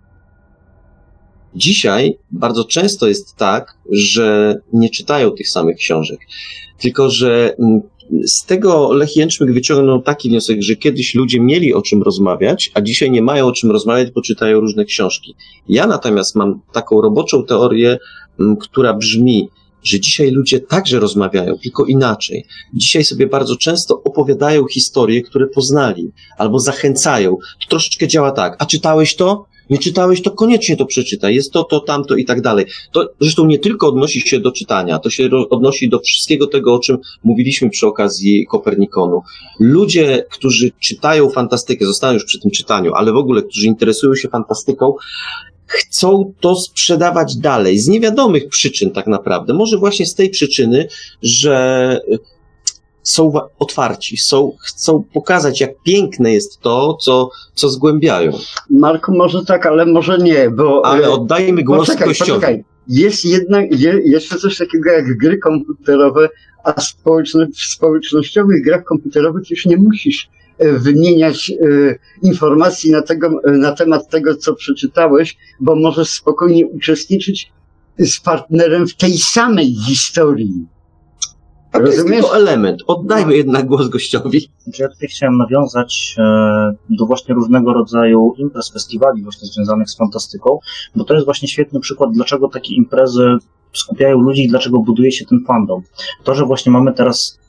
Dzisiaj bardzo często jest tak, że nie czytają tych samych książek. Tylko że z tego Lech Jęczmyk wyciągnął taki wniosek, że kiedyś ludzie mieli o czym rozmawiać, a dzisiaj nie mają o czym rozmawiać, bo czytają różne książki. Ja natomiast mam taką roboczą teorię, która brzmi, że dzisiaj ludzie także rozmawiają, tylko inaczej. Dzisiaj sobie bardzo często opowiadają historie, które poznali, albo zachęcają. To troszeczkę działa tak, a czytałeś to? Nie czytałeś, to koniecznie to przeczytaj. Jest to, tamto i tak dalej. To zresztą nie tylko odnosi się do czytania, to się odnosi do wszystkiego tego, o czym mówiliśmy przy okazji Kopernikonu. Ludzie, którzy czytają fantastykę, zostaną już przy tym czytaniu, ale w ogóle, którzy interesują się fantastyką, chcą to sprzedawać dalej, z niewiadomych przyczyn tak naprawdę. Może właśnie z tej przyczyny, że są otwarci, chcą pokazać, jak piękne jest to, co zgłębiają. Marku, może tak, ale może nie, bo... Ale oddajmy głos gościowi. Poczekaj. Jest jeszcze coś takiego jak gry komputerowe, a w społecznościowych grach komputerowych już nie musisz wymieniać informacji na temat tego, co przeczytałeś, bo możesz spokojnie uczestniczyć z partnerem w tej samej historii. A to jest tylko element. Oddajmy jednak głos gościowi. Ja tutaj chciałem nawiązać do właśnie różnego rodzaju imprez, festiwali właśnie związanych z fantastyką, bo to jest właśnie świetny przykład, dlaczego takie imprezy skupiają ludzi i dlaczego buduje się ten fandom. To, że właśnie mamy teraz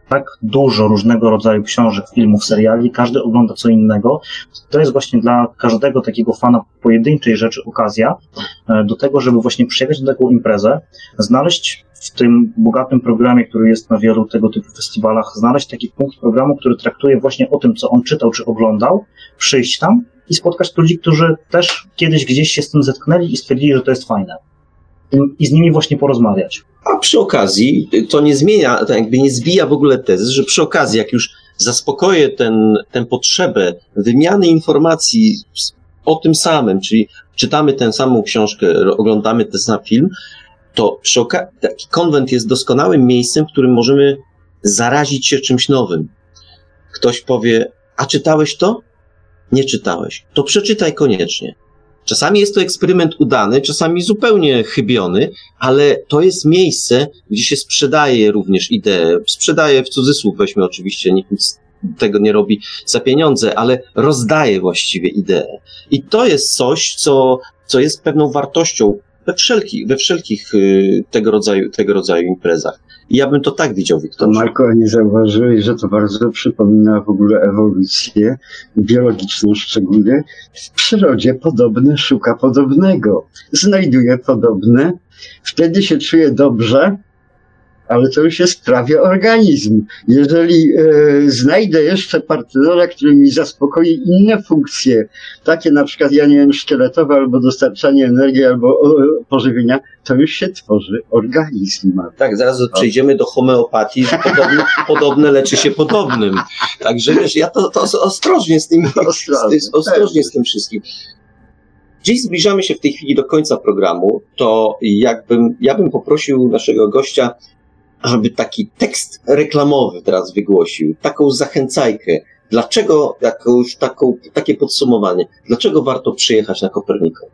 tak dużo różnego rodzaju książek, filmów, seriali, każdy ogląda co innego, to jest właśnie dla każdego takiego fana pojedynczej rzeczy okazja do tego, żeby właśnie przyjechać na taką imprezę, znaleźć w tym bogatym programie, który jest na wielu tego typu festiwalach, znaleźć taki punkt programu, który traktuje właśnie o tym, co on czytał czy oglądał, przyjść tam i spotkać ludzi, którzy też kiedyś gdzieś się z tym zetknęli i stwierdzili, że to jest fajne. I z nimi właśnie porozmawiać. A przy okazji to nie zmienia, to jakby nie zbija w ogóle tezy, że przy okazji, jak już zaspokoję tę potrzebę wymiany informacji o tym samym, czyli czytamy tę samą książkę, oglądamy ten sam film, to przy okazji taki konwent jest doskonałym miejscem, w którym możemy zarazić się czymś nowym. Ktoś powie, a czytałeś to? Nie czytałeś. To przeczytaj koniecznie. Czasami jest to eksperyment udany, czasami zupełnie chybiony, ale to jest miejsce, gdzie się sprzedaje również ideę. Sprzedaje w cudzysłów, weźmy oczywiście, nikt nic tego nie robi za pieniądze, ale rozdaje właściwie ideę. I to jest coś, co jest pewną wartością we wszelkich tego rodzaju imprezach. I ja bym to tak widział, Wiktorze. Marko, nie zauważyłeś, że to bardzo przypomina w ogóle ewolucję biologiczną szczególnie. W przyrodzie podobny szuka podobnego. Znajduje podobne, wtedy się czuje dobrze, ale to już jest prawie organizm. Jeżeli znajdę jeszcze partnera, który mi zaspokoi inne funkcje, takie na przykład, ja nie wiem, szkieletowe, albo dostarczanie energii, albo pożywienia, to już się tworzy organizm. Tak, zaraz przejdziemy do homeopatii, że podobne leczy się podobnym. Także wiesz, ja to ostrożnie z tym, ostrożnie z tym wszystkim. Dziś zbliżamy się w tej chwili do końca programu, to ja bym poprosił naszego gościa, żeby taki tekst reklamowy teraz wygłosił, taką zachęcajkę. Dlaczego, takie podsumowanie, dlaczego warto przyjechać na Kopernikon?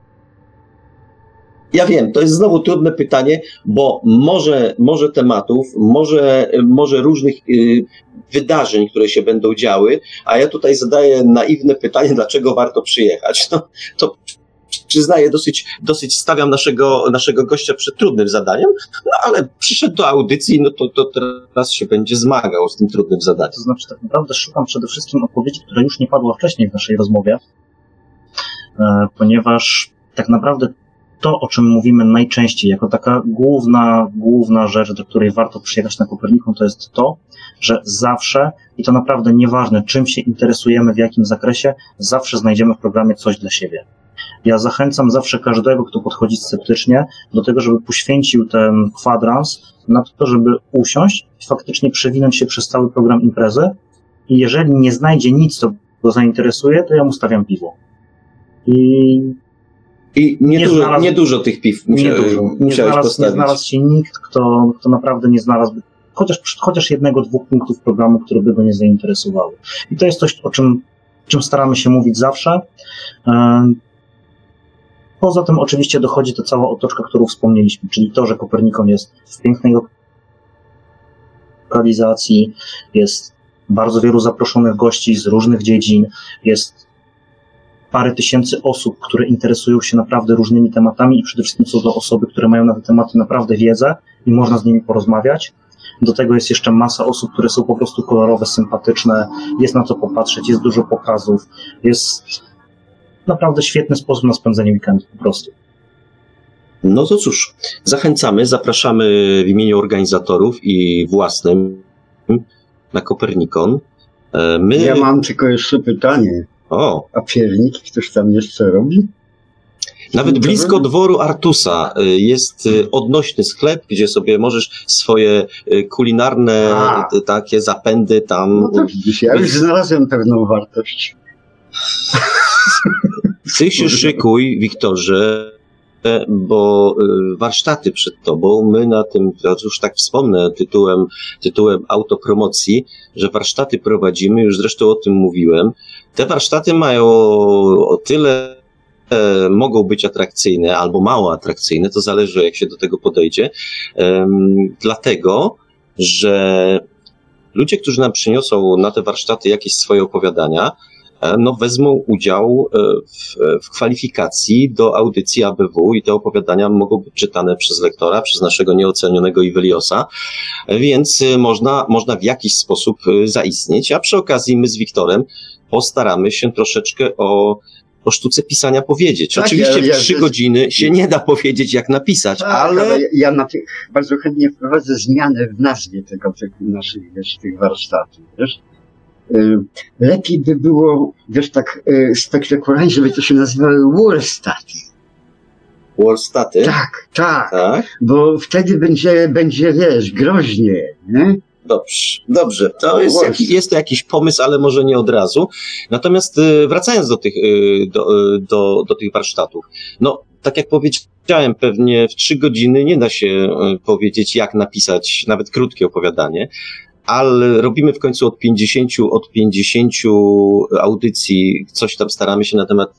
Ja wiem, to jest znowu trudne pytanie, bo może tematów, może różnych wydarzeń, które się będą działy, a ja tutaj zadaję naiwne pytanie, dlaczego warto przyjechać. No, to przyznaję, dosyć stawiam naszego gościa przed trudnym zadaniem, no ale przyszedł do audycji, no to teraz się będzie zmagał z tym trudnym zadaniem. To znaczy, tak naprawdę szukam przede wszystkim odpowiedzi, która już nie padła wcześniej w naszej rozmowie, ponieważ tak naprawdę to, o czym mówimy najczęściej, jako taka główna rzecz, do której warto przyjechać na Kopernikon, to jest to, że zawsze, i to naprawdę nieważne, czym się interesujemy, w jakim zakresie, zawsze znajdziemy w programie coś dla siebie. Ja zachęcam zawsze każdego, kto podchodzi sceptycznie, do tego, żeby poświęcił ten kwadrans na to, żeby usiąść i faktycznie przewinąć się przez cały program imprezy i jeżeli nie znajdzie nic, co go zainteresuje, to ja mu stawiam piwo. I nie dużo tych piw musiałeś postawić. Nie znalazł się nikt, kto naprawdę nie znalazł chociaż jednego, dwóch punktów programu, które by go nie zainteresowały. I to jest coś, o czym staramy się mówić zawsze. Poza tym oczywiście dochodzi ta cała otoczka, którą wspomnieliśmy, czyli to, że Kopernikon jest w pięknej lokalizacji, jest bardzo wielu zaproszonych gości z różnych dziedzin, jest parę tysięcy osób, które interesują się naprawdę różnymi tematami i przede wszystkim są to osoby, które mają na te tematy naprawdę wiedzę i można z nimi porozmawiać. Do tego jest jeszcze masa osób, które są po prostu kolorowe, sympatyczne, jest na co popatrzeć, jest dużo pokazów, jest naprawdę świetny sposób na spędzenie weekendu po prostu. No to cóż, zapraszamy w imieniu organizatorów i własnym na Kopernikon. Ja mam tylko jeszcze pytanie. A pierniki ktoś tam jeszcze robi? Nawet blisko dworu Artusa jest odnośny sklep, gdzie sobie możesz swoje kulinarne takie zapędy tam... No to widzisz, ja już znalazłem pewną wartość. Ty się szykuj, Wiktorze, bo warsztaty przed tobą, my na tym, już tak wspomnę tytułem autopromocji, że warsztaty prowadzimy, już zresztą o tym mówiłem. Te warsztaty mają o tyle, mogą być atrakcyjne albo mało atrakcyjne, to zależy jak się do tego podejdzie, dlatego, że ludzie, którzy nam przyniosą na te warsztaty jakieś swoje opowiadania, wezmą udział w kwalifikacji do audycji ABW i te opowiadania mogą być czytane przez lektora, przez naszego nieocenionego Iweliosa, więc można w jakiś sposób zaistnieć, a przy okazji my z Wiktorem postaramy się troszeczkę o sztuce pisania powiedzieć. Tak, oczywiście w 3 godziny się nie da powiedzieć, jak napisać, tak, ale ja na tych bardzo chętnie wprowadzę zmianę w nazwie tych naszych, tych warsztatów, wiesz? Lepiej by było, wiesz, tak spektakularnie, żeby to się nazywały warstaty. warstaty. Tak, bo wtedy będzie, wiesz, groźnie, nie? Dobrze. To jest to jakiś pomysł, ale może nie od razu. Natomiast wracając do tych warsztatów, tak jak powiedziałem, pewnie w 3 godziny nie da się powiedzieć, jak napisać nawet krótkie opowiadanie, ale robimy w końcu od 50 audycji, coś tam staramy się na temat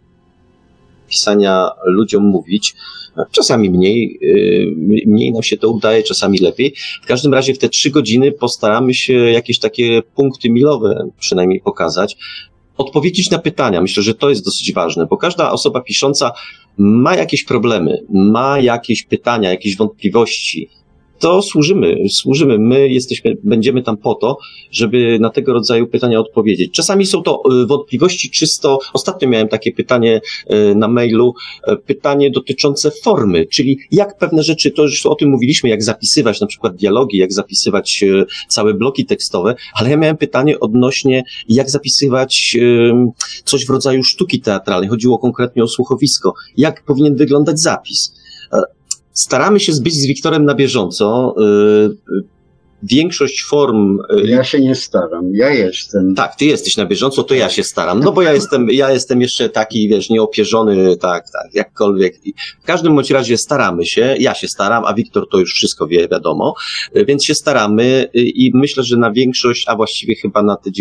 pisania ludziom mówić. Czasami mniej nam się to udaje, czasami lepiej. W każdym razie w te 3 godziny postaramy się jakieś takie punkty milowe przynajmniej pokazać. Odpowiedzieć na pytania. Myślę, że to jest dosyć ważne, bo każda osoba pisząca ma jakieś problemy, ma jakieś pytania, jakieś wątpliwości. To służymy. My będziemy tam po to, żeby na tego rodzaju pytania odpowiedzieć. Czasami są to wątpliwości czysto, ostatnio miałem takie pytanie na mailu, pytanie dotyczące formy, czyli jak pewne rzeczy, to już o tym mówiliśmy, jak zapisywać na przykład dialogi, jak zapisywać całe bloki tekstowe, ale ja miałem pytanie odnośnie, jak zapisywać coś w rodzaju sztuki teatralnej. Chodziło konkretnie o słuchowisko. Jak powinien wyglądać zapis? Staramy się być z Wiktorem na bieżąco. Większość form... Ja się nie staram, ja jestem. Tak, ty jesteś na bieżąco, to ja się staram. Bo ja jestem jeszcze taki, wiesz, nieopierzony, tak, jakkolwiek. W każdym bądź razie staramy się, ja się staram, a Wiktor to już wszystko wie, wiadomo, więc się staramy i myślę, że na większość, a właściwie chyba na te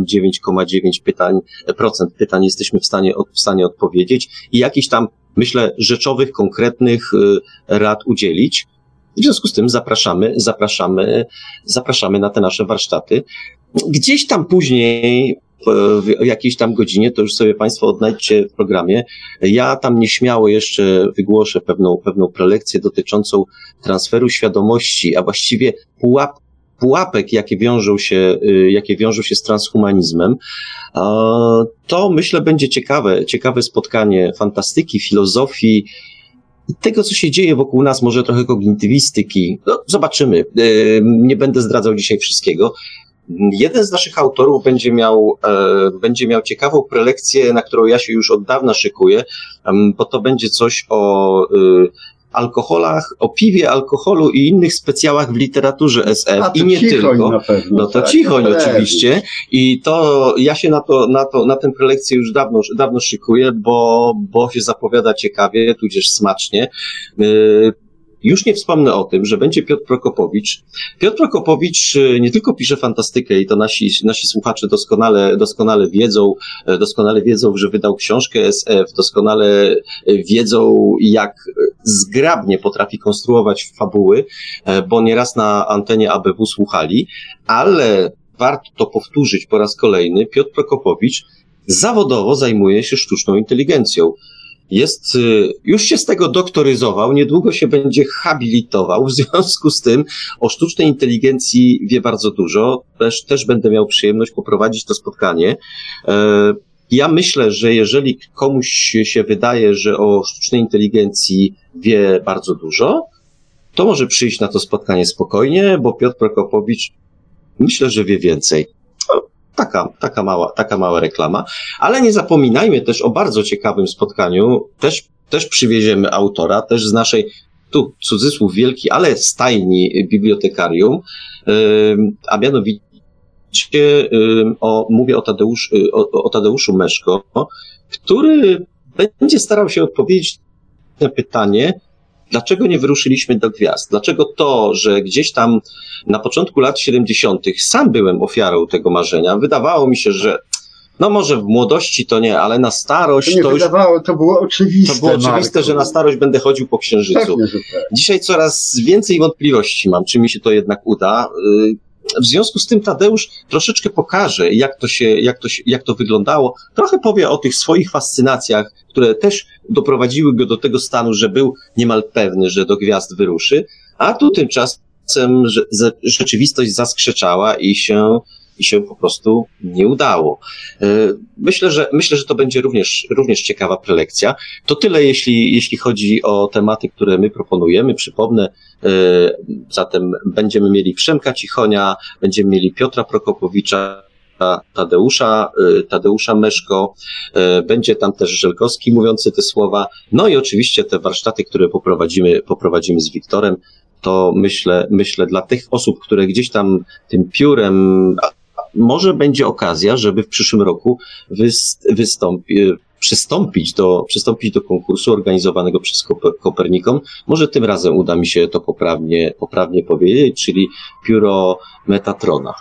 99,9% pytań jesteśmy w stanie odpowiedzieć i jakiś tam, myślę, rzeczowych, konkretnych rad udzielić. W związku z tym zapraszamy na te nasze warsztaty. Gdzieś tam później, w jakiejś tam godzinie, to już sobie Państwo odnajdźcie w programie, ja tam nieśmiało jeszcze wygłoszę pewną prelekcję dotyczącą transferu świadomości, a właściwie pułapek, jakie wiążą się z transhumanizmem. To myślę będzie ciekawe spotkanie fantastyki, filozofii, tego, co się dzieje wokół nas, może trochę kognitywistyki. Zobaczymy. Nie będę zdradzał dzisiaj wszystkiego. Jeden z naszych autorów będzie miał ciekawą prelekcję, na którą ja się już od dawna szykuję, bo to będzie coś o alkoholach, o piwie, alkoholu i innych specjałach w literaturze SF i nie tylko. Na pewno, to Cichoń oczywiście. I to ja się na tę prelekcję już dawno szykuję, bo się zapowiada ciekawie, tudzież smacznie. Już nie wspomnę o tym, że będzie Piotr Prokopowicz. Piotr Prokopowicz nie tylko pisze fantastykę i to nasi słuchacze doskonale wiedzą, że wydał książkę SF, doskonale wiedzą, jak zgrabnie potrafi konstruować fabuły, bo nieraz na antenie ABW słuchali, ale warto to powtórzyć po raz kolejny. Piotr Prokopowicz zawodowo zajmuje się sztuczną inteligencją. Już się z tego doktoryzował, niedługo się będzie habilitował, w związku z tym o sztucznej inteligencji wie bardzo dużo. Też będę miał przyjemność poprowadzić to spotkanie. Ja myślę, że jeżeli komuś się wydaje, że o sztucznej inteligencji wie bardzo dużo, to może przyjść na to spotkanie spokojnie, bo Piotr Prokopowicz myślę, że wie więcej. Taka mała reklama, ale nie zapominajmy też o bardzo ciekawym spotkaniu, też przywieziemy autora, też z naszej, tu cudzysłów wielki, ale stajni bibliotekarium, a mianowicie mówię o Tadeuszu Meszko, który będzie starał się odpowiedzieć na pytanie, dlaczego nie wyruszyliśmy do gwiazd? Dlaczego to, że gdzieś tam na początku lat 70. sam byłem ofiarą tego marzenia? Wydawało mi się, że może w młodości to nie, ale na starość to było oczywiste. To było oczywiste, że na starość będę chodził po księżycu. Pewnie, że tak. Dzisiaj coraz więcej wątpliwości mam, czy mi się to jednak uda. w związku z tym Tadeusz troszeczkę pokaże, jak to wyglądało. Trochę powie o tych swoich fascynacjach, które też doprowadziły go do tego stanu, że był niemal pewny, że do gwiazd wyruszy, a tu tymczasem rzeczywistość zaskrzeczała i się po prostu nie udało. Myślę, że to będzie również ciekawa prelekcja. To tyle, jeśli chodzi o tematy, które my proponujemy. Przypomnę, zatem będziemy mieli Przemka Cichonia, będziemy mieli Piotra Prokopowicza, Tadeusza Meszko, będzie tam też Żelkowski mówiący te słowa, no i oczywiście te warsztaty, które poprowadzimy z Wiktorem. To myślę dla tych osób, które gdzieś tam tym piórem, może będzie okazja, żeby w przyszłym roku przystąpić do konkursu organizowanego przez Kopernikon. Może tym razem uda mi się to poprawnie powiedzieć, czyli pióro Metatrona.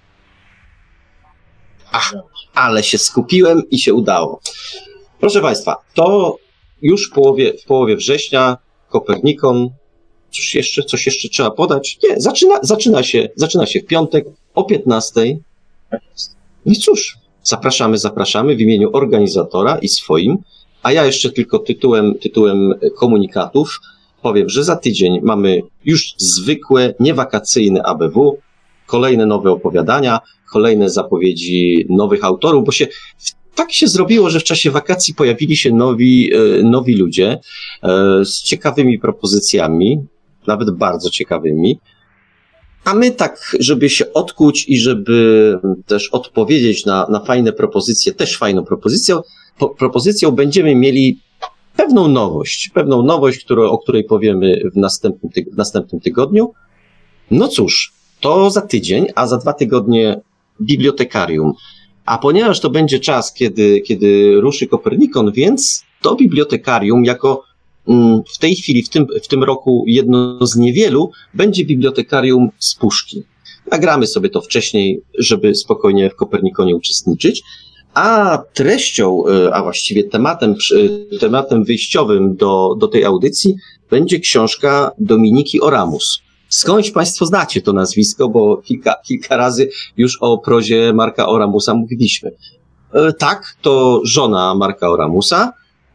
Ale się skupiłem i się udało. Proszę Państwa, to już w połowie września Kopernikon. Coś jeszcze trzeba podać? Nie, zaczyna się w piątek o 15:00. I cóż, zapraszamy w imieniu organizatora i swoim, a ja jeszcze tylko tytułem komunikatów powiem, że za tydzień mamy już zwykłe, niewakacyjne ABW, kolejne nowe opowiadania, kolejne zapowiedzi nowych autorów, bo tak się zrobiło, że w czasie wakacji pojawili się nowi ludzie z ciekawymi propozycjami, nawet bardzo ciekawymi. A my tak, żeby się odkuć i żeby też odpowiedzieć na fajne propozycje, też fajną propozycją będziemy mieli pewną nowość, o której powiemy w następnym tygodniu. No cóż, to za tydzień, a za 2 tygodnie bibliotekarium. A ponieważ to będzie czas, kiedy ruszy Kopernikon, więc to bibliotekarium jako w tej chwili, w tym roku jedno z niewielu, będzie bibliotekarium z puszki. Nagramy sobie to wcześniej, żeby spokojnie w Kopernikonie uczestniczyć, a treścią, a właściwie tematem wyjściowym do tej audycji będzie książka Dominiki Oramus. Skądś Państwo znacie to nazwisko, bo kilka razy już o prozie Marka Oramusa mówiliśmy. Tak, to żona Marka Oramusa,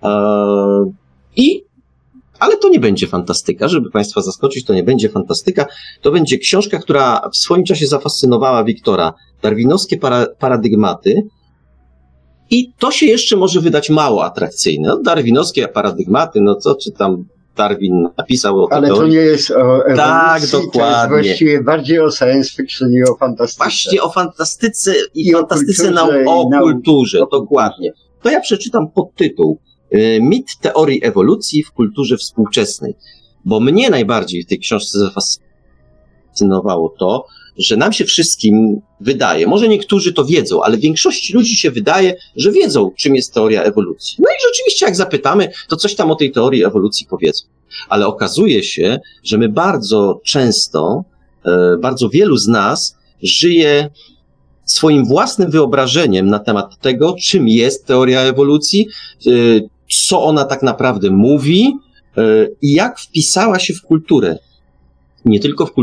ale to nie będzie fantastyka, żeby Państwa zaskoczyć, to nie będzie fantastyka. To będzie książka, która w swoim czasie zafascynowała Wiktora. Darwinowskie paradygmaty. I to się jeszcze może wydać mało atrakcyjne. No, darwinowskie paradygmaty, no co czy tam Darwin napisał o ale to nie jest o ewolucji, tak, dokładnie. To jest właściwie bardziej o science fiction i o fantastyce. Właśnie o fantastyce i fantastyce o kulturze, dokładnie. To ja przeczytam podtytuł. Mit teorii ewolucji w kulturze współczesnej. Bo mnie najbardziej w tej książce zafascynowało to, że nam się wszystkim wydaje, może niektórzy to wiedzą, ale większości ludzi się wydaje, że wiedzą, czym jest teoria ewolucji. No i rzeczywiście, jak zapytamy, to coś tam o tej teorii ewolucji powiedzą. Ale okazuje się, że my bardzo często, bardzo wielu z nas żyje swoim własnym wyobrażeniem na temat tego, czym jest teoria ewolucji, co ona tak naprawdę mówi i jak wpisała się w kulturę. Nie tylko w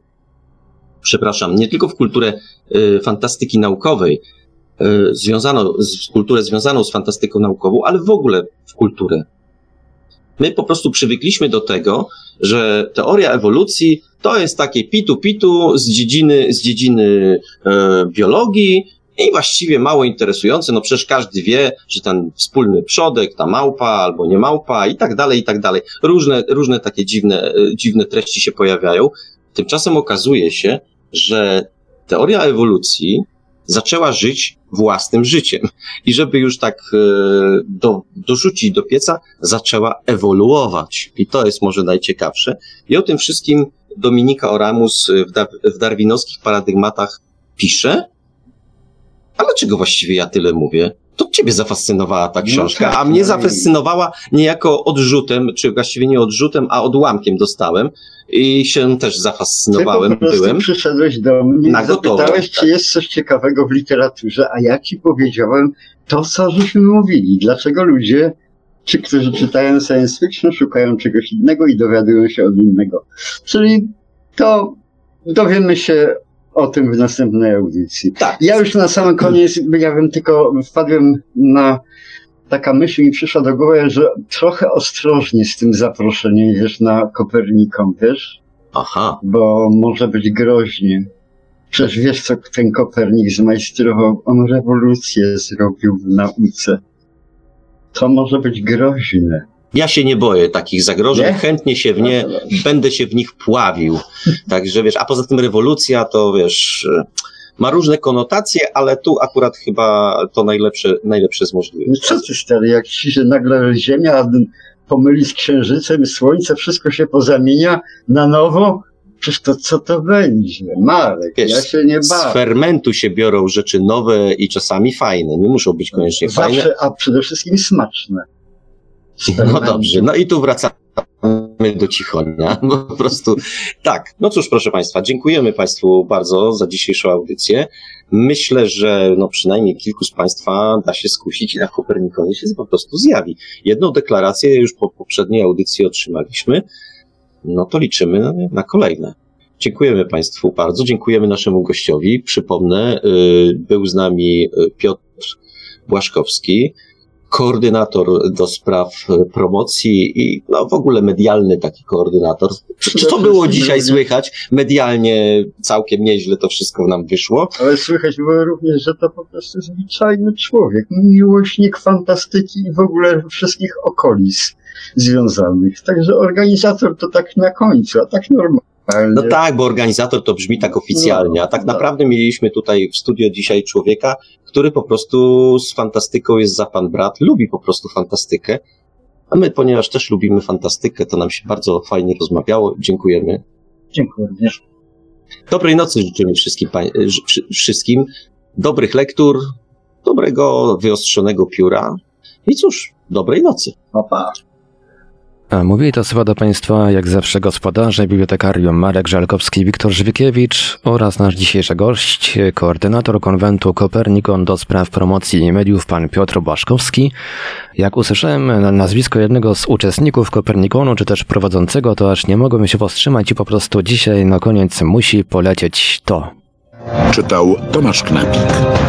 kulturę fantastyki naukowej, kulturę związaną z fantastyką naukową, ale w ogóle w kulturę. My po prostu przywykliśmy do tego, że teoria ewolucji to jest takie pitu z dziedziny biologii i właściwie mało interesujące. No przecież każdy wie, że ten wspólny przodek, ta małpa albo nie małpa i tak dalej, i tak dalej. Różne takie dziwne treści się pojawiają. Tymczasem okazuje się, że teoria ewolucji zaczęła żyć własnym życiem. I żeby już tak dorzucić do pieca, zaczęła ewoluować. I to jest może najciekawsze. I o tym wszystkim Dominika Oramus w darwinowskich paradygmatach pisze. A dlaczego właściwie ja tyle mówię? To ciebie zafascynowała ta książka, no tak, a mnie zafascynowała niejako odrzutem, czy właściwie nie odrzutem, a odłamkiem dostałem i się też zafascynowałem. Ty po prostu przyszedłeś do mnie i zapytałeś, czy jest coś ciekawego w literaturze, a ja ci powiedziałem to, co żeśmy mówili. Dlaczego ludzie, którzy czytają science fiction, szukają czegoś innego i dowiadują się od innego. Czyli to dowiemy się o tym w następnej audycji. Tak. Ja już na sam koniec, wpadłem na taka myśl mi przyszła do głowy, że trochę ostrożnie z tym zaproszeniem, wiesz, na Kopernikom, wiesz? Aha. Bo może być groźnie. Przecież wiesz, co ten Kopernik zmajstrował? On rewolucję zrobił w nauce. To może być groźne. Ja się nie boję takich zagrożeń, Nie? chętnie się będę się w nich pławił. Także wiesz, a poza tym rewolucja to wiesz, ma różne konotacje, ale tu akurat chyba to najlepsze z możliwych. No co ty stary, jak ci się nagle Ziemia pomyli z Księżycem, Słońce, wszystko się pozamienia na nowo? Przecież to co to będzie? Marek, Wiesz, ja się nie z bawię. fermentu się biorą rzeczy nowe i czasami fajne. Nie muszą być koniecznie fajne. Zawsze, a przede wszystkim smaczne. No dobrze, no i tu wracamy do Cichonia. Po prostu tak. No cóż, proszę Państwa, dziękujemy Państwu bardzo za dzisiejszą audycję. Myślę, że no przynajmniej kilku z Państwa da się skusić i na Kopernikonie się po prostu zjawi. Jedną deklarację już po poprzedniej audycji otrzymaliśmy. No to liczymy na kolejne. Dziękujemy Państwu bardzo, dziękujemy naszemu gościowi. Przypomnę, był z nami Piotr Błaszkowski, koordynator do spraw promocji i no w ogóle medialny taki koordynator. Czy to było dzisiaj słychać? Medialnie całkiem nieźle to wszystko nam wyszło. Ale słychać było również, że to po prostu zwyczajny człowiek, miłośnik fantastyki i w ogóle wszystkich okolic związanych. Także organizator to tak na końcu, a tak normalnie. No tak, bo organizator to brzmi tak oficjalnie, a tak naprawdę mieliśmy tutaj w studio dzisiaj człowieka, który po prostu z fantastyką jest za pan brat, lubi po prostu fantastykę, a my, ponieważ też lubimy fantastykę, to nam się bardzo fajnie rozmawiało. Dziękujemy. Dziękuję również. Dobrej nocy życzymy wszystkim, dobrych lektur, dobrego, wyostrzonego pióra i cóż, dobrej nocy. Pa, pa. A mówili to słowa do Państwa, jak zawsze, gospodarze bibliotekarium Marek Żelkowski, Wiktor Żywkiewicz oraz nasz dzisiejszy gość, koordynator konwentu Kopernikon do spraw promocji mediów, pan Piotr Błaszkowski. Jak usłyszałem nazwisko jednego z uczestników Kopernikonu, czy też prowadzącego, to aż nie mogłem się powstrzymać i po prostu dzisiaj na koniec musi polecieć to. Czytał Tomasz Knapik.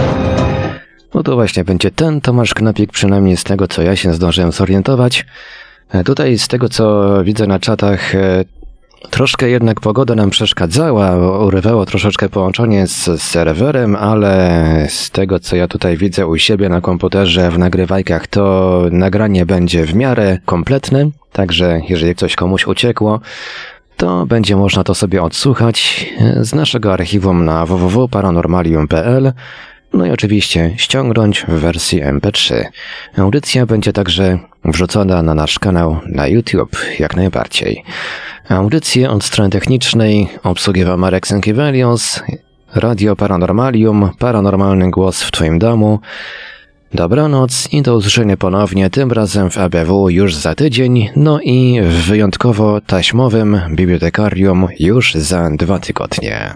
No to właśnie będzie ten Tomasz Knapik, przynajmniej z tego, co ja się zdążyłem zorientować. Tutaj z tego, co widzę na czatach, troszkę jednak pogoda nam przeszkadzała, urywało troszeczkę połączenie z serwerem, ale z tego, co ja tutaj widzę u siebie na komputerze w nagrywajkach, to nagranie będzie w miarę kompletne, także jeżeli coś komuś uciekło, to będzie można to sobie odsłuchać z naszego archiwum na www.paranormalium.pl. No i oczywiście ściągnąć w wersji MP3. Audycja będzie także wrzucona na nasz kanał na YouTube, jak najbardziej. Audycję od strony technicznej obsługiwał Marek Sękiewelios, Radio Paranormalium, paranormalny głos w Twoim domu. Dobranoc i do usłyszenia ponownie, tym razem w ABW już za tydzień, no i w wyjątkowo taśmowym bibliotekarium już za 2 tygodnie.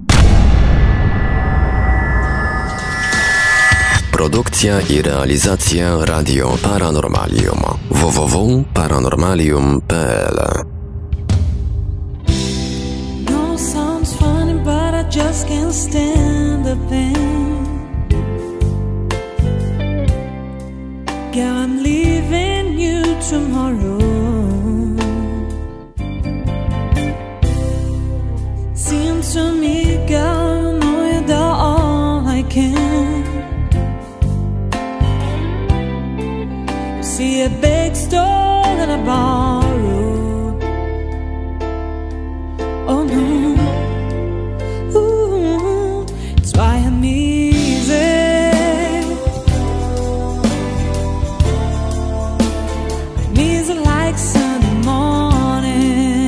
Produkcja i realizacja Radio Paranormalium. www.paranormalium.pl. No, sounds funny, but I just can't stand the pain. Girl, I'm leaving you tomorrow. Seems to me, girl, you know you're the all I can. See a big store that I borrowed. Oh no, ooh, it's why I'm easy. I'm easy like Sunday morning.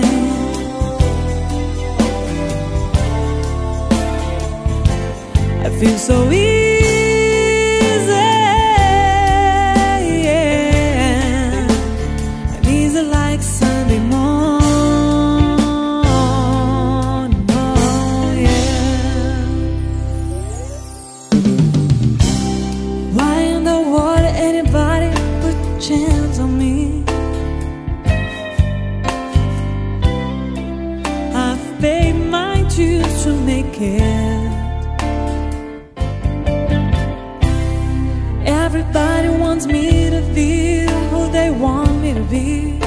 I feel so easy. Paid my choose to make it. Everybody wants me to be who they want me to be.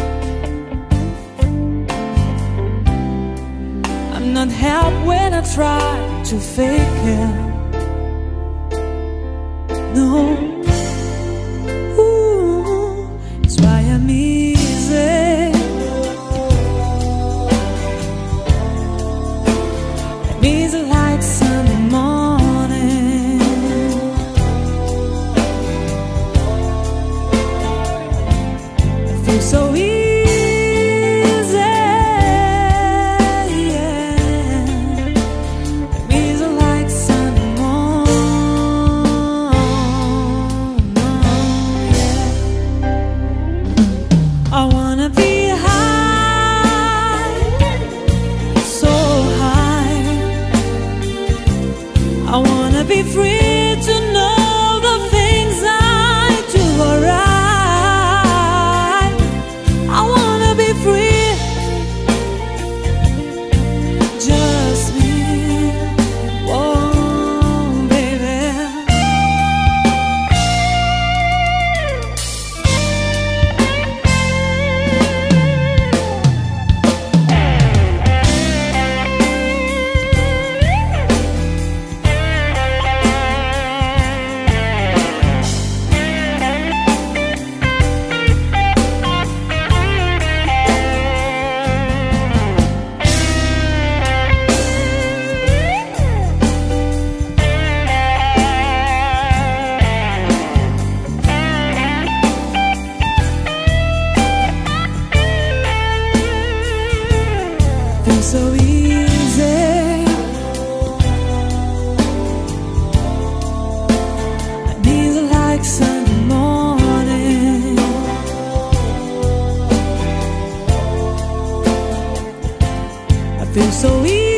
I'm not helped when I try to fake it. No. Ooh, it's why I'm easy. I'm easy like Sunday morning. I feel so easy. Be free to know the things I do are right. I wanna be free, just me, oh baby. So easy. I'm easy like Sunday morning. I feel so easy.